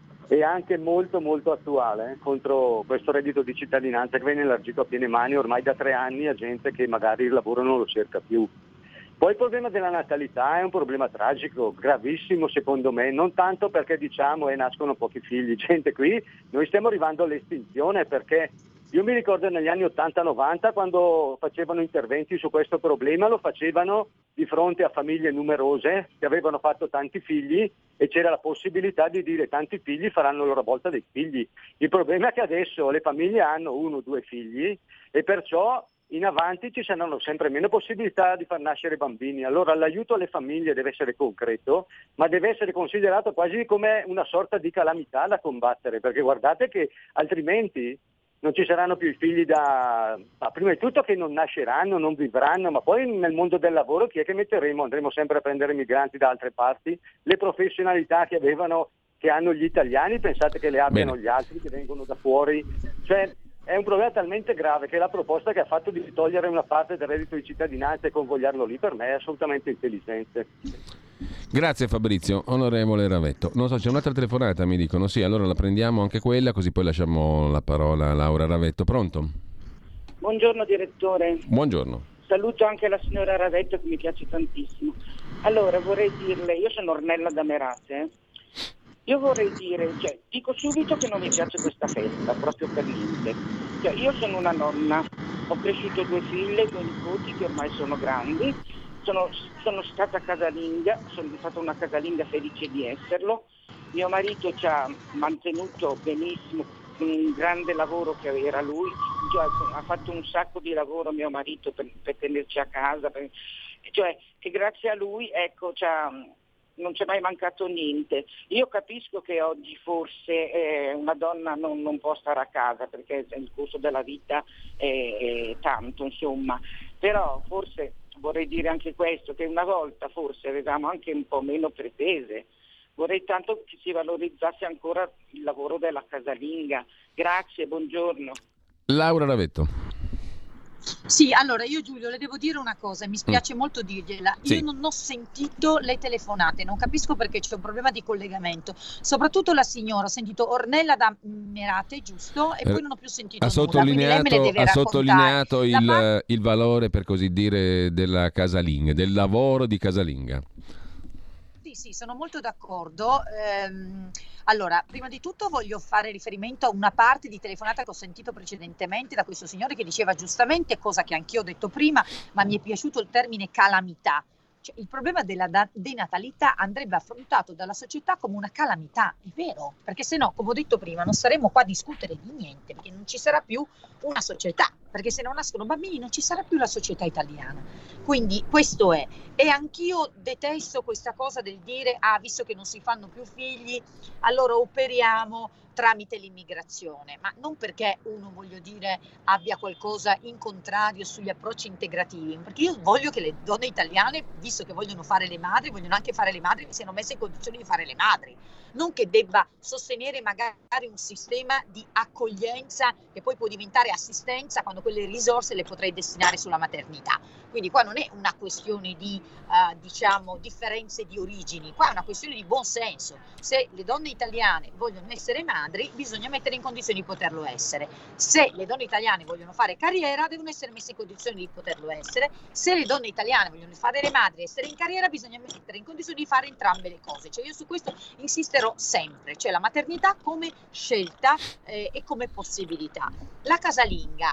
e anche molto molto attuale contro questo reddito di cittadinanza che viene elargito a piene mani ormai da 3 anni a gente che magari il lavoro non lo cerca più. Poi il problema della natalità è un problema tragico, gravissimo secondo me, non tanto perché diciamo nascono pochi figli, gente qui, noi stiamo arrivando all'estinzione perché io mi ricordo negli anni 80-90 quando facevano interventi su questo problema, lo facevano di fronte a famiglie numerose che avevano fatto tanti figli e c'era la possibilità di dire tanti figli faranno a loro volta dei figli. Il problema è che adesso le famiglie hanno 1 o 2 figli e perciò in avanti ci saranno sempre meno possibilità di far nascere bambini. Allora l'aiuto alle famiglie deve essere concreto, ma deve essere considerato quasi come una sorta di calamità da combattere, perché guardate che altrimenti non ci saranno più i figli prima di tutto che non nasceranno, non vivranno, ma poi nel mondo del lavoro chi è che metteremo? Andremo sempre a prendere migranti da altre parti? Le professionalità che hanno gli italiani, pensate che le abbiano gli altri che vengono da fuori? Cioè, è un problema talmente grave che la proposta che ha fatto di togliere una parte del reddito di cittadinanza e convogliarlo lì per me è assolutamente intelligente. Grazie Fabrizio. Onorevole Ravetto, non so, c'è un'altra telefonata, mi dicono. Sì, allora la prendiamo anche quella, così poi lasciamo la parola a Laura Ravetto. Pronto? Buongiorno direttore. Buongiorno. Saluto anche la signora Ravetto che mi piace tantissimo. Allora vorrei dirle, io sono Ornella da Merate, io vorrei dire, dico subito che non mi piace questa festa, proprio per niente. Io sono una nonna, ho cresciuto 2 figlie, 2 nipoti che ormai sono grandi, sono stata casalinga, sono stata una casalinga felice di esserlo. Mio marito ci ha mantenuto benissimo, un grande lavoro che era lui, ha fatto un sacco di lavoro mio marito per tenerci a casa, che grazie a lui non c'è mai mancato niente. Io capisco che oggi forse una donna non può stare a casa perché il costo della vita è tanto, insomma, però forse vorrei dire anche questo, che una volta forse avevamo anche un po' meno pretese. Vorrei tanto che si valorizzasse ancora il lavoro della casalinga. Grazie, buongiorno. Laura Ravetto. Sì, allora io Giulio le devo dire una cosa, mi spiace molto dirgliela, Sì. Io non ho sentito le telefonate, non capisco perché c'è un problema di collegamento, soprattutto la signora, ho sentito Ornella da Merate, giusto? E poi non ho più sentito nulla, quindi lei me le deve raccontare. sottolineato il valore, per così dire, della casalinga, del lavoro di casalinga. Sì, sono molto d'accordo. Allora, prima di tutto voglio fare riferimento a una parte di telefonata che ho sentito precedentemente da questo signore che diceva giustamente, cosa che anch'io ho detto prima, ma mi è piaciuto il termine calamità. Cioè, il problema della denatalità andrebbe affrontato dalla società come una calamità, è vero, perché se no, come ho detto prima, non saremo qua a discutere di niente, perché non ci sarà più una società, perché se non nascono bambini non ci sarà più la società italiana. Quindi questo è. E anch'io detesto questa cosa del dire, visto che non si fanno più figli, allora operiamo tramite l'immigrazione, ma non perché uno, voglio dire, abbia qualcosa in contrario sugli approcci integrativi, perché io voglio che le donne italiane, visto che vogliono fare le madri, vogliono anche fare le madri, che siano messe in condizioni di fare le madri, non che debba sostenere magari un sistema di accoglienza che poi può diventare assistenza quando quelle risorse le potrei destinare sulla maternità. Quindi qua non è una questione di differenze di origini, qua è una questione di buon senso. Se le donne italiane vogliono essere madri, bisogna mettere in condizioni di poterlo essere. Se le donne italiane vogliono fare carriera, devono essere messe in condizioni di poterlo essere. Se le donne italiane vogliono fare le madri e essere in carriera, bisogna mettere in condizioni di fare entrambe le cose. Cioè io su questo insisterò sempre, cioè la maternità come scelta e come possibilità. La casalinga,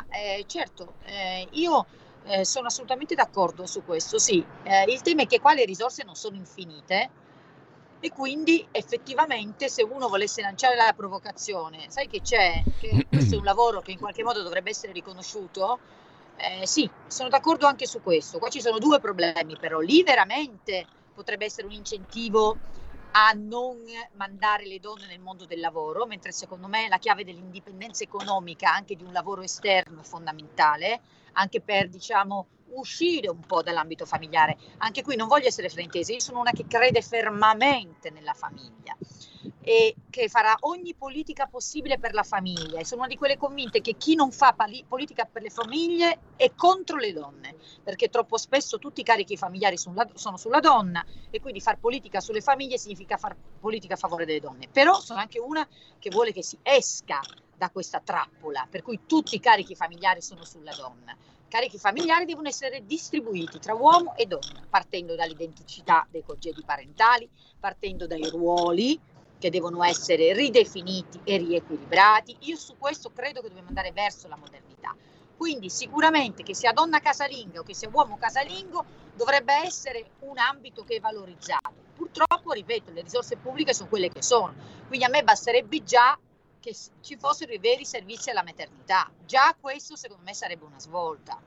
io sono assolutamente d'accordo su questo, sì. Il tema è che qua le risorse non sono infinite e quindi effettivamente se uno volesse lanciare la provocazione, sai che c'è? Che questo è un lavoro che in qualche modo dovrebbe essere riconosciuto. Sì, sono d'accordo anche su questo. Qua ci sono due problemi, però lì veramente potrebbe essere un incentivo a non mandare le donne nel mondo del lavoro, mentre secondo me la chiave dell'indipendenza economica anche di un lavoro esterno è fondamentale, anche per uscire un po' dall'ambito familiare. Anche qui non voglio essere fraintesa, io sono una che crede fermamente nella famiglia e che farà ogni politica possibile per la famiglia, e sono una di quelle convinte che chi non fa politica per le famiglie è contro le donne, perché troppo spesso tutti i carichi familiari sono sulla donna e quindi far politica sulle famiglie significa far politica a favore delle donne. Però sono anche una che vuole che si esca da questa trappola per cui tutti i carichi familiari sono sulla donna. I carichi familiari devono essere distribuiti tra uomo e donna, partendo dall'identicità dei congedi parentali, partendo dai ruoli che devono essere ridefiniti e riequilibrati. Io su questo credo che dobbiamo andare verso la modernità. Quindi sicuramente che sia donna casalinga o che sia uomo casalingo dovrebbe essere un ambito che è valorizzato. Purtroppo, ripeto, le risorse pubbliche sono quelle che sono, quindi a me basterebbe già che ci fossero i veri servizi alla maternità. Già questo secondo me sarebbe una svolta.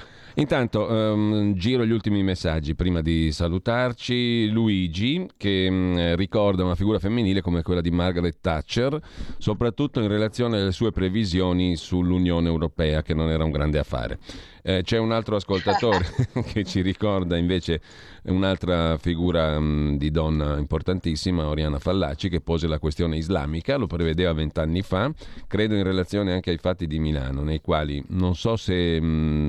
Intanto giro gli ultimi messaggi prima di salutarci. Luigi che ricorda una figura femminile come quella di Margaret Thatcher, soprattutto in relazione alle sue previsioni sull'Unione Europea, che non era un grande affare. C'è un altro ascoltatore che ci ricorda invece un'altra figura di donna importantissima, Oriana Fallaci, che pose la questione islamica, lo prevedeva 20 anni fa, credo in relazione anche ai fatti di Milano, nei quali non so se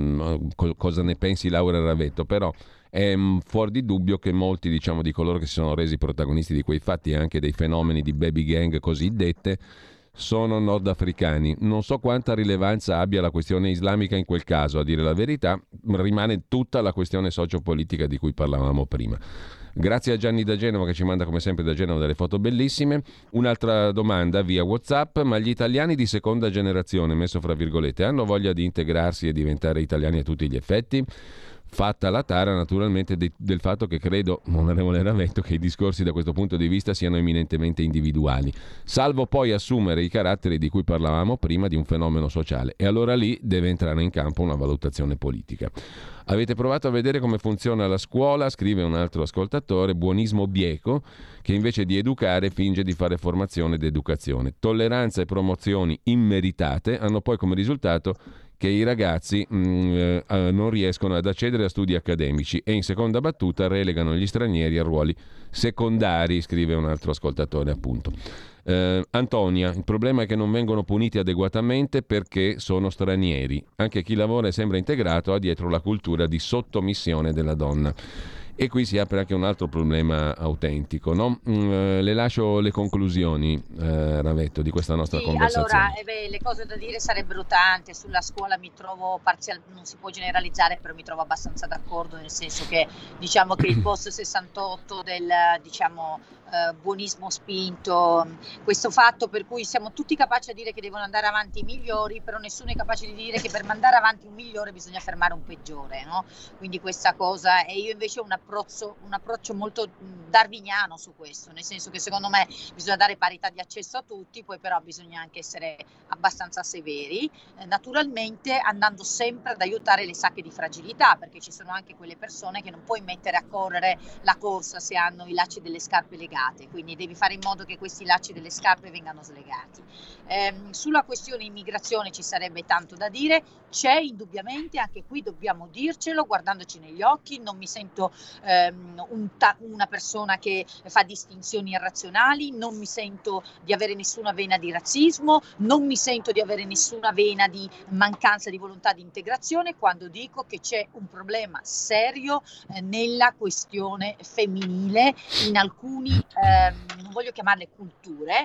cosa ne pensi Laura Ravetto, però è fuori di dubbio che molti di coloro che si sono resi protagonisti di quei fatti e anche dei fenomeni di baby gang cosiddette sono nordafricani. Non so quanta rilevanza abbia la questione islamica in quel caso, a dire la verità, rimane tutta la questione sociopolitica di cui parlavamo prima. Grazie a Gianni da Genova che ci manda come sempre da Genova delle foto bellissime. Un'altra domanda via WhatsApp: ma gli italiani di seconda generazione, messo fra virgolette, hanno voglia di integrarsi e diventare italiani a tutti gli effetti? Fatta la tara naturalmente del fatto che credo, onorevole Ravetto, che i discorsi da questo punto di vista siano eminentemente individuali, salvo poi assumere i caratteri di cui parlavamo prima di un fenomeno sociale, e allora lì deve entrare in campo una valutazione politica. Avete provato a vedere come funziona la scuola? Scrive un altro ascoltatore, buonismo bieco, che invece di educare finge di fare formazione ed educazione. Tolleranza e promozioni immeritate hanno poi come risultato che i ragazzi non riescono ad accedere a studi accademici e in seconda battuta relegano gli stranieri a ruoli secondari, scrive un altro ascoltatore appunto. Antonia, il problema è che non vengono puniti adeguatamente perché sono stranieri. Anche chi lavora e sembra integrato ha dietro la cultura di sottomissione della donna. E qui si apre anche un altro problema autentico, no? Le lascio le conclusioni, Ravetto, di questa nostra conversazione. Allora, le cose da dire sarebbero tante. Sulla scuola mi trovo non si può generalizzare, però mi trovo abbastanza d'accordo, nel senso che diciamo che il post 68 del buonismo spinto, questo fatto per cui siamo tutti capaci a dire che devono andare avanti i migliori, però nessuno è capace di dire che per mandare avanti un migliore bisogna fermare un peggiore, no? Quindi questa cosa, e io invece ho un approccio molto darwiniano su questo, nel senso che secondo me bisogna dare parità di accesso a tutti, poi però bisogna anche essere abbastanza severi, naturalmente andando sempre ad aiutare le sacche di fragilità, perché ci sono anche quelle persone che non puoi mettere a correre la corsa se hanno i lacci delle scarpe legate, quindi devi fare in modo che questi lacci delle scarpe vengano slegati. Sulla questione immigrazione ci sarebbe tanto da dire, c'è indubbiamente, anche qui dobbiamo dircelo guardandoci negli occhi, non mi sento una persona che fa distinzioni irrazionali, non mi sento di avere nessuna vena di razzismo, non mi sento di avere nessuna vena di mancanza di volontà di integrazione quando dico che c'è un problema serio nella questione femminile in alcuni, non voglio chiamarle culture,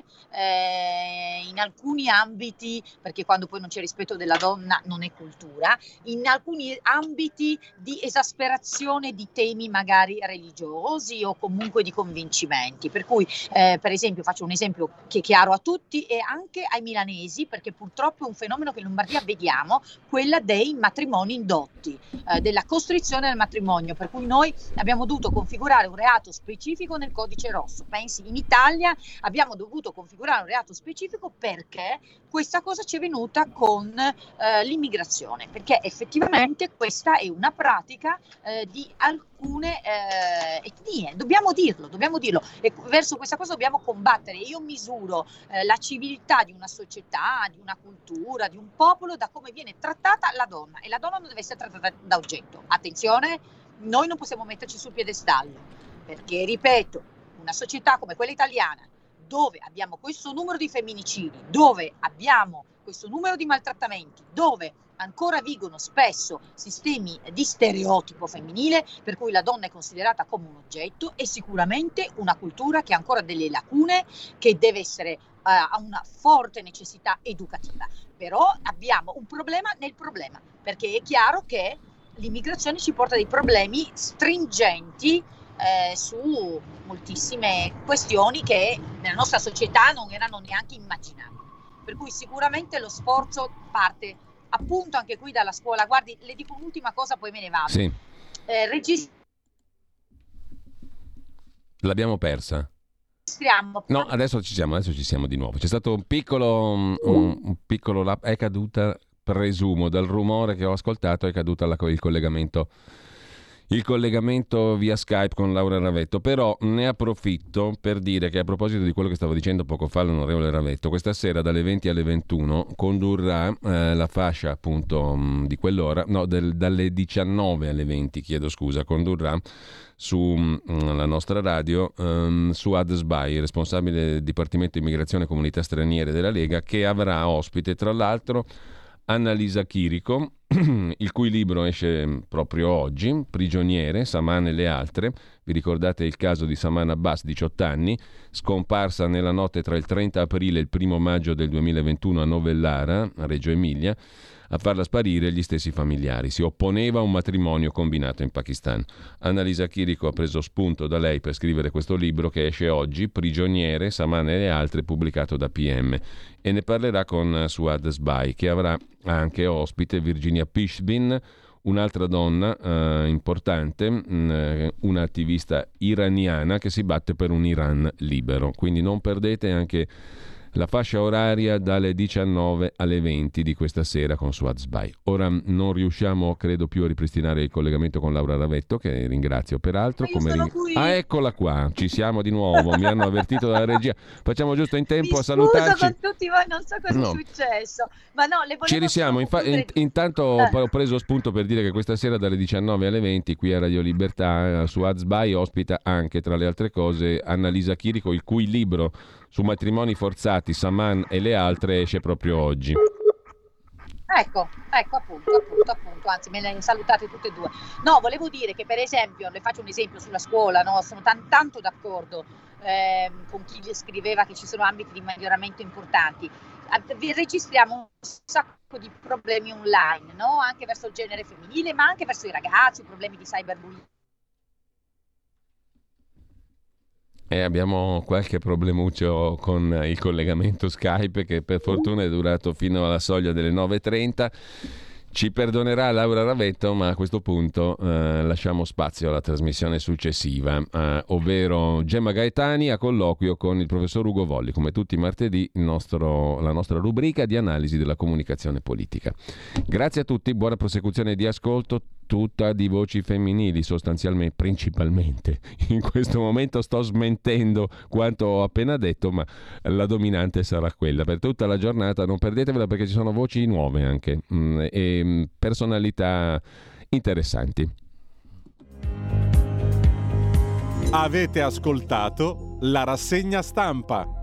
in alcuni ambiti, perché quando poi non c'è rispetto della donna non è cultura, in alcuni ambiti di esasperazione di temi magari religiosi o comunque di convincimenti, per cui per esempio faccio un esempio che è chiaro a tutti e anche ai milanesi, perché purtroppo è un fenomeno che in Lombardia vediamo, quella dei matrimoni indotti, della costrizione al matrimonio, per cui noi abbiamo dovuto configurare un reato specifico nel codice rosso. Pensi, in Italia abbiamo dovuto configurare un reato specifico perché questa cosa ci è venuta con l'immigrazione, perché effettivamente questa è una pratica di alcune etnie, dobbiamo dirlo, e verso questa cosa dobbiamo combattere. Io misuro la civiltà di una società, di una cultura, di un popolo da come viene trattata la donna, e la donna non deve essere trattata da oggetto. Attenzione, noi non possiamo metterci sul piedestallo, perché ripeto, una società come quella italiana, dove abbiamo questo numero di femminicidi, dove abbiamo questo numero di maltrattamenti, dove ancora vigono spesso sistemi di stereotipo femminile, per cui la donna è considerata come un oggetto, è sicuramente una cultura che ha ancora delle lacune, che deve essere ha una forte necessità educativa. Però abbiamo un problema nel problema, perché è chiaro che l'immigrazione ci porta dei problemi stringenti su moltissime questioni che nella nostra società non erano neanche immaginabili. Per cui sicuramente lo sforzo parte appunto anche qui dalla scuola. Guardi, le dico un'ultima cosa, poi me ne vado. Sì. L'abbiamo persa. No, adesso ci siamo di nuovo. C'è stato un piccolo è caduta, presumo, dal rumore che ho ascoltato, è caduta il collegamento via Skype con Laura Ravetto, però ne approfitto per dire che, a proposito di quello che stavo dicendo poco fa l'onorevole Ravetto, questa sera dalle 20 alle 21 condurrà la fascia appunto di quell'ora, dalle 19 alle 20, chiedo scusa, condurrà su la nostra radio Suad Sbai, responsabile del Dipartimento Immigrazione e Comunità Straniere della Lega, che avrà ospite tra l'altro Annalisa Chirico, il cui libro esce proprio oggi, Prigioniere, Saman e le altre. Vi ricordate il caso di Saman Abbas, 18 anni, scomparsa nella notte tra il 30 aprile e il 1 maggio del 2021 a Novellara, a Reggio Emilia. A farla sparire gli stessi familiari. Si opponeva a un matrimonio combinato in Pakistan. Annalisa Chirico ha preso spunto da lei per scrivere questo libro che esce oggi, Prigioniere, Saman e le altre, pubblicato da PM. E ne parlerà con Suad Sbai, che avrà anche ospite Virginia Pishbin, un'altra donna importante, un'attivista iraniana che si batte per un Iran libero. Quindi non perdete anche la fascia oraria dalle 19 alle 20 di questa sera con Suad Sbai. Ora non riusciamo, credo, più a ripristinare il collegamento con Laura Ravetto, che ringrazio peraltro. Eccola qua, ci siamo di nuovo, mi hanno avvertito dalla regia. Facciamo giusto in tempo a salutarci. Con tutti voi, non so cosa è successo, ma no, le volevo ci risiamo. Intanto ho preso spunto per dire che questa sera dalle 19 alle 20 qui a Radio Libertà Suad Sbai ospita anche, tra le altre cose, Annalisa Chirico, il cui libro su matrimoni forzati, Saman e le altre esce proprio oggi. Ecco, appunto, anzi me le salutate tutte e due. No, volevo dire che, per esempio, le faccio un esempio sulla scuola, no? Sono tanto d'accordo con chi scriveva che ci sono ambiti di miglioramento importanti. Registriamo un sacco di problemi online, no? Anche verso il genere femminile, ma anche verso i ragazzi, problemi di cyberbullismo. Abbiamo qualche problemuccio con il collegamento Skype che per fortuna è durato fino alla soglia delle 9:30. Ci perdonerà Laura Ravetto, ma a questo punto lasciamo spazio alla trasmissione successiva, ovvero Gemma Gaetani a colloquio con il professor Ugo Volli, come tutti i martedì la nostra rubrica di analisi della comunicazione politica. Grazie a tutti, buona prosecuzione di ascolto, tutta di voci femminili sostanzialmente, principalmente. In questo momento sto smentendo quanto ho appena detto, ma la dominante sarà quella. Per tutta la giornata non perdetevela, perché ci sono voci nuove anche e personalità interessanti. Avete ascoltato la rassegna stampa.